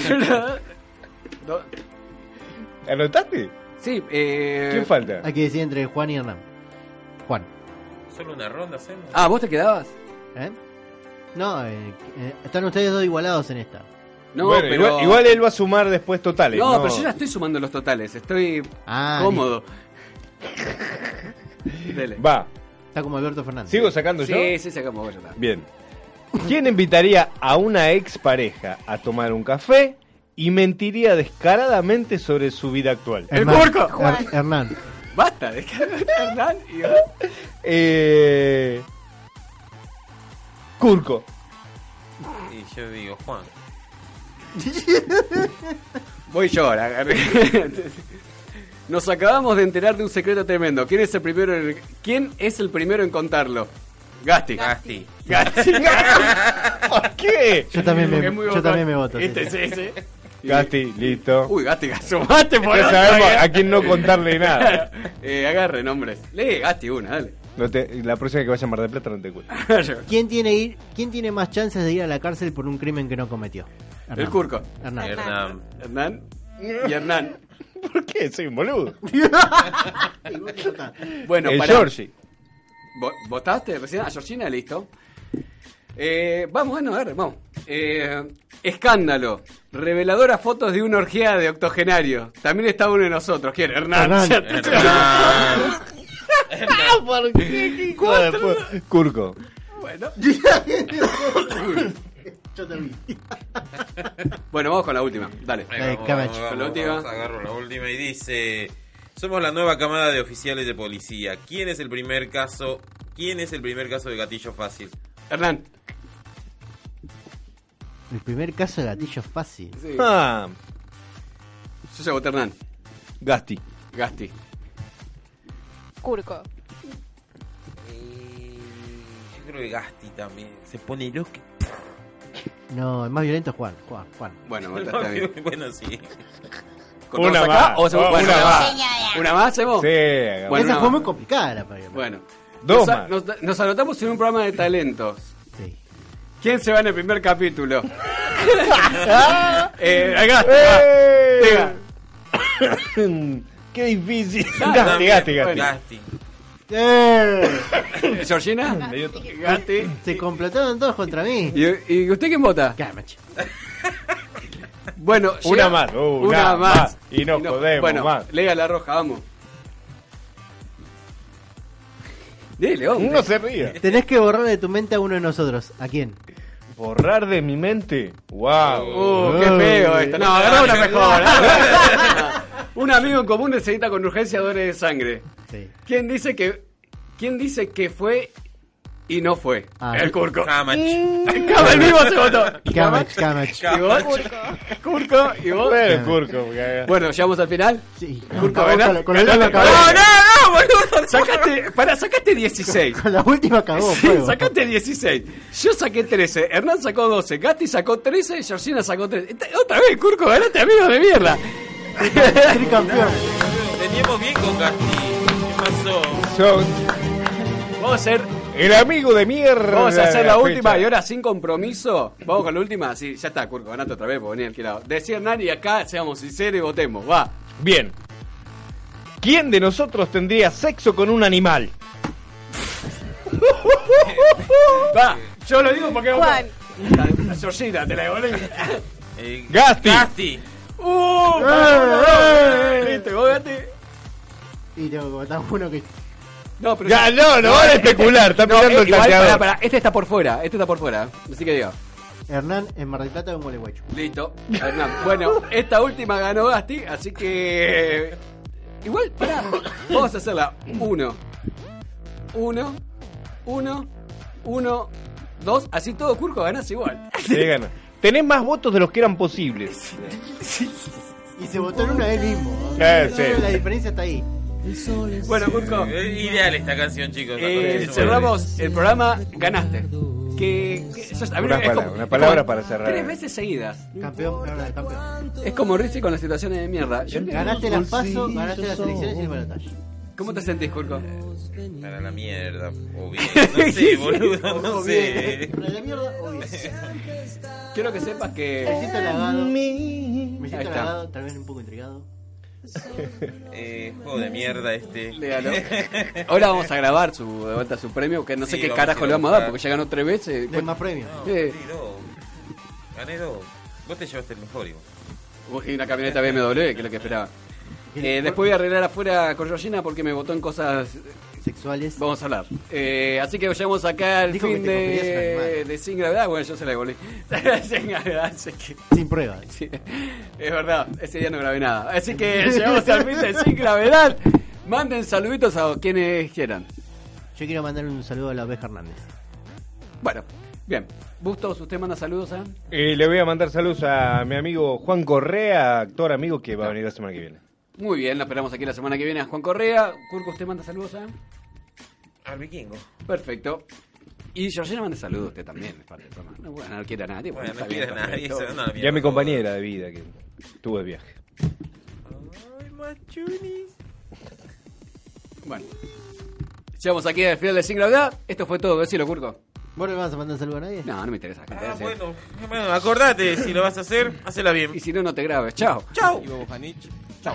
¿Anotaste?
Sí.
¿Quién falta?
Hay que decir entre Juan y Hernán. Juan.
Solo una ronda hacemos.
Ah, ¿vos te quedabas?
No, están ustedes dos igualados en esta.
No,
bueno,
pero...
igual él va a sumar después totales.
No, pero yo ya estoy sumando los totales. Estoy cómodo. Dele.
Va.
Está como Alberto Fernández.
¿Sigo sacando yo?
Sí, sacamos vos.
Bien. ¿Quién invitaría a una expareja a tomar un café y mentiría descaradamente sobre su vida actual?
¡El Curco!
Hernán.
Basta, Hernán
y... Curco.
Y yo digo Juan.
Voy yo ahora. Nos acabamos de enterar de un secreto tremendo. ¿Quién es el primero en contarlo? Gasti.
¿Por qué?
Yo también me voto.
Ese.
Gasti, listo.
Uy, Gasti, sumate por
ya sabemos a quién no contarle nada.
Agarre nombres. Lee Gasti una, dale.
La próxima que vaya a Mar del Plata no te cuento.
¿Quién tiene más chances de ir a la cárcel por un crimen que no cometió?
Hernán. El Curco.
Hernán
y Hernán.
¿Por qué? Soy un boludo.
Bueno,
el
para
Georgie.
¿Votaste recién? A Georgina, listo. Vamos, bueno, a ver, vamos. Escándalo. Reveladoras fotos de una orgía de octogenarios. También está uno de nosotros. ¿Quién? Hernán.
¿Por qué? Curco.
Bueno.
Yo te vi.
Bueno, vamos con la última. Dale.
Con la última. Agarro la última y dice: somos la nueva camada de oficiales de policía. ¿Quién es el primer caso de gatillo fácil?
Hernán.
El primer caso de gatillo fácil.
Sí. Yo ya voté Hernán.
Gasti.
Curco.
Yo creo que Gasti también. Se pone loco.
No, el más violento es Juan.
Bueno,
bueno, sí.
¿Una más? ¿Una más hacemos?
Sí.
Bueno,
esa fue muy complicada la primera.
Bueno.
Dos más.
Nos anotamos en un programa de talentos.
Sí.
¿Quién se va en el primer capítulo? Acá.
Qué difícil. Gasti.
¿Georgina? Gasti.
Se completaron todos contra mí.
¿Y usted quién vota?
Camacho.
Bueno,
una más. Y no podemos
bueno,
más.
Lea la roja, vamos. Dile, hombre.
No se ría.
Tenés que borrar de tu mente a uno de nosotros. ¿A quién?
¿Borrar de mi mente? ¡Wow!
¡Qué feo esto! No, agarrá una mejor. Un amigo en común necesita con urgencia donantes de sangre.
Sí.
¿Quién dice que fue y no fue? El Curco.
Camach.
El mismo se votó.
Camach.
¿Y vos? Curco. ¿Y vos?
Curco.
Bueno, ¿llegamos al final?
Sí.
Curco,
con el último cagó.
No, boludo. Sacaste 16.
Con la última cagó.
Sí, sacaste 16. Yo saqué 13. Hernán sacó 12. Gasti sacó 13. Y Georgina sacó 13. Otra vez, Curco, ganaste, amigo de mierda.
Tricampeón.
Teníamos bien con Gasti. ¿Qué pasó?
Vamos a hacer
el amigo de mierda.
Vamos a hacer la última y ahora sin compromiso. Vamos con la última. Sí, ya está, Curco, ganaste otra vez porque venía alquilado. Decía Hernán y acá seamos sinceros y votemos. Va.
Bien. ¿Quién de nosotros tendría sexo con un animal?
Va, yo lo digo porque...
Juan.
La Georgina, te la devolví.
Gasti.
Listo, vos Gasti.
Y tengo que votar uno que...
No, pero
ya, no van a especular, está mirando el tacheador.
Pará, este está por fuera, así que diga.
Hernán en Mar del Plata con Gualeguaychú.
Listo, Hernán. Bueno, esta última ganó Gasti, así que... Igual, pará, vamos a hacerla 1, 2, así todo, Curco, ganás igual.
Sí, gana. Tenés más votos de los que eran posibles.
Y se votó en una vez mismo.
Sí.
La diferencia está ahí.
Bueno, Curco,
ideal esta canción, chicos.
cerramos el programa, ganaste.
Una palabra para cerrar.
3 veces seguidas.
Campeón.
Es como Rizzi con las situaciones de mierda.
Ganaste las PASO, ganaste las elecciones y el balotaje.
¿Cómo te sentís, Curco?
Para la mierda, o bien. No sé, boludo, no sé.
Para la mierda, o bien.
Quiero que sepas que...
Me siento halagado, tal vez un poco intrigado.
Juego de mierda este.
Léalo. Ahora vamos a grabar de vuelta su premio, que no sé qué carajo le vamos a dar porque ya ganó 3 veces.
¿Hay más premios?
No, gané 2. Vos te llevaste el mejor, Ivo.
Y una camioneta BMW, que es lo que esperaba. Después voy a arreglar afuera con Georgina porque me votó en cosas
sexuales.
Vamos a hablar. Así que llegamos acá al fin de Sin Gravedad. Bueno, yo se la devolví. Sin Gravedad, así que...
Sin pruebas.
Sí, es verdad, ese día no grabé nada. Así que llegamos al fin de Sin Gravedad. Manden saluditos a quienes quieran.
Yo quiero mandar un saludo a la Oveja Hernández.
Bueno, bien. Bustos, ¿usted manda saludos a...?
Le voy a mandar saludos a mi amigo Juan Correa, actor amigo que va a venir la semana que viene.
Muy bien, lo esperamos aquí la semana que viene a Juan Correa. Curco, ¿usted manda saludos a...?
Al Vikingo.
Perfecto. Y Georgina manda saludos, usted también. No, bueno, no quiere a nadie.
Bueno, no quiere a nadie.
Y a mi compañera de vida que estuvo de viaje.
Ay, machunis.
Bueno. Llegamos aquí al final de Sin Gravedad. Esto fue todo, decilo, Curco.
¿Vos no le vas a mandar un saludo a nadie?
No, no me interesa.
Bueno, acordate, si lo vas a hacer, hacela bien.
Y si no, no te grabes. Chao.
Chao.
Ivo Bojanich.
Chao.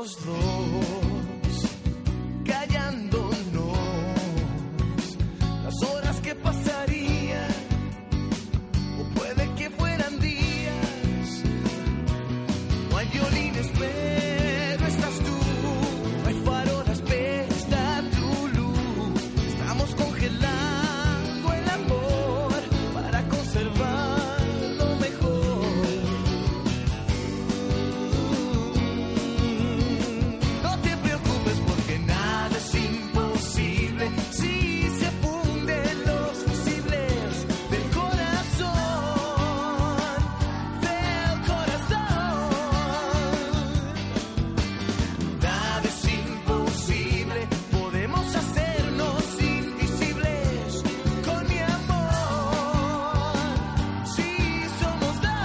los dos, callándonos, las horas que pasarían, o puede que fueran días. No hay violines, pero estás tú, no hay farolas, pero está tu luz. Estamos congelando el amor para conservar lo mejor. No te preocupes porque nada es imposible si se funden los fusibles del corazón, del corazón. Nada es imposible, podemos hacernos invisibles con mi amor, si somos dos.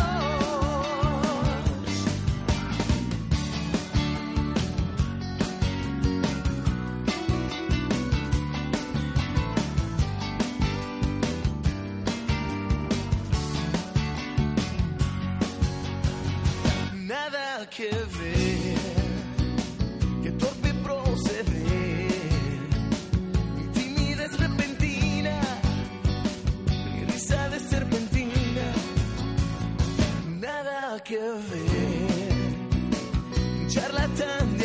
Nada que ver, que torpe proceder, mi timidez repentina, mi risa de serpentina. Nada que ver, un charlatán